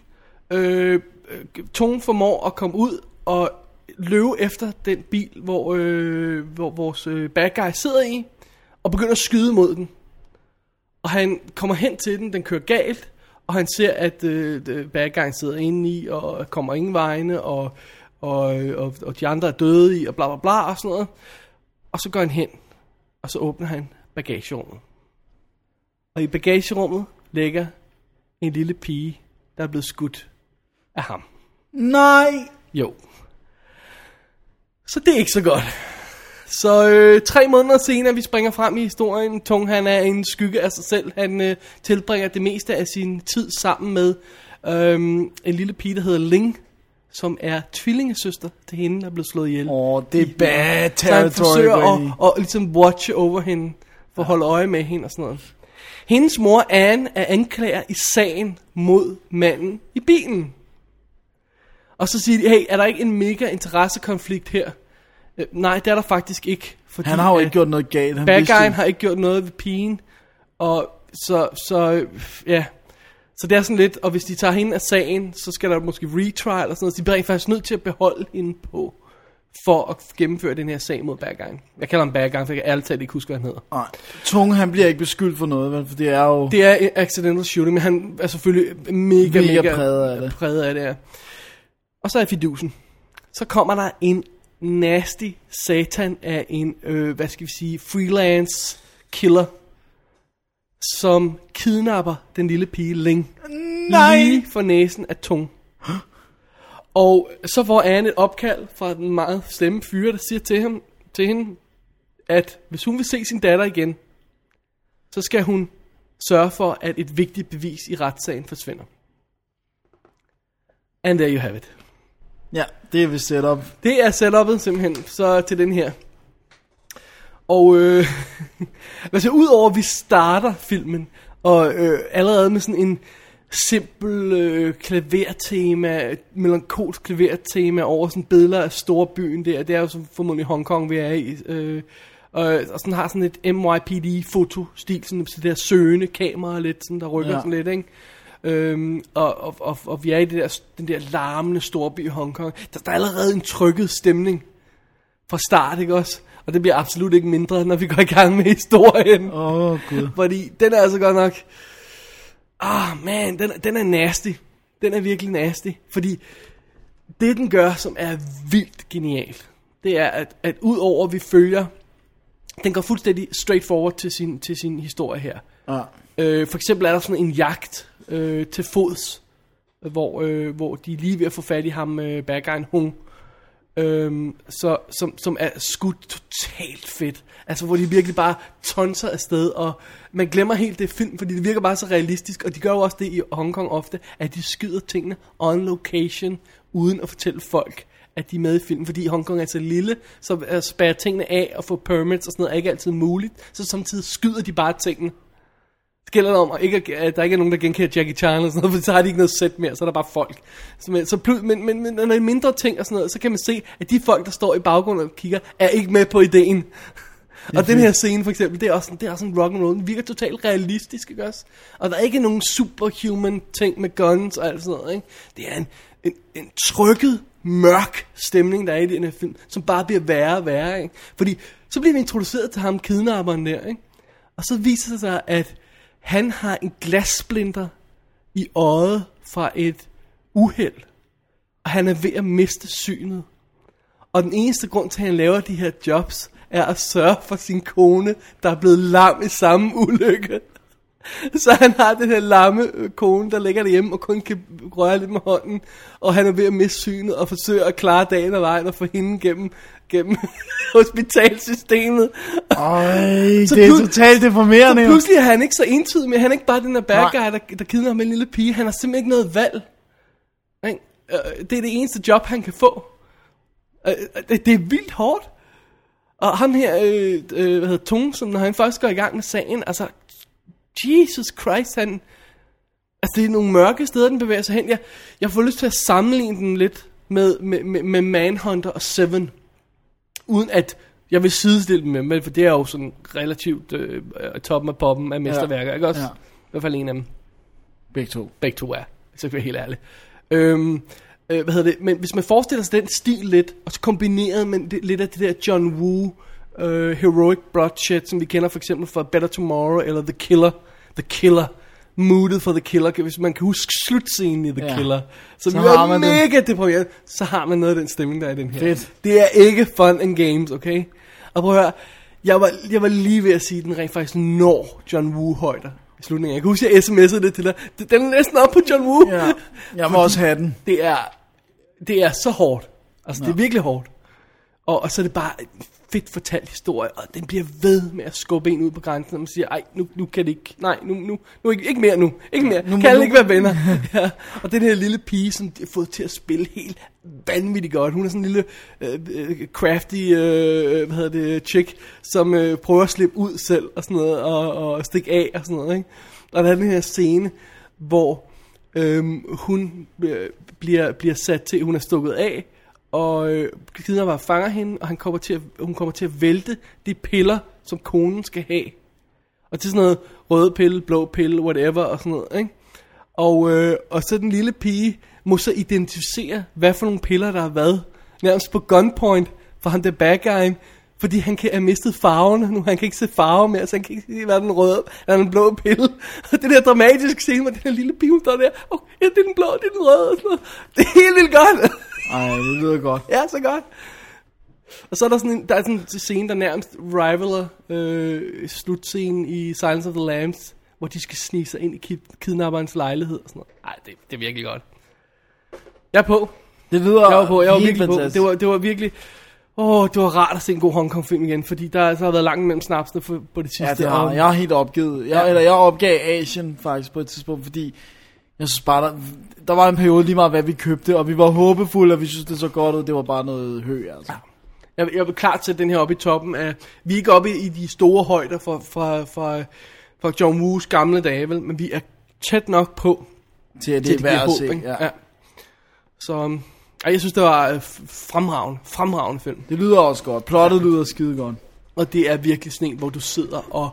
Tung formår at komme ud og løbe efter den bil, hvor vores bad guy sidder i, og begynder at skyde mod den. Og han kommer hen til den, den kører galt, og han ser, at bad guy sidder inde i, og kommer ingen vegne, og de andre er døde i, og bla bla bla, og sådan noget. Og så går han hen, og så åbner han bagagerummet. Og i bagagerummet ligger en lille pige, der er blevet skudt af ham. Nej! Jo. Så det er ikke så godt. Så 3 måneder senere, vi springer frem i historien. Tung, han er en skygge af sig selv. Han tilbringer det meste af sin tid sammen med en lille pige, der hedder Ling, som er tvillingesøster til hende, der er blevet slået ihjel. Det er bad Så han territory. forsøger at ligesom watche over hende, for at holde øje med hende og sådan noget. Hendes mor, Anne, er anklager i sagen mod manden i bilen. Og så siger de, hey, er der ikke en mega interessekonflikt her? Nej, det er der faktisk ikke. Fordi Han har jo ikke gjort noget galt. Bad guyen har ikke gjort noget ved pigen. Og så det er sådan lidt, og hvis de tager hende af sagen, så skal der måske retrial og sådan noget. Så de bliver faktisk nødt til at beholde hende på, for at gennemføre den her sag mod bad guyen. Jeg kalder ham bad guyen, for jeg kan ærligt talt ikke huske, hvad han hedder. Nej. Tung, han bliver ikke beskyldt for noget, vel? For det er jo... Det er accidental shooting, men han er selvfølgelig mega præget af det. Ja. Og så er fidusen. Så kommer der en nasty satan af en, freelance killer, som kidnapper den lille pige Ling. Nej! Lige for næsen af Tung. Og så får Anne et opkald fra den meget slemme fyre, der siger til hende, at hvis hun vil se sin datter igen, så skal hun sørge for, at et vigtigt bevis i retssagen forsvinder. And there you have it. Ja, det er vist setup. Det er setupet simpelthen, så til den her. Og altså udover at vi starter filmen, og allerede med sådan en simpel klavertema, melankolsk klavertema over sådan billeder af storbyen der. Det er jo så formodentlig Hongkong, vi er i. Og sådan har sådan et NYPD-fotostil, sådan det der søgende kamera lidt, sådan, der rykker sådan lidt, ikke? Og vi er i den der larmende storby i Hongkong. Der er allerede en trykket stemning fra start, ikke også? Og det bliver absolut ikke mindre, når vi går i gang med historien. Gud. Fordi den er altså godt nok... den er nasty. Den er virkelig nasty. Fordi det den gør, som er vildt genialt, det er, at udover vi følger... Den går fuldstændig straight forward til sin historie her. For eksempel er der sådan en jagt til fods, hvor de er lige ved at få fat i ham, bad guyen Hung. Som er skudt totalt fedt. Altså hvor de virkelig bare tonser afsted, og man glemmer helt det film, fordi det virker bare så realistisk. Og de gør jo også det i Hongkong ofte, at de skyder tingene on location, uden at fortælle folk, at de er med i filmen. Fordi Hongkong er så lille, så at spærre tingene af og få permits og sådan noget er ikke altid muligt. Så samtidig skyder de bare tingene. Det gælder om, at der ikke er nogen, der genkender Jackie Chan og sådan noget, for så har de ikke noget sæt mere, så er der bare folk. Men når der er mindre ting og sådan noget, så kan man se, at de folk, der står i baggrunden og kigger, er ikke med på ideen. Og den her scene for eksempel, det er også en rock and roll. Den virker totalt realistisk, ikke også? Og der er ikke nogen superhuman ting med guns og alt sådan noget, ikke? Det er en trykket, mørk stemning, der er i den her film, som bare bliver værre og værre, ikke? Fordi så bliver vi introduceret til ham, kidnapperen der, ikke? Og så viser det sig, at han har en glassplinter i øjet fra et uheld, og han er ved at miste synet. Og den eneste grund til, at han laver de her jobs, er at sørge for sin kone, der er blevet lam i samme ulykke. Så han har den her lamme kone, der ligger derhjemme og kun kan røre lidt med hånden, og han er ved at miste synet og forsøger at klare dagen og vejen og få hende gennem hospitalsystemet. Det er totalt deformerende. Så pludselig er han ikke så entydig med, han er ikke bare den der bad guy, der kidnapper med en lille pige. Han har simpelthen ikke noget valg. Det er det eneste job, han kan få. Det er vildt hårdt. Og ham her, Tung, som når han først går i gang med sagen, altså, Jesus Christ, altså det er nogle mørke steder, den bevæger sig hen. Jeg får lyst til at sammenligne den lidt med Manhunter og Seven, uden at jeg vil sidestille dem med, for det er jo sådan relativt toppen af poppen af mesterværker, ikke også? Ja. I hvert fald en af dem. Begge to er, så kan jeg være helt ærlig. Men hvis man forestiller sig den stil lidt, og så kombineret med lidt af det der John Woo, heroic bloodshed, som vi kender for eksempel fra Better Tomorrow, eller The Killer, moodet for The Killer, hvis man kan huske slutscenen i The Killer, så er mega deprimeret, så har man noget af den stemning, der er i den her. Fedt. Det er ikke fun and games, okay? Og prøv at høre, jeg var lige ved at sige, at den rent faktisk når John Woo højder i slutningen. Jeg kan huske, at jeg sms'ede det til dig. Den er næsten op på John Woo. Ja, jeg må også have den. Det er så hårdt. Altså, det er virkelig hårdt. Og så er det bare fedt fortalt historie, og den bliver ved med at skubbe en ud på grænsen, og man siger, ej, nu kan det ikke, nej, nu ikke mere nu, ikke mere, kan alle ikke være venner. Ja. Og den her lille pige, som de har fået til at spille helt vanvittigt godt, hun er sådan en lille crafty, chick, som prøver at slippe ud selv, og sådan noget, og stikke af, og sådan noget, ikke? Og der er den her scene, hvor hun bliver sat til, hun er stukket af, og kidnapper fanger hende, og hun kommer til at vælte de piller, som konen skal have. Og det er sådan noget røde pille, blå pille, whatever, og sådan noget, ikke? Og så den lille pige må så identificere, hvad for nogle piller der har været, nærmest på gunpoint, for han der bad guy, fordi han kan have mistet farverne nu, han kan ikke se farver mere, så han kan ikke se, hvad er den røde, eller den blå pille. Og det der dramatiske scene, hvor den der lille pige, der der, ja, det er den blå, det er den røde, og sådan noget. Det er helt vildt godt. Ej, det lyder godt. Ja, så godt. Og så er der sådan en scene, der nærmest rivaler slutscenen i Silence of the Lambs, hvor de skal snige sig ind i kidnapperens lejlighed og sådan noget. Ej, det er virkelig godt. Jeg er på. Det lyder jeg var virkelig fantastisk. på. Det var virkelig... det var rart at se en god Hong Kong film igen, fordi der har været langt mellem snapsene på det sidste. Ja, det har jeg har helt opgivet. Jeg opgav Asien faktisk på et tidspunkt, fordi jeg synes bare, der var en periode lige meget, hvad vi købte, og vi var håbefulde, og vi synes, det så godt ud. Det var bare noget høj, altså. Ja. Jeg vil klart sætte den her op i toppen af... Vi er ikke oppe i de store højder fra John Woos gamle dage, vel? Men vi er tæt nok på til det er værd at se. Ja. Så jeg synes, det var fremragende film. Det lyder også godt. Plottet lyder skide godt. Og det er virkelig sådan en, hvor du sidder og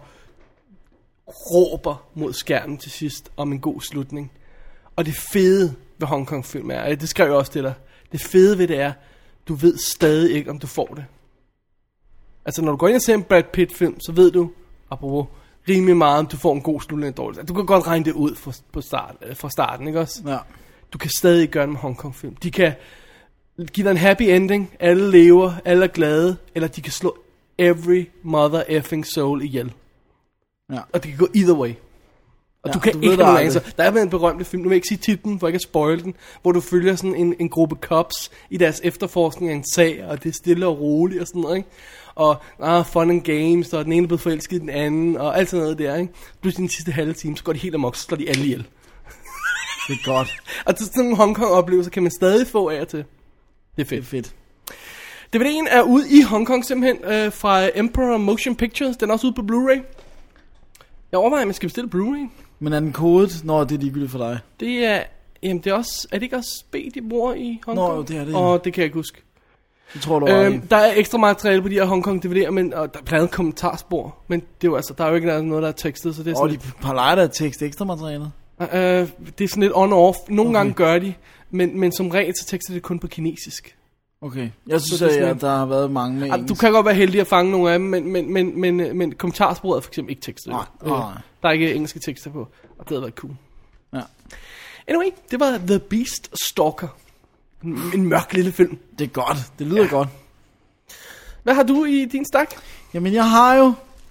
råber mod skærmen til sidst om en god slutning. Og det fede ved Hong Kong film er, det skrev jeg også til dig, det fede ved det er, du ved stadig ikke, om du får det. Altså når du går ind og ser en Brad Pitt film, så ved du, apropos, rimelig meget, om du får en god slutning eller dårlig. Du kan godt regne det ud fra starten, ikke også? Ja. Du kan stadig gøre det med Hong Kong film. De kan give dig en happy ending, alle lever, alle er glade, eller de kan slå every mother effing soul ihjel. Ja. Og det kan gå either way. Og du kan ikke have nogen anelse. Der er været en berømte film, nu vil jeg ikke sige titlen, for ikke at spoil den, hvor du følger sådan en gruppe cops i deres efterforskning af en sag, og det er stille og roligt og sådan noget, ikke? Og fun and games, og den ene er blevet forelsket i den anden, og alt sådan noget der, ikke? Pludselig den sidste halve time, så går de helt amok, så slår de alle ihjel. Det er godt. Og sådan nogle Hong Kong oplevelser kan man stadig få af og til. Det er fedt. fedt. DVD'en er ude i Hong Kong simpelthen fra Emperor Motion Pictures. Den er også ude på Blu-ray. Jeg overvejer, om jeg skal bestille Blu-ray. Men er den kodet, når det er ligegyldigt for dig? Det er, jamen det er også, er det ikke også B, de bruger i Hong Kong? Nå, det er det. Og det kan jeg ikke huske. Det tror du der er ekstra materiale på de her Hong Kong DVD'er, men og der er blandt andet kommentarspor. Men det er jo altså, der er jo ikke noget, der er tekstet, så det er sådan de plejer der tekst ekstra materialet? Det er sådan lidt on-off. Nogle gange gør de, men som regel så tekster det kun på kinesisk. Okay, jeg synes, at der har været mange med engelsk. Du kan godt være heldig at fange nogle af dem, men kommentarsporet er for eksempel ikke tekstet. Nej. Der er ikke engelske tekster på, og det havde været cool. Ja. Anyway, det var The Beast Stalker. En mørk lille film. Det er godt, det lyder godt. Hvad har du i din stak? Jamen, jeg har jo...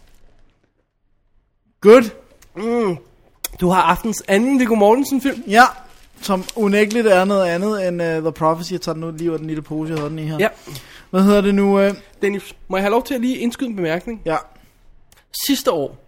Good. Du har aftens anden Viggo Mortensen film. Ja, som unægteligt er noget andet end The Prophecy. Jeg tager den nu lige over den lille pose, jeg havde den i her. Ja. Hvad hedder det nu? Dennis, må jeg have lov til at lige indskyde en bemærkning? Ja. Sidste år,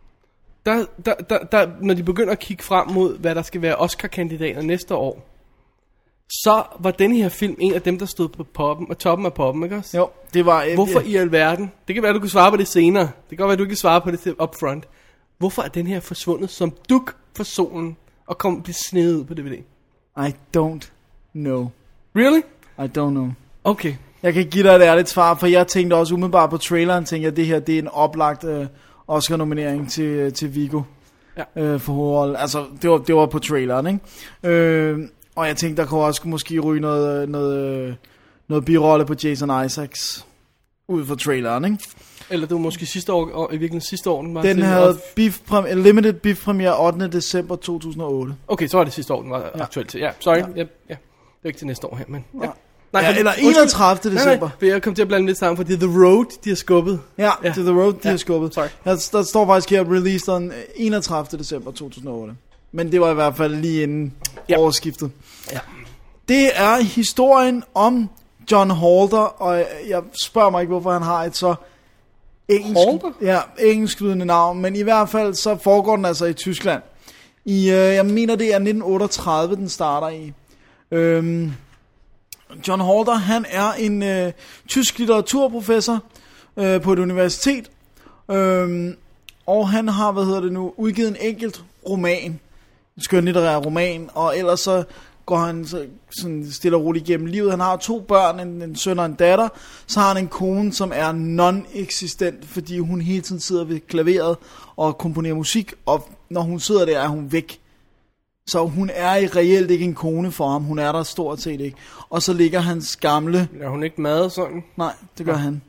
der, når de begynder at kigge frem mod, hvad der skal være Oscar-kandidater næste år, så var den her film en af dem, der stod på toppen af poppen, ikke også? Jo, det var... Hvorfor i alverden? Det kan være, du kan svare på det senere. Det kan godt være, du ikke kan svare på det upfront. Hvorfor er den her forsvundet som duk for solen og blive snedet ud på DVD? I don't know. Really? I don't know. Okay. Jeg kan give dig et ærligt svar, for jeg tænkte også umiddelbart på traileren, tænkte jeg, at det her det er en oplagt Oscar-nominering til Viggo. Ja. For hovedrollen. Altså, det var på traileren, ikke? Og jeg tænkte, der kunne også måske ryge noget birolle på Jason Isaacs ud fra traileren, ikke? Eller det var måske sidste år, i virkeligheden sidste år. Den havde limited beef premiere 8. december 2008. Okay, så var det sidste år, den var aktuelt til. Ja, sorry. Ja. Det er ikke til næste år her, men... Ja. Nej, ja, eller 31. december. Nej, jeg kom til at blande lidt sammen, for det er The Road, de har skubbet. Ja, det er The Road, de har skubbet. Sorry. Der står faktisk her, released den 31. december 2008. Men det var i hvert fald lige inden årsskiftet. Ja. Det er historien om John Halder, og jeg spørger mig ikke, hvorfor han har et så engelsklydende navn, men i hvert fald så foregår den altså i Tyskland. Jeg mener, det er 1938, den starter i. John Halder, han er en tysk litteraturprofessor på et universitet, og han har, udgivet en enkelt roman, en skønlitterær roman, og ellers så går han sådan stille og roligt igennem livet. Han har 2 børn, en søn og en datter. Så har han en kone, som er non-existent, fordi hun hele tiden sidder ved klaveret og komponerer musik, og når hun sidder der, er hun væk. Så hun er reelt ikke en kone for ham. Hun er der stort set ikke. Og så ligger hans gamle... Er hun ikke mad sådan? Nej, det gør han.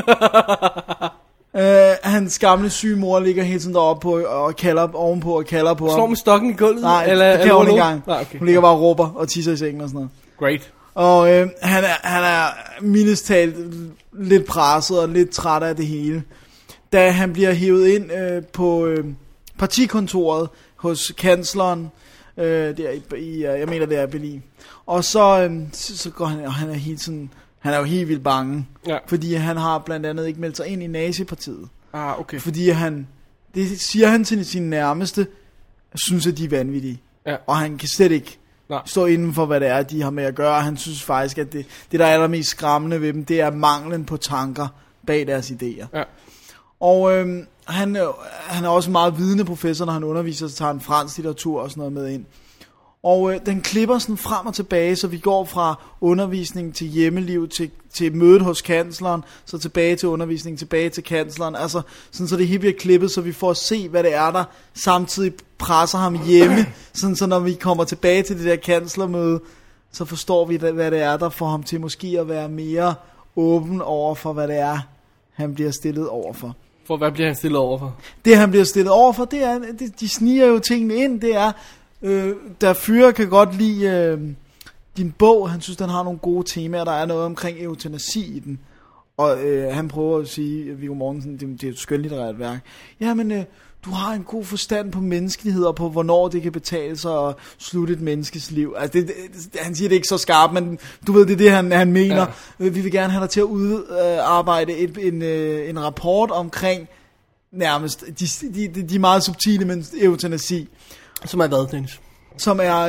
Hans gamle syge mor ligger hele tiden deroppe på og kalder ovenpå og kalder på ham. Slår med stokken i gulvet? Nej, eller, det kan hun ikke engang. Okay. Hun ligger bare og råber og tisser i sengen og sådan noget. Great. Og han er mildest talt lidt presset og lidt træt af det hele. Da han bliver hævet ind på partikontoret hos kansleren, der i jeg mener det er Berlin. Og så går han, og han er hele tiden... Han er jo helt vildt bange, fordi han har blandt andet ikke meldt sig ind i nazipartiet. Okay. Fordi det siger han til sine nærmeste, synes at de er vanvittige. Ja. Og han kan slet ikke stå inden for, hvad det er, de har med at gøre. Han synes faktisk, at det der er allermest skræmmende ved dem, det er manglen på tanker bag deres idéer. Ja. Og han er også en meget vidende professor, når han underviser, så tager han fransk litteratur og sådan noget med ind. Og den klipper sådan frem og tilbage, så vi går fra undervisning til hjemmeliv, til mødet hos kansleren, så tilbage til undervisning, tilbage til kansleren. Altså sådan, så det hele bliver klippet, så vi får at se, hvad det er, der samtidig presser ham hjemme. Sådan, så når vi kommer tilbage til det der kanslermøde, så forstår vi, hvad det er, der får ham til måske at være mere åben over for, hvad det er, han bliver stillet overfor. For hvad bliver han stillet overfor? Det, han bliver stillet overfor, det er, de sniger jo tingene ind, det er... Der Fyre kan godt lide din bog. Han synes, den har nogle gode temaer. Der er noget omkring eutanasi i den. Og han prøver at sige, Viggo Mortensen, det er et skønlitterært værk. Jamen, du har en god forstand på menneskelighed og på, hvornår det kan betale sig at slutte et menneskes liv. Altså, han siger det ikke så skarpt, men du ved, det er det, han mener. Ja. Vi vil gerne have dig til at udarbejde en rapport omkring nærmest de meget subtile, men eutanasi. Som er hvad, Dennis? Som er,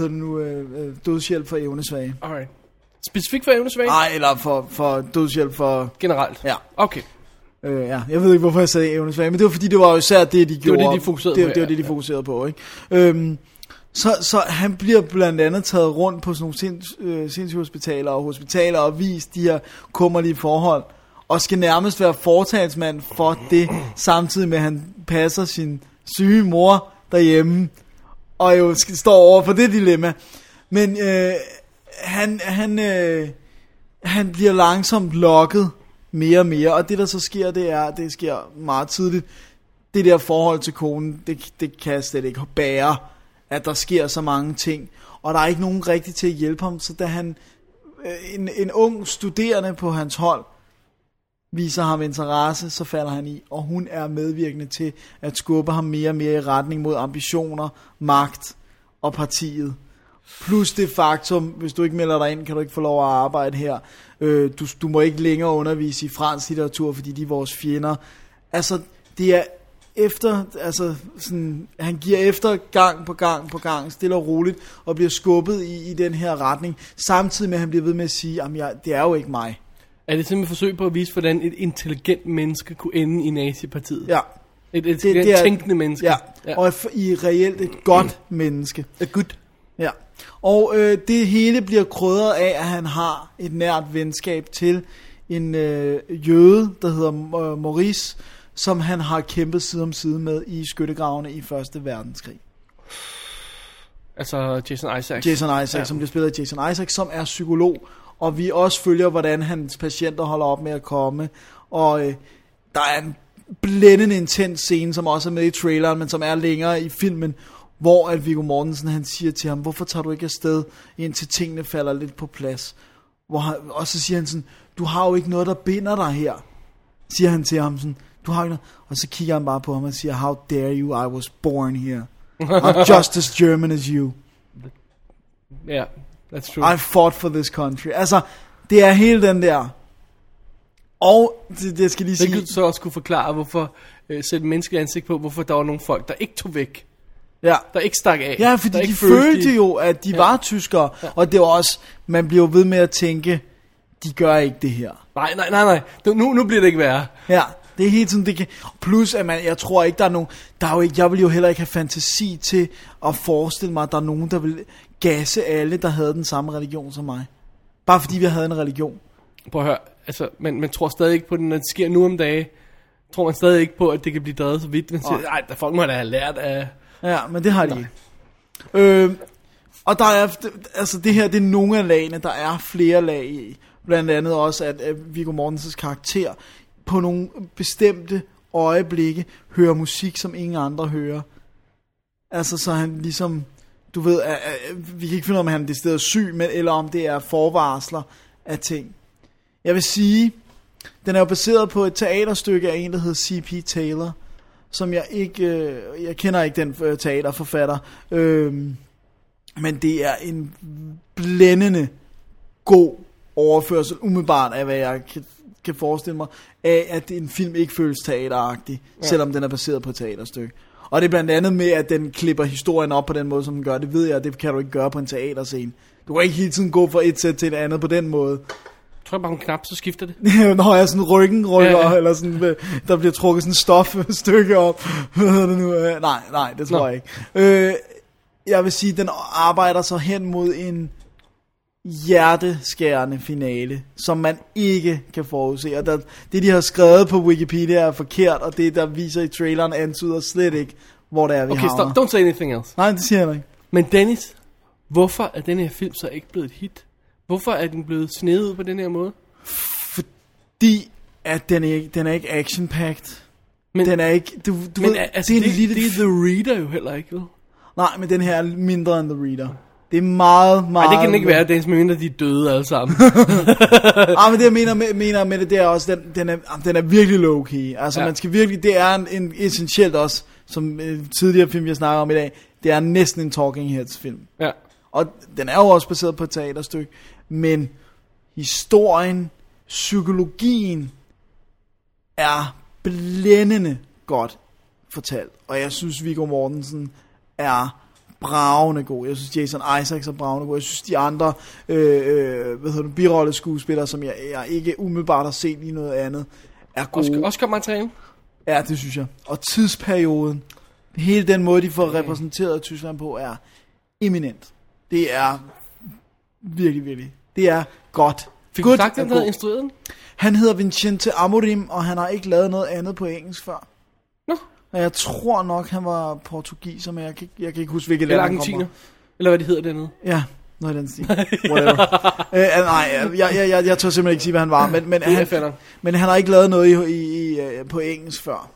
dødshjælp for evnesvage. Alright. Specifikt for evnesvage? Nej, eller for dødshjælp for... Generelt? Ja. Okay. Ja, jeg ved ikke, hvorfor jeg sagde evnesvage, men det var fordi, det var jo især det, de gjorde. Det var det, de fokuserede på. Det var det, de fokuserede på, ikke? Så han bliver blandt andet taget rundt på sådan nogle sindssygehospitaler og hospitaler og vist de her kummerlige forhold. Og skal nærmest være fortalsmand for det, samtidig med, at han passer sin syge mor derhjemme, og jo står over for det dilemma. Men han bliver langsomt lokket mere og mere, og det der så sker, det sker meget tidligt. Det der forhold til konen, det kan slet ikke bære, at der sker så mange ting, og der er ikke nogen rigtig til at hjælpe ham, så da han en ung studerende på hans hold viser ham interesse, så falder han i, og hun er medvirkende til at skubbe ham mere og mere i retning mod ambitioner, magt og partiet. Plus det faktum, hvis du ikke melder dig ind, kan du ikke få lov at arbejde her. Du må ikke længere undervise i fransk litteratur, fordi de er vores fjender. Altså, det er efter, altså sådan, han giver efter gang på gang, stille og roligt, og bliver skubbet i den her retning, samtidig med at han bliver ved med at sige, det er jo ikke mig. Er det simpelthen et forsøg på at vise, hvordan et intelligent menneske kunne ende i nazipartiet? Ja. Et tænkende menneske. Ja, og i reelt et godt menneske. Et godt. Ja. Og det hele bliver krydret af, at han har et nært venskab til en jøde, der hedder Maurice, som han har kæmpet side om side med i skyttegravene i 1. verdenskrig. Altså Jason Isaacs. Jason Isaacs, som bliver spillet af Jason Isaacs, som er psykolog. Og vi også følger, hvordan hans patienter holder op med at komme. Og der er en blændende intens scene, som også er med i traileren, men som er længere i filmen, hvor at Viggo Mortensen, han siger til ham, hvorfor tager du ikke afsted, indtil tingene falder lidt på plads? Og så siger han sådan, du har jo ikke noget, der binder dig her, siger han til ham sådan, du har ikke noget. Og så kigger han bare på ham og siger, how dare you, I was born here. I'm just as German as you. Yeah, that's true. I fought for this country. Altså, Det er hele den der. Og det skal lige sige. Det kan så også kunne forklare, hvorfor sætte et menneskeligt ansigt på, hvorfor der var nogle folk, der ikke tog væk. Ja. Der ikke stak af. Ja, fordi de følte jo, at de var tyskere. Ja. Og det var også, man bliver jo ved med at tænke, de gør ikke det her. Nej. Nu bliver det ikke værre. Ja, det er helt sådan, det kan. Plus, at jeg tror ikke, der er nogen, jeg vil jo heller ikke have fantasi til at forestille mig, at der er nogen, der vil gasse alle, der havde den samme religion som mig. Bare fordi vi havde en religion. Prøv at høre, altså, man tror stadig ikke på det, når det sker nu om dage. Tror man stadig ikke på, at det kan blive drevet så vidt. Man siger, nej, der folk må da have lært af... Ja, men det har de ikke. Og der er, altså det her, det er nogle af lagene, der er flere lag i. Blandt andet også, at Viggo Mortensens karakter på nogle bestemte øjeblikke hører musik, som ingen andre hører. Altså, så han ligesom, du ved, vi kan ikke finde ud af, om han er decideret syg, eller om det er forvarsler af ting. Jeg vil sige, den er jo baseret på et teaterstykke af en, der hedder C.P. Taylor, som jeg kender ikke den teaterforfatter, men det er en blændende god overførsel, umiddelbart af, hvad jeg kan forestille mig, af at en film ikke føles teateragtig, selvom den er baseret på et teaterstykke. Og det er blandt andet med, at den klipper historien op på den måde, som den gør. Det ved jeg, det kan du ikke gøre på en teaterscene. Du kan ikke hele tiden gå fra et sæt til et andet på den måde. Tryk bare en knap, så skifter det. Når jeg sådan ryggen rykker, eller sådan, der bliver trukket sådan stofstykke op. Hvad hedder det nu? Nej, det tror jeg ikke. Jeg vil sige, den arbejder så hen mod en hjerteskærende finale, som man ikke kan forudse. Og det, de har skrevet på Wikipedia, er forkert, og det, der viser i traileren, antyder slet ikke, hvor det er, vi havner. Okay, stop. Don't say anything else. Nej, det siger jeg ikke. Men Dennis, hvorfor er den her film så ikke blevet et hit? Hvorfor er den blevet snedet ud på den her måde? Fordi at den er ikke action-packed. Men den er ikke... Du men ved, altså, det er The Reader jo heller ikke, vel? Nej, men den her er mindre end The Reader. Det er meget... Nej, det kan den ikke være, Dennis, medmindre de er døde alle sammen. Men det jeg mener med det, det er også, den er virkelig low-key. Altså, man skal virkelig... Det er en essentielt også, som tidligere film, jeg snakker om i dag, det er næsten en Talking Heads film. Ja. Og den er jo også baseret på et teaterstykke, men historien, psykologien er blændende godt fortalt. Og jeg synes, Viggo Mortensen er bravende god. Jeg synes, Jason Isaacs er bravende god. Jeg synes, de andre birolleskuespillere, som jeg ikke umiddelbart har set i noget andet, er gode. Oscar materiale? Ja, det synes jeg. Og tidsperioden, hele den måde, de får repræsenteret Tyskland på, er eminent. Det er virkelig, virkelig. Det er godt. Fik du sagt, han havde instrueret den? Han hedder Vincente Amorim, og han har ikke lavet noget andet på engelsk før. Nå. Og jeg tror nok, han var portugiser, men jeg kan ikke huske, hvilket land han kommer. Eller argentiner. Eller hvad det hedder dernede. Ja, noget i den stil. Nej, jeg tør simpelthen ikke sige, hvad han var. Men han har ikke lavet noget på engelsk før.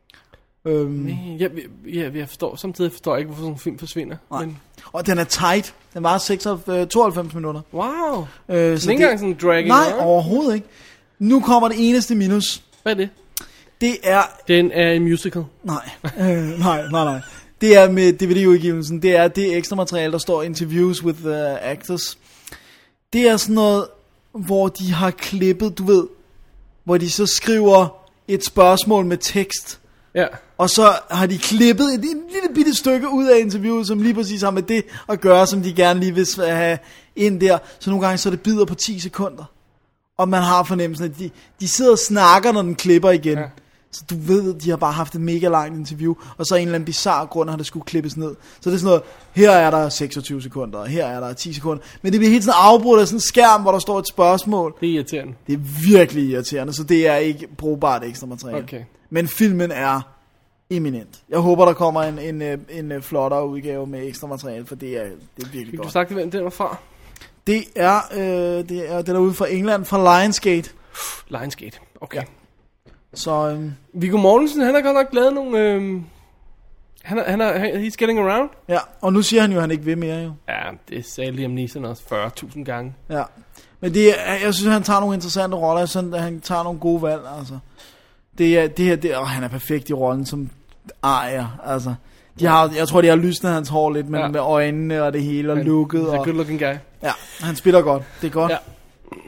Jeg forstår. Samtidig forstår jeg ikke, hvorfor sådan en film forsvinder. Men... Og den er tight. Den var 92 minutter. Wow. Så ikke engang sådan dragging. Nej, overhovedet ikke. Nu kommer det eneste minus. Hvad er det? Det er... Den er en musical. Nej. Det er med DVD-udgivelsen. Det er det ekstra materiale, der står interviews with the actors. Det er sådan noget, hvor de har klippet, du ved, hvor de så skriver et spørgsmål med tekst. Ja. Og så har de klippet et lille bitte stykke ud af interviewet, som lige præcis har med det at gøre, som de gerne lige vil have ind der. Så nogle gange så det bider på 10 sekunder. Og man har fornemmelsen, at de sidder og snakker, når den klipper igen. Ja. Så du ved, de har bare haft et mega langt interview, og så en eller anden bizarre grund har det skulle klippes ned. Så det er sådan noget, her er der 26 sekunder, og her er der 10 sekunder. Men det bliver helt sådan afbrudt af sådan en skærm, hvor der står et spørgsmål. Det er irriterende. Det er virkelig irriterende, så det er ikke brugbart ekstra materiale. Okay. Men filmen er eminent. Jeg håber, der kommer en flottere udgave med ekstra materiale, for det er virkelig godt. Du sagt, hvem den var fra? Den er ude fra England, fra Lionsgate. Lionsgate, okay. Ja. Så Viggo Mortensen, han har godt nok lavet nogle he's getting around. Ja, og nu siger han jo, at han ikke vil mere jo. Ja, det sagde Liam Neeson også 40.000 gange. Ja. Men jeg synes, han tager nogle interessante roller, sådan at han tager nogle gode valg, altså. Han er perfekt i rollen som Arya, altså. Jeg tror, de har lysnet hans hår lidt, men med øjnene og det hele og lukket. Han er good looking guy. Ja, han spiller godt. Det er godt.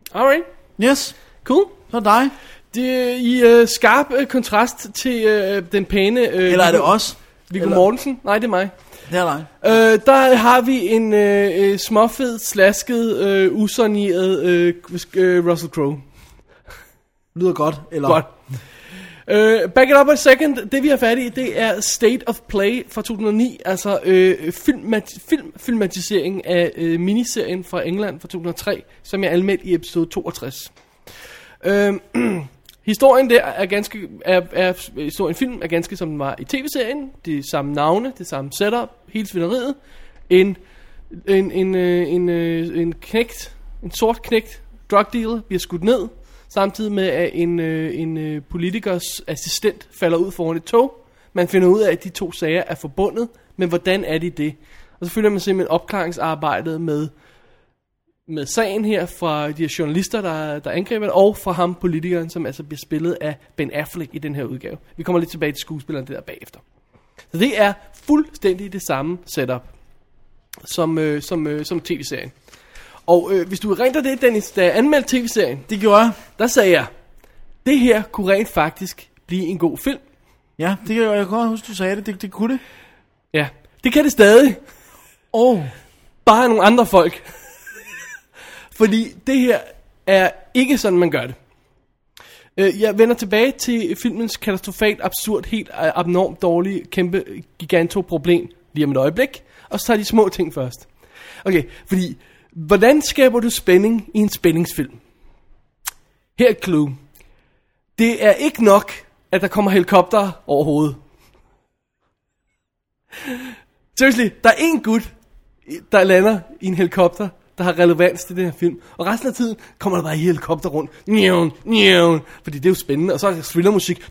Alright. Yes, Cool. så er dig. Det i skarp kontrast til den pæne... Eller er det os? Viggo Mortensen? Nej, det er mig. Det er dig. Der har vi en småfed, slasket, usoneret Russell Crowe. Lyder godt, eller? Godt. Back it up a second. Det vi har fat i, det er State of Play fra 2009. Altså filmatisering af miniserien fra England fra 2003, som jeg anmeldte i episode 62. Historien der film er ganske som den var i tv-serien. Det samme navne, det samme setup, hele svineriet. En knægt, en sort knægt drug dealer bliver skudt ned, samtidig med at en politikers assistent falder ud foran et tog. Man finder ud af, at de to sager er forbundet, men hvordan er de det? Og så følger man simpelthen opklaringsarbejdet med sagen her fra de her journalister, der angriber det, og fra ham, politikeren, som altså bliver spillet af Ben Affleck i den her udgave. Vi kommer lidt tilbage til skuespilleren det der bagefter. Så det er fuldstændig det samme setup som tv-serien. Og hvis du renter det, Dennis, da jeg anmeldte tv-serien, Det gjorde jeg. der sagde jeg, det her kunne rent faktisk blive en god film. Ja, det kan jeg godt huske, du sagde det. Det kunne det. Ja, det kan det stadig. Bare nogle andre folk. Fordi det her er ikke sådan, man gør det. Jeg vender tilbage til filmens katastrofalt, absurd, helt abnormt dårlige, kæmpe, giganto-problem lige om et øjeblik. Og så tager de små ting først. Okay, fordi, hvordan skaber du spænding i en spændingsfilm? Her er et clue. Det er ikke nok, at der kommer helikopter over hovedet. Seriously, der er en gut, der lander i en helikopter, der har relevans til den her film. Og resten af tiden kommer der bare i helikopter rundt. Fordi det er jo spændende. Og så er der thrillermusik.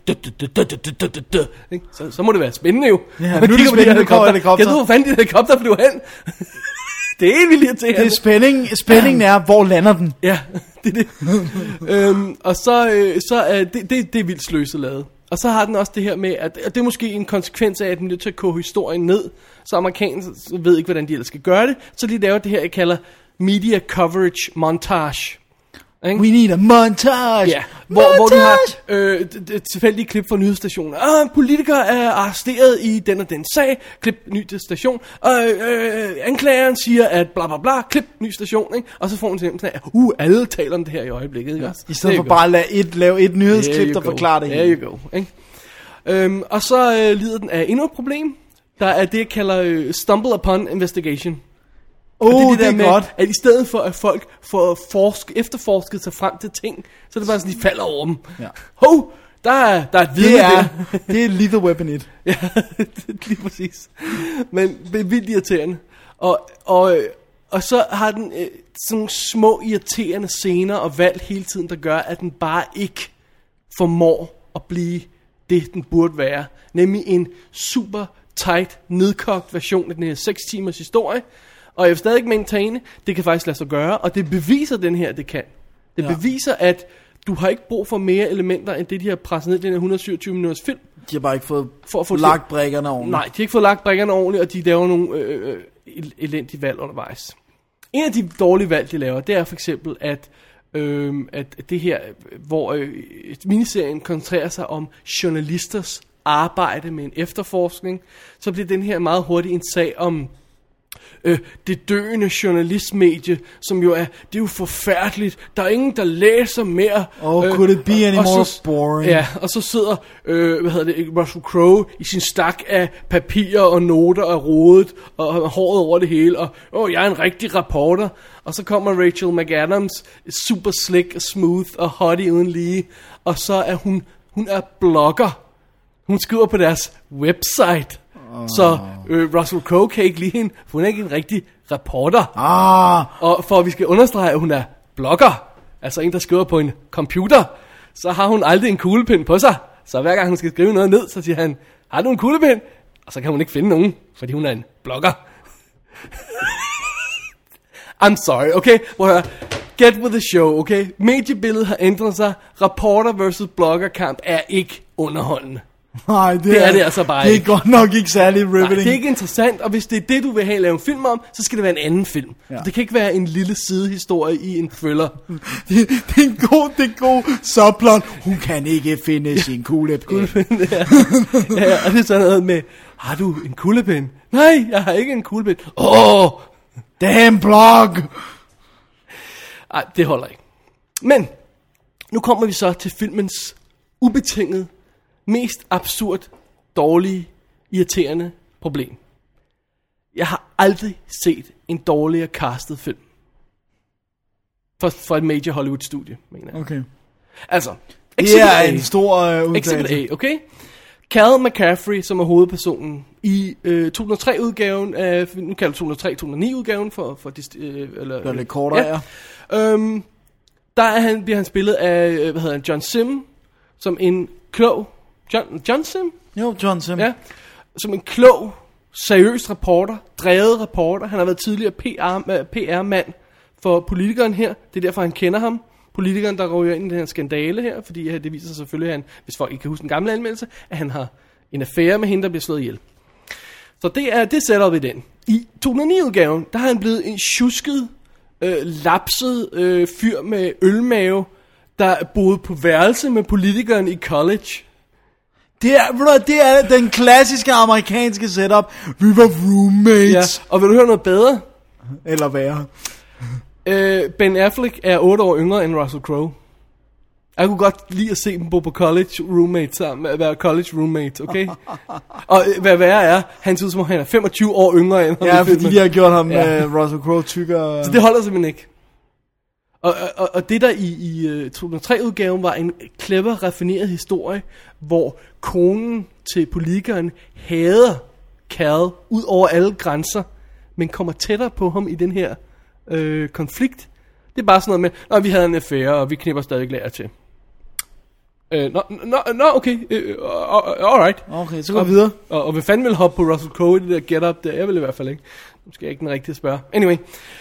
Så må det være spændende jo. Ja, nu er det spændende, nu kommer helikopter. Kan du, hvor fanden de helikopter flyver hen? Det er helt vildt irriterende. Det er spændingen er, hvor lander den? Ja, det er det. Og så er det er vildt sløseladet. Og så har den også det her med, at det er måske en konsekvens af, at den er nødt til at koge historien ned. Så amerikanerne ved ikke, hvordan de ellers skal gøre det. Så de laver det her, jeg kalder media coverage montage. We need a montage. Ja, hvor du har tilfældige klip fra nyhedsstationen. Politikere er arresteret i den og den sag. Klip, ny station. Anklageren siger, at bla bla bla. Klip, ny station. Ikke? Og så får man simpelthen alle taler om det her i øjeblikket. Ikke? I stedet for bare at lave et nyhedsklip, der forklarer det hele. There you go. Ikke? Og så lider den af endnu et problem. Der er det, jeg kalder stumble upon investigation. Det er med, godt. At i stedet for at folk får efterforsket sig frem til ting, så er det bare sådan, de falder over dem. Ja. Der er et vidne der. Det er Lethal Weapon 1. Ja, lige præcis. Men det er vildt irriterende. Og så har den sådan nogle små irriterende scener og valg hele tiden, der gør, at den bare ikke formår at blive det, den burde være. Nemlig en super tight, nedkogt version af den her 6 timers historie. Og jeg vil stadig ikke maintaine, det kan faktisk lade sig gøre, og det beviser den her, det kan. Det beviser, at du har ikke brug for mere elementer, end det, de har presset ned i den her 127 minutters film. De har bare ikke fået lagt brækkerne ordentligt. Nej, de har ikke fået lagt brækkerne ordentligt, og de laver nogle elendige valg undervejs. En af de dårlige valg, de laver, det er for eksempel, at det her, hvor miniserien koncentrerer sig om journalisters arbejde med en efterforskning, så bliver den her meget hurtigt en sag om det døende journalistmedie, som jo det er jo forfærdeligt. Der er ingen, der læser mere. Could it be any more boring? Ja, og så sidder Russell Crowe i sin stak af papirer og noter og rodet og håret over det hele, og jeg er en rigtig reporter. Og så kommer Rachel McAdams, super slick og smooth og hottie uden lige, og så er hun er blogger. Hun skriver på deres website. Så Russell Crowe kan ikke lide hende, for hun er ikke en rigtig reporter. Og for at vi skal understrege, at hun er blogger, altså en, der skriver på en computer, så har hun aldrig en kuglepen på sig. Så hver gang hun skal skrive noget ned, så siger han, har du en kuglepen? Og så kan hun ikke finde nogen, fordi hun er en blogger. I'm sorry, okay? Get with the show, okay? Mediebilledet har ændret sig. Reporter versus blogger kamp er ikke underholdende. Nej, det er det altså bare det er ikke. godt nok ikke særlig riveting. Nej, det er ikke interessant, og hvis det er det, du vil have lavet en film om, så skal det være en anden film. Ja. Det kan ikke være en lille sidehistorie i en thriller. Det er en god subplot. Hun kan ikke finde sin kuglepen. Ja, og det er sådan noget med, har du en kuglepen? Nej, jeg har ikke en kuglepen. Damn blog! Ej, det holder ikke. Men, nu kommer vi så til filmens ubetinget, mest absurd, dårlige, irriterende problem. Jeg har aldrig set en dårligere castet film. For et major Hollywood-studie, mener jeg. Okay. Altså, det er en stor udtalelse. Exhibit A, okay? Cal McCaffrey, som er hovedpersonen i 2003-udgaven af, nu kalder vi 2003-2009-udgaven for eller det er lidt kortere, ja. Der bliver han spillet af, John Simm, som en klog, John Simm? Jo, John Simm. Ja, som en klog, seriøs reporter, drevet reporter. Han har været tidligere PR-mand for politikeren her. Det er derfor, han kender ham. Politikeren, der går ind i den her skandale her, fordi det viser sig selvfølgelig, at han, hvis folk ikke kan huske den gamle anmeldelse, at han har en affære med hende, der bliver slået ihjel. Så det sætter vi i den. I 2009-udgaven, der har han blevet en tjusket, lapset fyr med ølmave, der boede på værelse med politikeren i college. Det er den klassiske amerikanske setup. Vi var roommates. Ja, og vil du høre noget bedre? Eller værre. Ben Affleck er 8 år yngre end Russell Crowe. Jeg kunne godt lide at se dem bo på college roommate sammen, at være college roommate, okay? Og hvad værre er, han ser ud som om han er 25 år yngre end ham. Ja, fordi de har gjort ham Russell Crowe tykkere. Så det holder simpelthen ikke. Og det der i 2003-udgaven var en clever, raffineret historie, hvor konen til politikeren hader Cal ud over alle grænser, men kommer tættere på ham i den her konflikt. Det er bare sådan noget med, vi havde en affære, og vi knipper stadig lærer til. Okay, alright. Okay, så går vi videre. Og hvad fanden vil hoppe på Russell Crowe i det der get-up der? Jeg vil i hvert fald ikke. Nu skal jeg ikke den rigtige spørge. Anyway.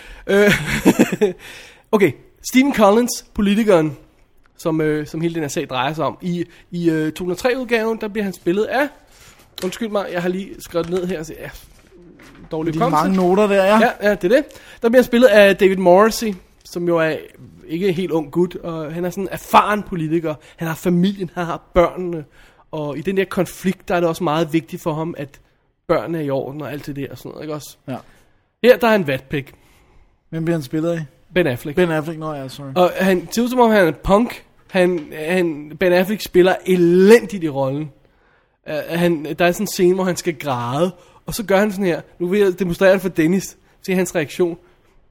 Okay, Stephen Collins, politikeren, som hele den her sag drejer sig om. I 2003-udgaven, der bliver han spillet af... Undskyld mig, jeg har lige skrevet ned her, så ja... Dårlig de mange noter der, ja. Ja, det er det. Der bliver spillet af David Morrissey, som jo er ikke en helt ung gut, og han er sådan en erfaren politiker. Han har familien, han har børnene, og i den der konflikt, der er det også meget vigtigt for ham, at børnene er i orden og alt det der og sådan noget, ikke også? Ja. Her, der er en vatpik. Hvem bliver han spillet af? Ben Affleck. Ben Affleck, sorry. Og han ser ud som om, han er punk. Ben Affleck spiller elendigt i rollen. Der er sådan en scene, hvor han skal græde, og så gør han sådan her. Nu vil jeg demonstrere det for Dennis. Se hans reaktion.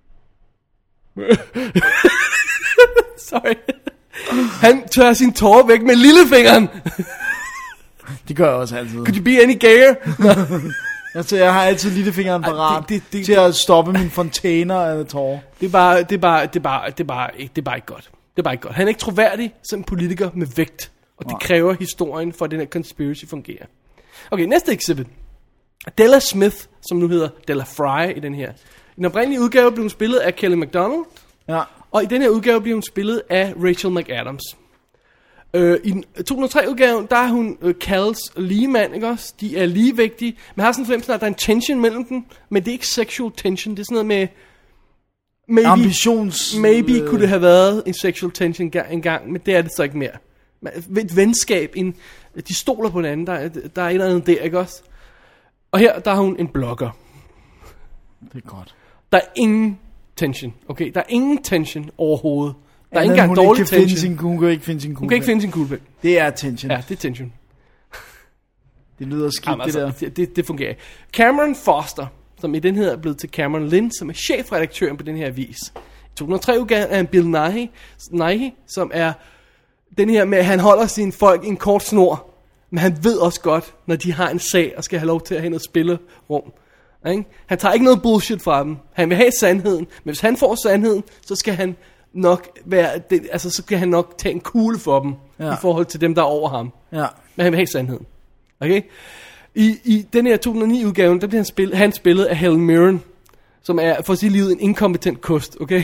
Sorry. Han tørrer sin tårer væk med lillefingeren. Det gør jeg også altid. Could you be any gayer? Jeg har altid lillefingeren parat til at stoppe mine fontæner af tårer. Det er bare ikke godt. Det er bare ikke godt. Han er ikke troværdig som politiker med vægt. Og det kræver historien for, at den her conspiracy fungerer. Okay, næste exhibit. Della Smith, som nu hedder Della Fry i den her. I den oprindelige udgave blev hun spillet af Kelly MacDonald. Ja. Og i den her udgave blev hun spillet af Rachel McAdams. I 2003-udgaven, der er hun Cals ligemand, ikke også? De er ligevægtige. Man har sådan en fornemmelse, at der er en tension mellem dem, men det er ikke sexual tension. Det er sådan noget med... Maybe kunne det have været en sexual tension engang, men det er det så ikke mere. Et venskab, de stoler på hinanden, der er et eller andet der, ikke også? Og her, der har hun en blogger. Det er godt. Der er ingen tension, okay? Der er ingen tension overhovedet. Der er ikke engang dårlig tension. Hun kan ikke finde sin kuglepen. Hun kan ikke finde sin kuglepen. Det er tension. Ja, det er tension. Det lyder skidt, det der. Det fungerer ikke. Cameron Foster, som i den her er blevet til Cameron Lind, som er chefredaktøren på den her avis. I 2003-udgaven er en Bill Nighy, som er den her med, at han holder sine folk i en kort snor. Men han ved også godt, når de har en sag og skal have lov til at have noget spillerum. Ikke? Han tager ikke noget bullshit fra dem. Han vil have sandheden. Men hvis han får sandheden, så skal han nok så skal han nok tage en kugle for dem, i forhold til dem, der er over ham. Ja. Men han vil have sandheden. Okay? I den her 2009-udgaven, der bliver han spillet af Helen Mirren, som er for sit liv en inkompetent kost, okay?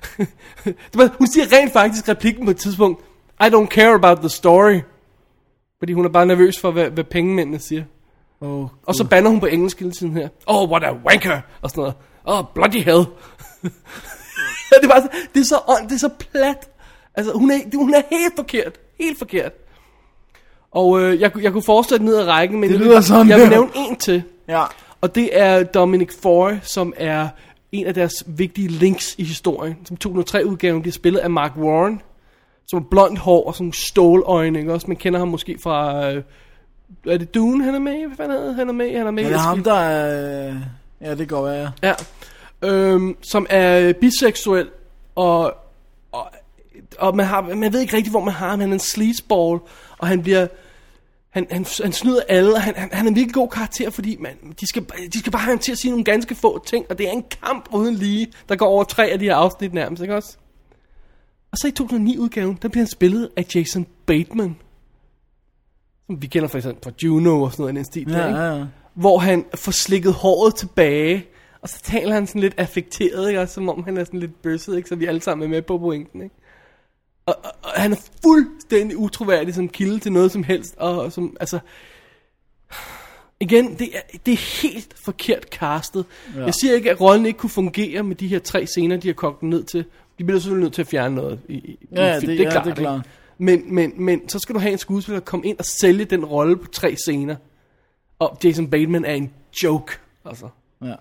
Hun siger rent faktisk replikken på et tidspunkt, I don't care about the story. Fordi hun er bare nervøs for, hvad pengemændene siger. Og så banner hun på engelsk hele tiden her. Oh, what a wanker! Og sådan noget. Oh, bloody hell! det er så plat. Altså, hun er helt forkert. Helt forkert. Og jeg kunne fortsætte ned ad rækken, men jeg vil nævne en til. Ja. Og det er Dominic Foy, som er en af deres vigtige links i historien. Som 2003-udgaven bliver spillet af Mark Warren, som er blondt hår og sådan ståløjne, ikke også? Man kender ham måske fra... er det Dune, han er med? Hvad fanden hedder han er med? Han er med. Ja, det er ham, der er... Ja, det går være. Ja. Som er biseksuel, og man ved ikke rigtig, hvor man har ham. Han er en sleazeball, og han bliver... Han snyder alle, og han er en virkelig god karakter, fordi de skal bare have ham til at sige nogle ganske få ting, og det er en kamp uden lige, der går over 3 af de her afsnit nærmest, ikke også? Og så i 2009-udgaven, der bliver han spillet af Jason Bateman, som vi kender for eksempel fra Juno og sådan noget i den stil, ja. Hvor han får slikket håret tilbage, og så taler han sådan lidt affekteret, ikke? Også, som om han er sådan lidt bøsset, ikke? Så vi alle sammen er med på pointen, ikke? Og han er fuldstændig utroværdig som kilde til noget som helst, og som, altså... Igen, det er helt forkert castet. Ja. Jeg siger ikke, at rollen ikke kunne fungere med de her 3 scener, de har kogt den ned til. De bliver selvfølgelig nødt til at fjerne noget i film. Det er klart. Men så skal du have en skuespiller, der komme ind og sælge den rolle på 3 scener. Og Jason Bateman er en joke, altså. Ja.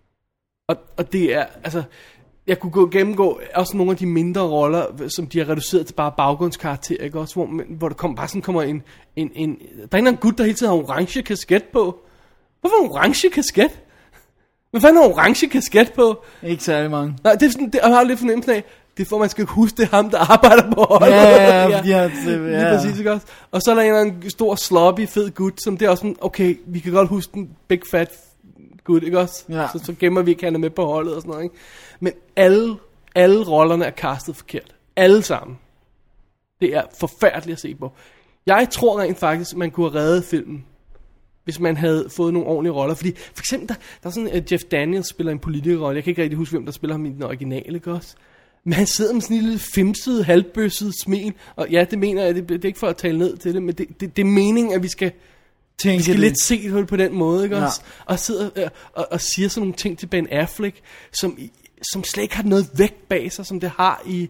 Og det er, altså... Jeg kunne gennemgå også nogle af de mindre roller, som de har reduceret til bare baggrundskarakter, ikke også? Hvor der kommer en... Der er en eller anden gut, der hele tiden har orange kasket på. Hvorfor en orange kasket? Hvad fanden har orange kasket på? Ikke særlig mange. Nej, det er sådan, jeg har lidt fornemmelsen af, det er for, man skal huske, det er ham, der arbejder på holdet. Ja. Lige præcis, ikke også? Og så er der en eller anden stor, sloppy, fed gut, som det er også sådan, okay, vi kan godt huske den big fat gut, ikke også? Ja. Så gemmer vi ikke, han er med på holdet og sådan noget, ikke? Men alle rollerne er castet forkert. Alle sammen. Det er forfærdeligt at se på. Jeg tror rent faktisk, man kunne have reddet filmen, hvis man havde fået nogle ordentlige roller. Fordi for eksempel, der er sådan, at Jeff Daniels spiller en politikerrolle. Jeg kan ikke rigtig huske, hvem der spiller ham i den originale, ikke også? Men han sidder med sådan en lille femset, halvbøsset smil. Og ja, det mener jeg, det er ikke for at tale ned til det, men det er meningen, at vi skal lidt se på den måde, ikke også? Og sidder og siger sådan nogle ting til Ben Affleck, som slet ikke har noget vægt bag sig, som det har i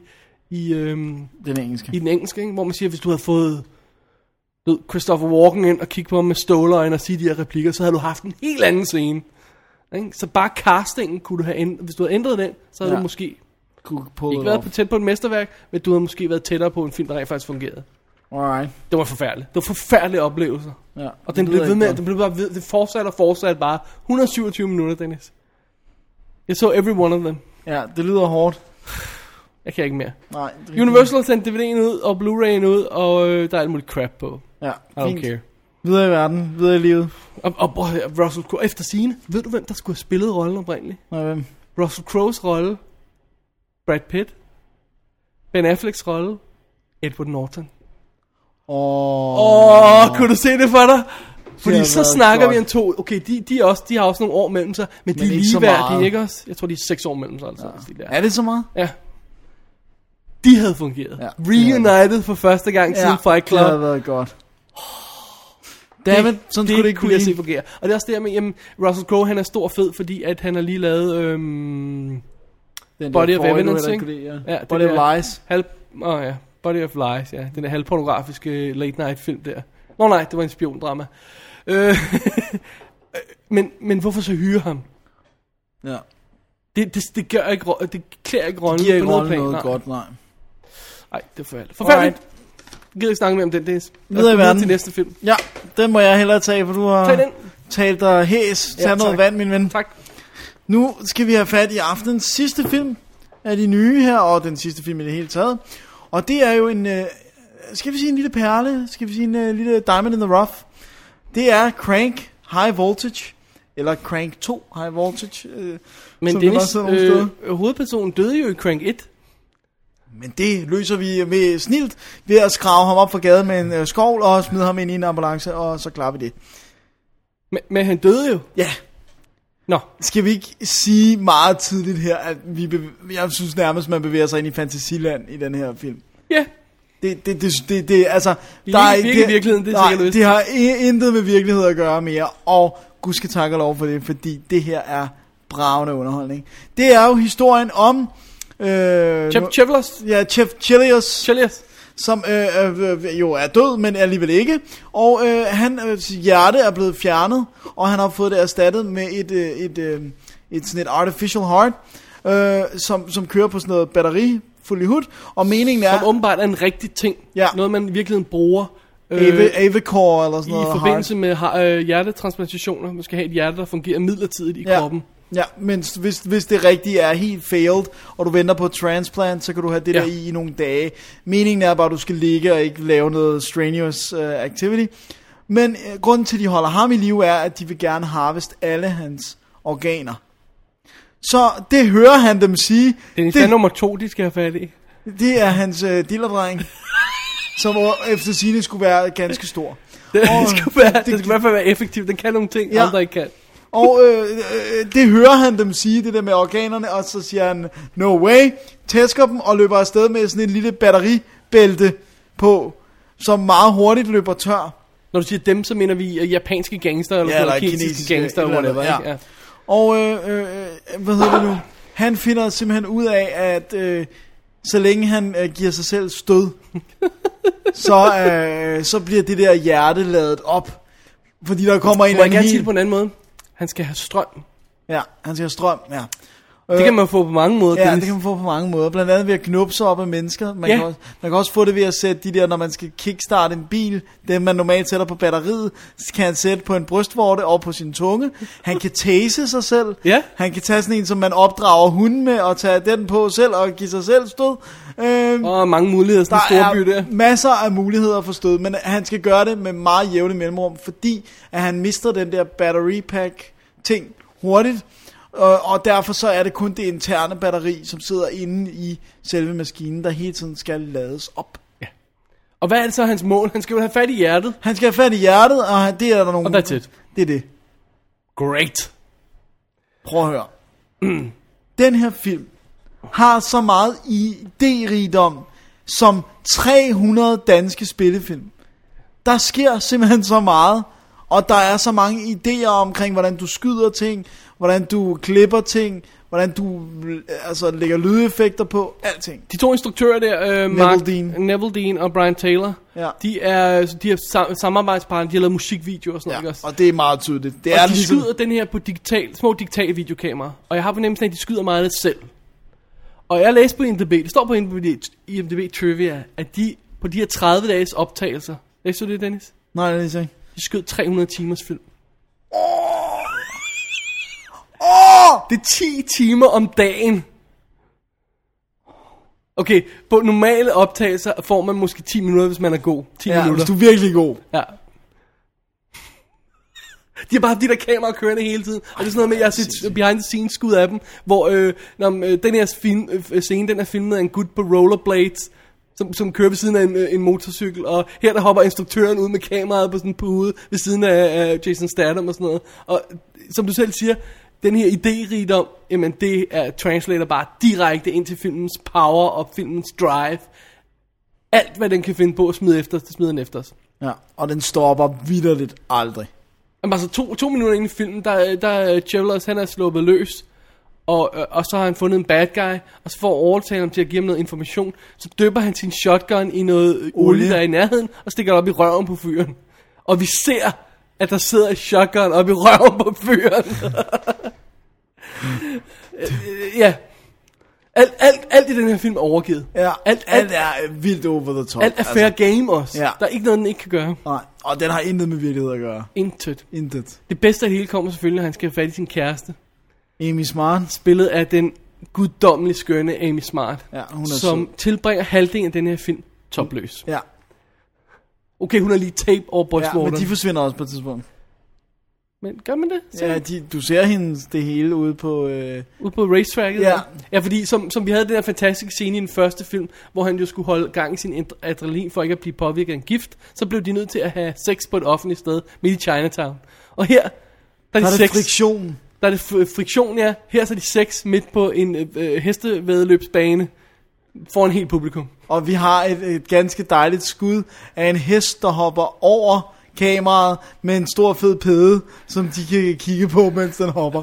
den engelske. I den engelske, ikke? Hvor man siger, hvis du havde fået Christopher Walken ind og kigge på ham med ståløjne og sige de her replikker, så havde du haft en helt anden scene. Ikke? Så bare castingen kunne du have ændret. Hvis du havde ændret den, så havde du måske ikke været tæt på et mesterværk, men du havde måske været tættere på en film, der rent faktisk fungerede. Alright. Det var forfærdeligt. Det var forfærdelige oplevelser. Ja, og den blev ved med, det fortsatte bare 127 minutter, Dennis. Jeg så every one of them. Ja, det lyder hårdt. Jeg kan ikke mere. Nej. Universal har sendt DVD'en ud, og Blu-ray'en ud, og der er alt muligt crap på. Ja, I don't care. Videre i verden, videre i livet. Og Russell Crowe, efter sigende, ved du hvem der skulle have spillet rollen oprindeligt? Nej, hvem? Russell Crowe's rolle, Brad Pitt, Ben Afflecks rolle, Edward Norton. Kunne du se det for dig? Fordi så snakker vi om 2. Okay, de har også nogle år mellem sig, men de er ligeværdige, ikke også? Jeg tror, de er 6 år mellem sig. Altså, Er det så meget? Ja. De havde fungeret. Ja. Reunited for første gang siden Fight Club. Det havde været godt. Dammit, sådan skulle det ikke kunne jeg se fungere. Og det er også det med, jamen, Russell Crowe, han er stor fed, fordi at han har lige lavet Body of Evidence, ikke? Ja, Body of Lies. Body of Lies, ja. Den der halvpornografiske late night film der. Nej, det var en spiondrama. men hvorfor så hyre ham? Ja. Det gør ikke, det klæder ikke rollen. Det giver ikke rollen noget godt, nej. Nej, det er forfærdeligt. Forfærdeligt. Jeg gider ikke snakke mere om den, Dennis. Videre i verden. Til næste film. Ja, den må jeg hellere tage, for du har talt dig hæs. Tag noget vand, min ven. Tak. Nu skal vi have fat i aftenens sidste film af de nye her, og den sidste film i det hele taget. Og det er jo en, skal vi sige en lille perle, skal vi sige en lille diamond in the rough. Det er Crank High Voltage, eller Crank 2 High Voltage. Men Dennis, hovedpersonen døde jo i Crank 1. Men det løser vi med snilt ved at skrave ham op fra gaden med en skovl og smide ham ind i en ambulance, og så klarer vi det. Men han døde jo. Ja. Nå. Skal vi ikke sige meget tidligt her, at jeg synes nærmest, man bevæger sig ind i fantasiland i den her film? Ja. Det altså, der er ikke virkeligheden, det er sikkert. Det har intet med virkelighed at gøre mere, og Gud skal takke og lov for det, fordi det her er bravende underholdning. Det er jo historien om Jeff Chelios, som jo er død, men alligevel ikke. Og hans hjerte er blevet fjernet, og han har fået det erstattet med sådan et artificial heart, som kører på sådan noget batteri, fully hood. Og meningen er... Som åbenbart er en rigtig ting. Ja. Noget, man virkelig bruger... AveCore eller sådan noget. I forbindelse med hjertetransplantationer. Man skal have et hjerte, der fungerer midlertidigt i kroppen. Ja, men hvis det rigtige er helt failed, og du venter på et transplant, så kan du have det der i nogle dage. Meningen er bare, at du skal ligge og ikke lave noget strenuous activity. Men grunden til, at de holder ham i live, er, at de vil gerne harvest alle hans organer. Så det hører han dem sige. Det er nummer 2, de skal have fat i. Det er hans dillerdreng, som efter sigende skulle være ganske stor. Det skulle i hvert fald være effektivt. Den kan nogle ting, andre ikke kan. Og det hører han dem sige, det der med organerne, og så siger han, no way, tæsker dem og løber afsted med sådan en lille batteribælte på, som meget hurtigt løber tør. Når du siger dem, så mener vi japanske gangster, eller kinesiske gangster, eller whatever, ja. Ikke? Ja. Og, hvad hedder det nu? Han finder simpelthen ud af, at så længe han giver sig selv stød, så bliver det der hjerte ladet op. Fordi der kommer en eller anden... Jeg kan sige det på en anden måde. Han skal have strøm. Ja, han skal have strøm, ja. Det kan man få på mange måder. Ja, det kan man få på mange måder. Blandt andet ved at knupse op af mennesker. Man kan også få det ved at sætte de der, når man skal kickstarte en bil, dem man normalt sætter på batteriet, kan han sætte på en brystvorte og på sin tunge. Han kan tase sig selv. Ja. Han kan tage sådan en, som man opdrager hunden med, og tage den på selv og give sig selv stød. Og mange muligheder, sådan en stor by der. Masser af muligheder for stød, men han skal gøre det med meget jævne mellemrum, fordi at han mister den der battery pack ting hurtigt. Og derfor så er det kun det interne batteri, som sidder inde i selve maskinen, der hele tiden skal lades op. Ja. Og hvad er det så hans mål? Han skal jo have fat i hjertet. Han skal have fat i hjertet, og det er der nogle... Og that's it. Det er det. Great. Prøv at høre. Den her film har så meget idérigdom som 300 danske spillefilm. Der sker simpelthen så meget, og der er så mange idéer omkring, hvordan du skyder ting, hvordan du klipper ting, hvordan du lægger lydeffekter på, alting. De to instruktører der, Neville Dean og Brian Taylor, de har samarbejdspartnere, de har lavet musikvideoer og sådan noget. Og det er meget tydeligt. Det og er de skyder den her på små digitale videokameraer, og jeg har fornemmelsen af, at de skyder meget af det selv. Og jeg læste på IMDb, det står på IMDb Trivia, at de på de her 30 dages optagelser, læste du det, Dennis? Nej, det læste jeg ikke. De skød 300 timers film. Det er 10 timer om dagen. Okay, på normale optagelser får man måske 10 minutter, hvis man er god. 10 minutter. Hvis du er virkelig god. Ja. De har bare de der kameraer kørende hele tiden. Og det er sådan noget med, jeg har set behind the scenes skud af dem, hvor den her scene, den er filmet af en gut på rollerblades, som kører ved siden af en motorcykel, og her der hopper instruktøren ud med kameraet på sådan en pude ved siden af Jason Statham og sådan noget. Og som du selv siger, den her idérigdom, jamen det er translator bare direkte ind til filmens power og filmens drive. Alt hvad den kan finde på at smide efter os, det smider den efter os. Ja, og den stopper vitterligt aldrig. Jamen altså 2 minutter ind i filmen, der Chevrolet, han er sluppet løs. Og så har han fundet en bad guy, og så får overtale ham til at give ham noget information. Så døber han sin shotgun i noget olie, der er i nærheden, og stikker det op i røven på fyren. Og vi ser, at der sidder et shotgun op i røven på fyren. Ja. Alt i den her film er overgivet. Ja, alt er vildt over the top. Alt er fair game også. Ja. Der er ikke noget, den ikke kan gøre. Nej, og den har intet med virkelighed at gøre. Intet. Det bedste af det hele kommer selvfølgelig, når han skal have fat i sin kæreste. Amy Smart. Spillet af den guddommeligt skønne Amy Smart. Ja, hun er som tilbringer halvdelen af den her film topløs. Ja. Okay, hun har lige tape over brystvorten. Ja, men de forsvinder også på et tidspunkt. Men gør man det? Ja, du ser hende det hele ude på... Ude på racetracket? Ja. Ja, fordi som vi havde den der fantastiske scene i den første film, hvor han jo skulle holde gang i sin adrenalin for ikke at blive påvirket af en gift, så blev de nødt til at have sex på et offentligt sted midt i Chinatown. Og her, der er det friktion. Der er det friktion, ja. Her så er de sex midt på en hestevæddeløbsbane. For en helt publikum. Og vi har et ganske dejligt skud af en hest, der hopper over kameraet med en stor fed pæde, som de kan kigge på, mens den hopper.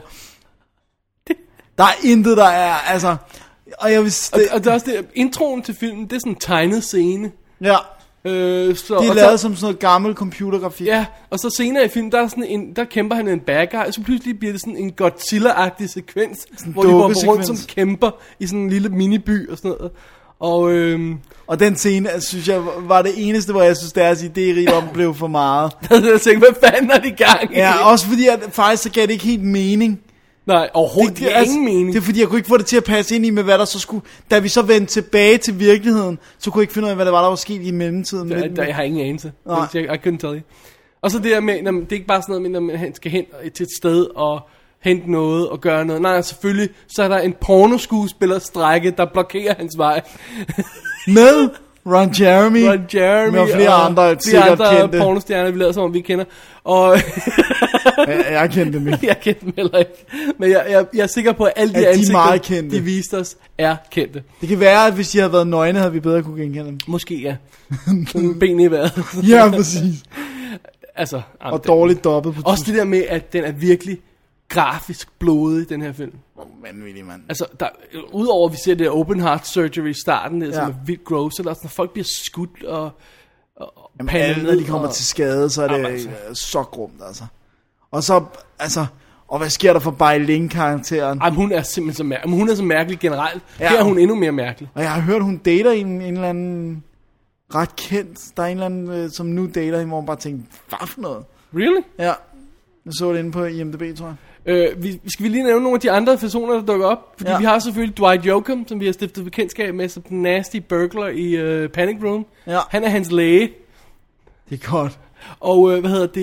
Der er intet, der er, altså... Og jeg vil og det er også det, introen til filmen, det er sådan en tegnet scene. Ja. Så, det er lavet som sådan noget gammel computergrafik. Ja, og så senere i filmen, der kæmper han en bad guy, og så pludselig bliver det sådan en Godzilla-agtig sekvens, hvor de hopper rundt som kæmper i sådan en lille miniby og sådan noget. Og den scene, synes jeg, var det eneste, hvor jeg synes, deres idérigt om blev for meget. Jeg tænkte, hvad fanden er det i gang? Ja, også fordi, at faktisk så gav det ikke helt mening. Nej, overhovedet, det er ingen mening. Det er fordi, jeg kunne ikke få det til at passe ind i med, hvad der så skulle... Da vi så vendte tilbage til virkeligheden, så kunne jeg ikke finde ud af, hvad der var sket i mellemtiden. Jeg har ingen anelse. I couldn't tell you. Og så det der med, det er ikke bare sådan noget med, når han skal hen til et sted og hente noget og gøre noget. Nej, selvfølgelig, så er der en pornoskuespiller-strække, der blokerer hans vej. Med Ron Jeremy og flere andre pornostjerner, vi lader som om vi kender. Og jeg kendte dem ikke. Jeg kendte dem heller ikke. Men jeg er sikker på, at alle de ansigter, de viste os, er kendte. Det kan være, at hvis de havde været nøgne, havde vi bedre kunne genkende dem. Måske, ja. Ben i vejret. Ja, præcis. Altså, og dårligt dobbelt på også det der med, at den er virkelig grafisk blodig, den her film. Vanvittig, mand. Altså, udover at vi ser det open heart surgery i starten, det, som er vildt gross, eller når folk bliver skudt og alle, når de kommer til skade, så er det så grumt, altså. Og så, altså, og hvad sker der for Bai Ling-karakteren? Hun er simpelthen så mærkelig. Hun er så mærkelig generelt. Her er hun endnu mere mærkelig. Og jeg har hørt, hun dater en eller anden ret kendt. Der er en eller anden, som nu dater hende, hvor man bare tænker, hvad for noget? Really? Ja. Jeg så det inde på IMDb, tror jeg. Skal vi lige nævne nogle af de andre personer, der dukker op? Fordi vi har selvfølgelig Dwight Yoakam, som vi har stiftet bekendtskab med, som den nasty burglar i Panic Room. Ja. Han er hans læge. Det er godt. Og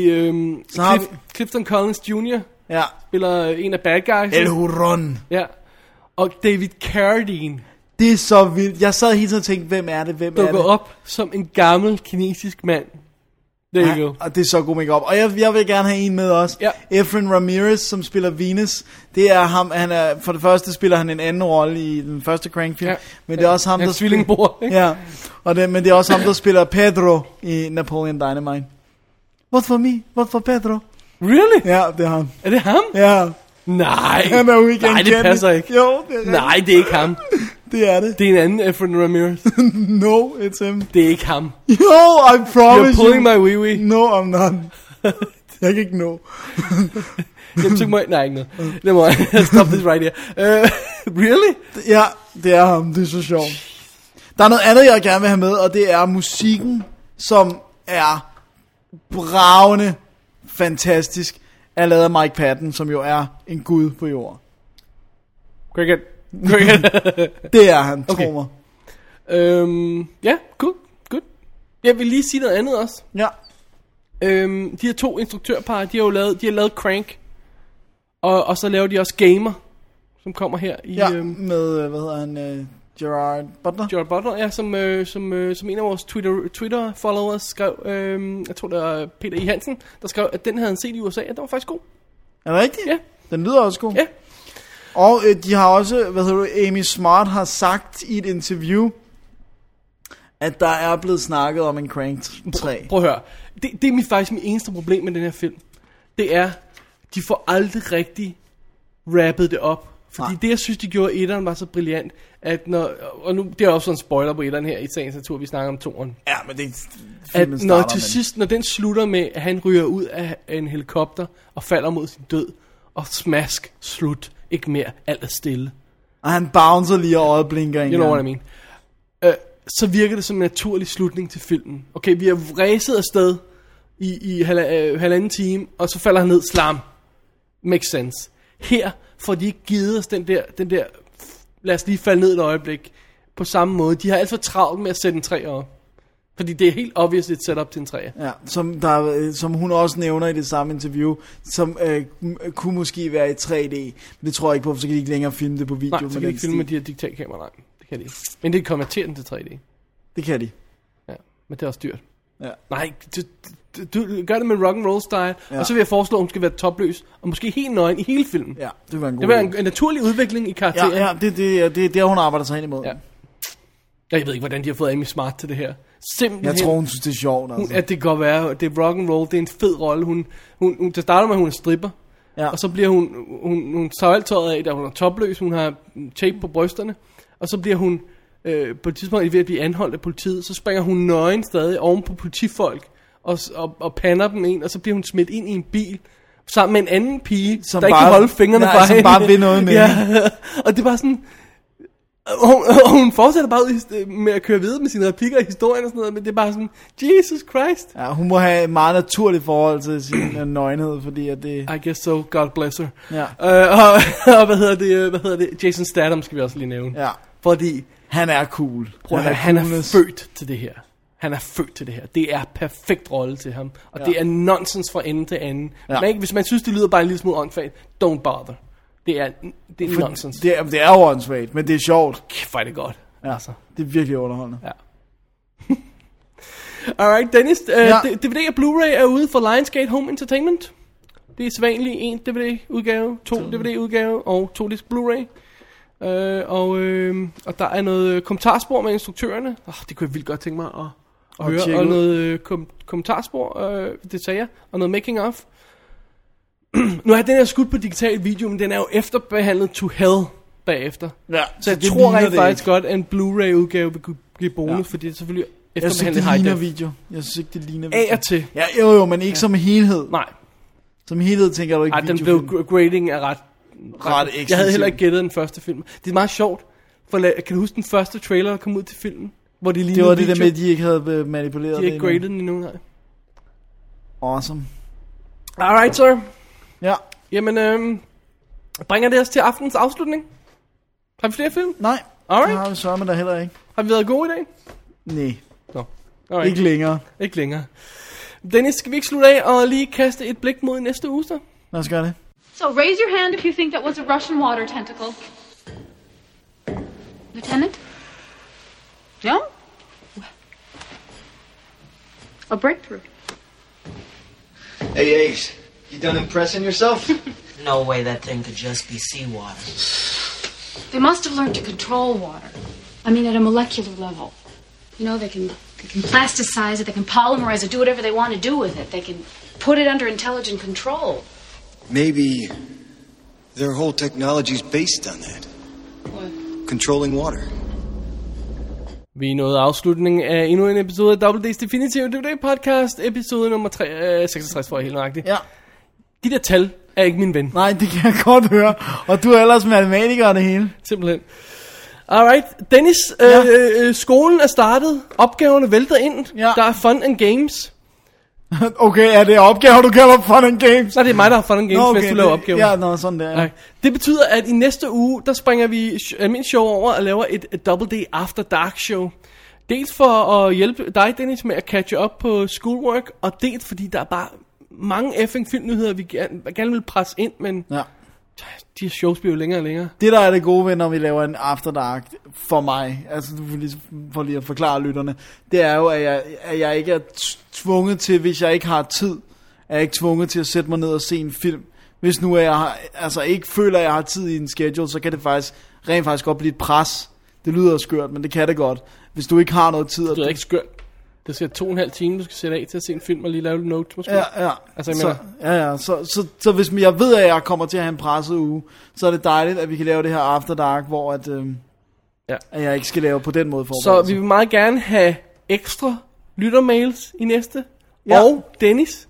Clifton Collins Jr. spiller en af bad guys. El Huron. Ja. Og David Carradine. Det er så vildt. Jeg sad hele tiden og tænkte, hvem er det? Dukker op som en gammel kinesisk mand. There you go. Og det er så god make-up. Og jeg vil gerne have en med også. Ja. Efren Ramirez, som spiller Venus. Det er ham. For det første spiller han en anden rolle i den første Crank-film. Ja. Men det er også ham, der spiller... Ja. Men det er også ham, der spiller Pedro i Napoleon Dynamite. What for me? What for Pedro? Really? Ja, det er ham. Er det ham? Ja. Nej. Han er jo ikke Nej, det passer ikke. Jo, det er nej, det er ikke ham. Det er det. Det er en anden Efren Ramirez. No, it's him. Det er ikke ham. Yo, I promise You're pulling my wee-wee. No, I'm not. Jeg kan ikke nå. Jamen, så må jeg... Nej, ikke noget. Det må jeg. Stop this right here. Really? Ja, det er ham. Det er så sjovt. Der er noget andet, jeg gerne vil have med, og det er musikken, som er bravende fantastisk, er lavet af Mike Patton, som jo er en gud på jorden. Cricket. Det er han, tror mig. Ja, good. Jeg vil lige sige noget andet også. Ja. De her to instruktørpar, de har lavet Crank, og så laver de også Gamer, som kommer her i... med, hvad hedder han, Gerard Butler, ja, som en af vores Twitter-followers skrev, jeg tror det var Peter I. Hansen, der skrev, at den havde han set i USA, og den var faktisk god. Er det rigtigt? Ja. Den lyder også god. Ja. Og de har også, Amy Smart har sagt i et interview, at der er blevet snakket om en Crank 3. Prøv at høre. Det er faktisk mit eneste problem med den her film. Det er, de får aldrig rigtig rappet det op. Fordi det, jeg synes, de gjorde i etteren, var så brilliant, at og nu, det er også sådan en spoiler på etteren her, i sagens natur, vi snakker om toeren. Ja, men det at når til sidst, når den slutter med, at han ryger ud af en helikopter, og falder mod sin død, og smask, slut, ikke mere, alt er stille. Og han bouncer lige, og øjet blinker en gang. You know what I mean. Så virker det som en naturlig slutning til filmen. Okay, vi har ræset afsted i halvanden time, og så falder han ned, slam. Makes sense. Her får de ikke givet os den der, lad os lige falde ned et øjeblik, på samme måde. De har alt for travlt med at sætte en 3 op. Fordi det er helt obvious et setup til en 3. Ja, som hun også nævner i det samme interview, som kunne måske være i 3D. Men det tror jeg ikke på, for så kan de ikke længere filme det på video. Nej, så kan de ikke filme med de her diktatkameraer. Nej, det kan de ikke. Men det konverterer den til 3D. Det kan de. Ja, men det er også dyrt. Ja. Nej, du gør det med rock'n'roll style, og så vil jeg foreslå, at hun skal være topløs, og måske helt nøgen i hele filmen. Ja, det var en god det var en naturlig udvikling i karakteren. Ja, det er hun arbejder sig hen imod. Ja. Jeg ved ikke, hvordan de har fået Amy Smart til det her. Simpelthen. Jeg tror, hun synes, det er sjovt. Altså. At det kan godt være, det er rock and roll, det er en fed rolle. Hun det starter med, at hun er stripper. Ja. Og så bliver hun tager alt tøjet af, da hun er topløs. Hun har tape på brysterne. Og så bliver hun på et tidspunkt ved at blive anholdt af politiet. Så springer hun nøgen stadig oven på politifolk og pander dem ind. Og så bliver hun smidt ind i en bil sammen med en anden pige, som der ikke kan holde fingrene fra hende. Som bare vil noget med hende. Og det er bare sådan... Hun fortsætter bare ud med at køre videre med sine replikker i historien og sådan noget, men det er bare sådan, Jesus Christ. Ja, hun må have et meget naturligt forhold til sin nøgenhed, fordi at det... I guess so, God bless her. Ja. Og hvad hedder det? Jason Statham skal vi også lige nævne. Ja. Fordi... Han er cool. Han er født til det her. Han er født til det her. Det er perfekt rolle til ham. Og det er nonsens fra ende til anden. Ja. Hvis man synes, det lyder bare en lille smule åndssvagt, don't bother. Det er nonsens. Det er jo åndssvagt, men det er sjovt. Kæft, det godt. Ja, altså. Det er virkelig underholdende. Ja. Alright, Dennis. DVD og Blu-ray er ude for Lionsgate Home Entertainment. Det er sædvanligt en DVD-udgave, 2 DVD-udgave og 2 disk Blu-ray. Og der er noget kommentarspor med instruktørerne. Det kunne jeg vildt godt tænke mig at høre. Og noget kommentarspor, detaljer, og noget making of. Nu er den her skudt på digital video, men den er jo efterbehandlet to hell bagefter. Ja, så jeg tror rent faktisk godt, at en Blu-ray udgave vil kunne blive bonus, fordi det er selvfølgelig efterbehandlet high def. Video. Jeg synes ikke, det ligner video. Af og til. Ja, jo, men ikke som helhed. Nej. Som helhed tænker du ikke video. Den blev grading er ret ekstensiv. Jeg havde heller ikke gættet den første film. Det er meget sjovt. For kan du huske den første trailer, der kom ud til filmen? Hvor de det var det der med, at de ikke havde manipuleret det. De har ikke graded den endnu, nej. Awesome. Alright, sir. Ja. Jamen, bringer det os til aftens afslutning? Har vi flere film? Nej. Alright. Det har vi så med der heller ikke. Har vi været gode i dag? Nej. No. Ikke længere. Ikke længere. Dennis, skal vi ikke slutte af og lige kaste et blik mod næste uge, så? Lad os gøre det. So raise your hand if you think that was a Russian water tentacle. Lieutenant? No? A breakthrough. Hey, Ace, you done impressing yourself? No way that thing could just be seawater. They must have learned to control water. I mean, at a molecular level. You know, they can plasticize it, they can polymerize it, do whatever they want to do with it. They can put it under intelligent control. Maybe their whole technology's based on that. What? Controlling water. Vi nåede afslutningen af endnu en episode af Double D's Definitive DVD Podcast, episode nummer 66 for at helt nøjagtigt. Ja. De der tal er ikke min ven. Nej, det kan jeg godt høre. Og du er ellers matematiker og det hele. Simpelthen. Alright, Dennis, skolen er startet, opgaverne vælter ind, der er fun and games. Okay, er det opgaver, du kalder fun and games? Nej, det er mig, der har fun and games, mens du laver opgaver. Ja, sådan der. Ja. Det betyder, at i næste uge, der springer vi min show over og laver et Double D After Dark show. Dels for at hjælpe dig, Dennis, med at catche op på schoolwork, og dels fordi der er bare mange effing filmnyheder, vi gerne vil presse ind, men de her shows bliver jo længere og længere. Det der er det gode ved, når vi laver en After Dark for mig, altså for lige at forklare lytterne, det er jo, at jeg ikke er tvunget til, hvis jeg ikke har tid, er jeg ikke tvunget til at sætte mig ned og se en film. Hvis nu jeg ikke føler, at jeg har tid i en schedule, så kan det rent faktisk godt blive et pres. Det lyder skørt, men det kan det godt. Hvis du ikke har noget tid. Det er ikke skørt. Det skal 2,5 timer, du skal sætte af til at se en film og lige lave lidt notes måske. Ja. Altså, så hvis jeg ved, at jeg kommer til at have en presset uge, så er det dejligt, at vi kan lave det her After Dark, hvor at jeg ikke skal lave på den måde forberedelse. Så vi vil meget gerne have ekstra lyttermails i næste. Ja. Og Dennis.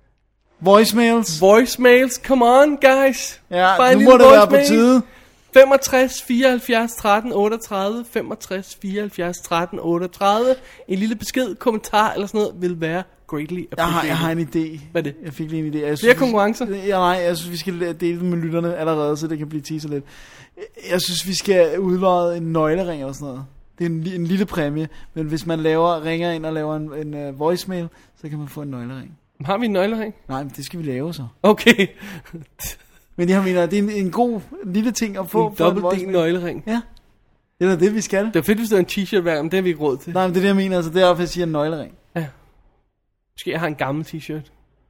Voicemails, come on guys. Ja, bare nu må det være på tide. 65 74 13 38 65 74 13 38. En lille besked, kommentar eller sådan noget vil være greatly appreciated. Jeg har en idé. Hvad er det? Jeg fik lige en idé. Flere konkurrencer? Jeg synes vi skal dele det med lytterne allerede, så det kan blive teaser lidt. Jeg synes vi skal udlåde en nøglering eller sådan noget. Det er en lille præmie, men hvis man ringer ind og laver en voicemail, så kan man få en nøglering. Har vi en nøglering? Nej, men det skal vi lave så. Okay. Men jeg mener, det er en god lille ting at få. En dobbelt nøglering. Ja. Det er det, vi skal. Det er fedt, hvis det er en t-shirt hver, men det har vi ikke råd til. Nej, men det er det, jeg mener. Altså, det er derfor, jeg siger en nøglering. Ja. Måske jeg har en gammel t-shirt.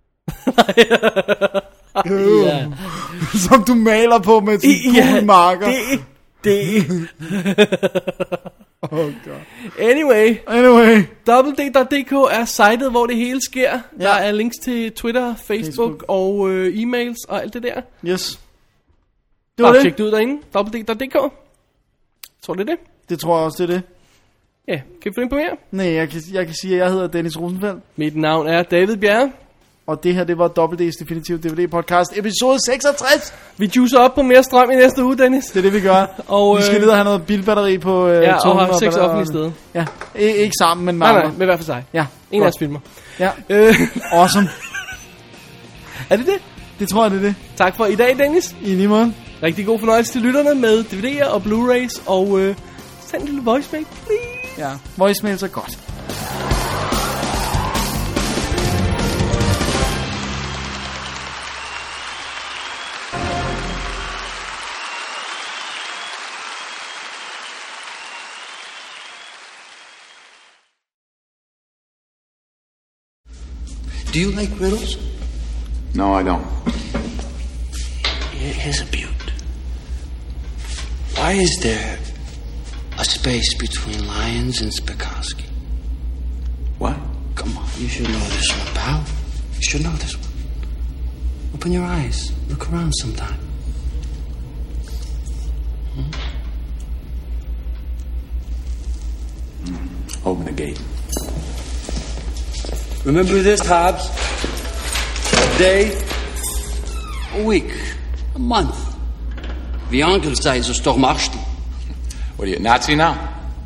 Ja. Som du maler på med sin gule marker. Det. Oh god. Anyway. www.dk er sitet, hvor det hele sker. Ja. Der er links til Twitter, Facebook. Og e-mails og alt det der. Yes. Det var bare det. tjek det ud derinde. www.dk. Tror det er det? Det tror jeg også, det er det. Ja, kan vi få ind på mere? Nej, jeg kan sige, at jeg hedder Dennis Rosenfeldt. Mit navn er David Bjerre. Og det her, det var WD's Definitive DVD Podcast, episode 66. Vi juicer op på mere strøm i næste uge, Dennis. Det er det, vi gør. Og, vi skal videre have noget bilbatteri på ja, tungen. og have 6 offentlige steder. Ja, ikke sammen, men nej, med hver for sig. Ja, en af os filmer. Ja, awesome. Er det det? Det tror jeg, det er det. Tak for i dag, Dennis. I lige måde. Rigtig god fornøjelse til lytterne med DVD'er og Blu-rays. Og send en lille voicemail, please. Ja, voicemail så godt. Do you like riddles? No, I don't. Here's a beaut. Why is there a space between Lions and Spikoski? What? Come on, you should know this one, pal. You should know this one. Open your eyes. Look around sometime. Open the gate. Remember this, Hobbs? A day, a week, a month. Wie Onkel zei, so toch machst du. What are you, Nazi now?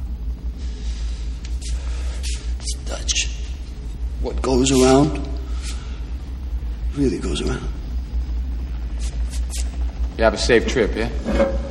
It's Dutch. What goes around really goes around. You have a safe trip, yeah?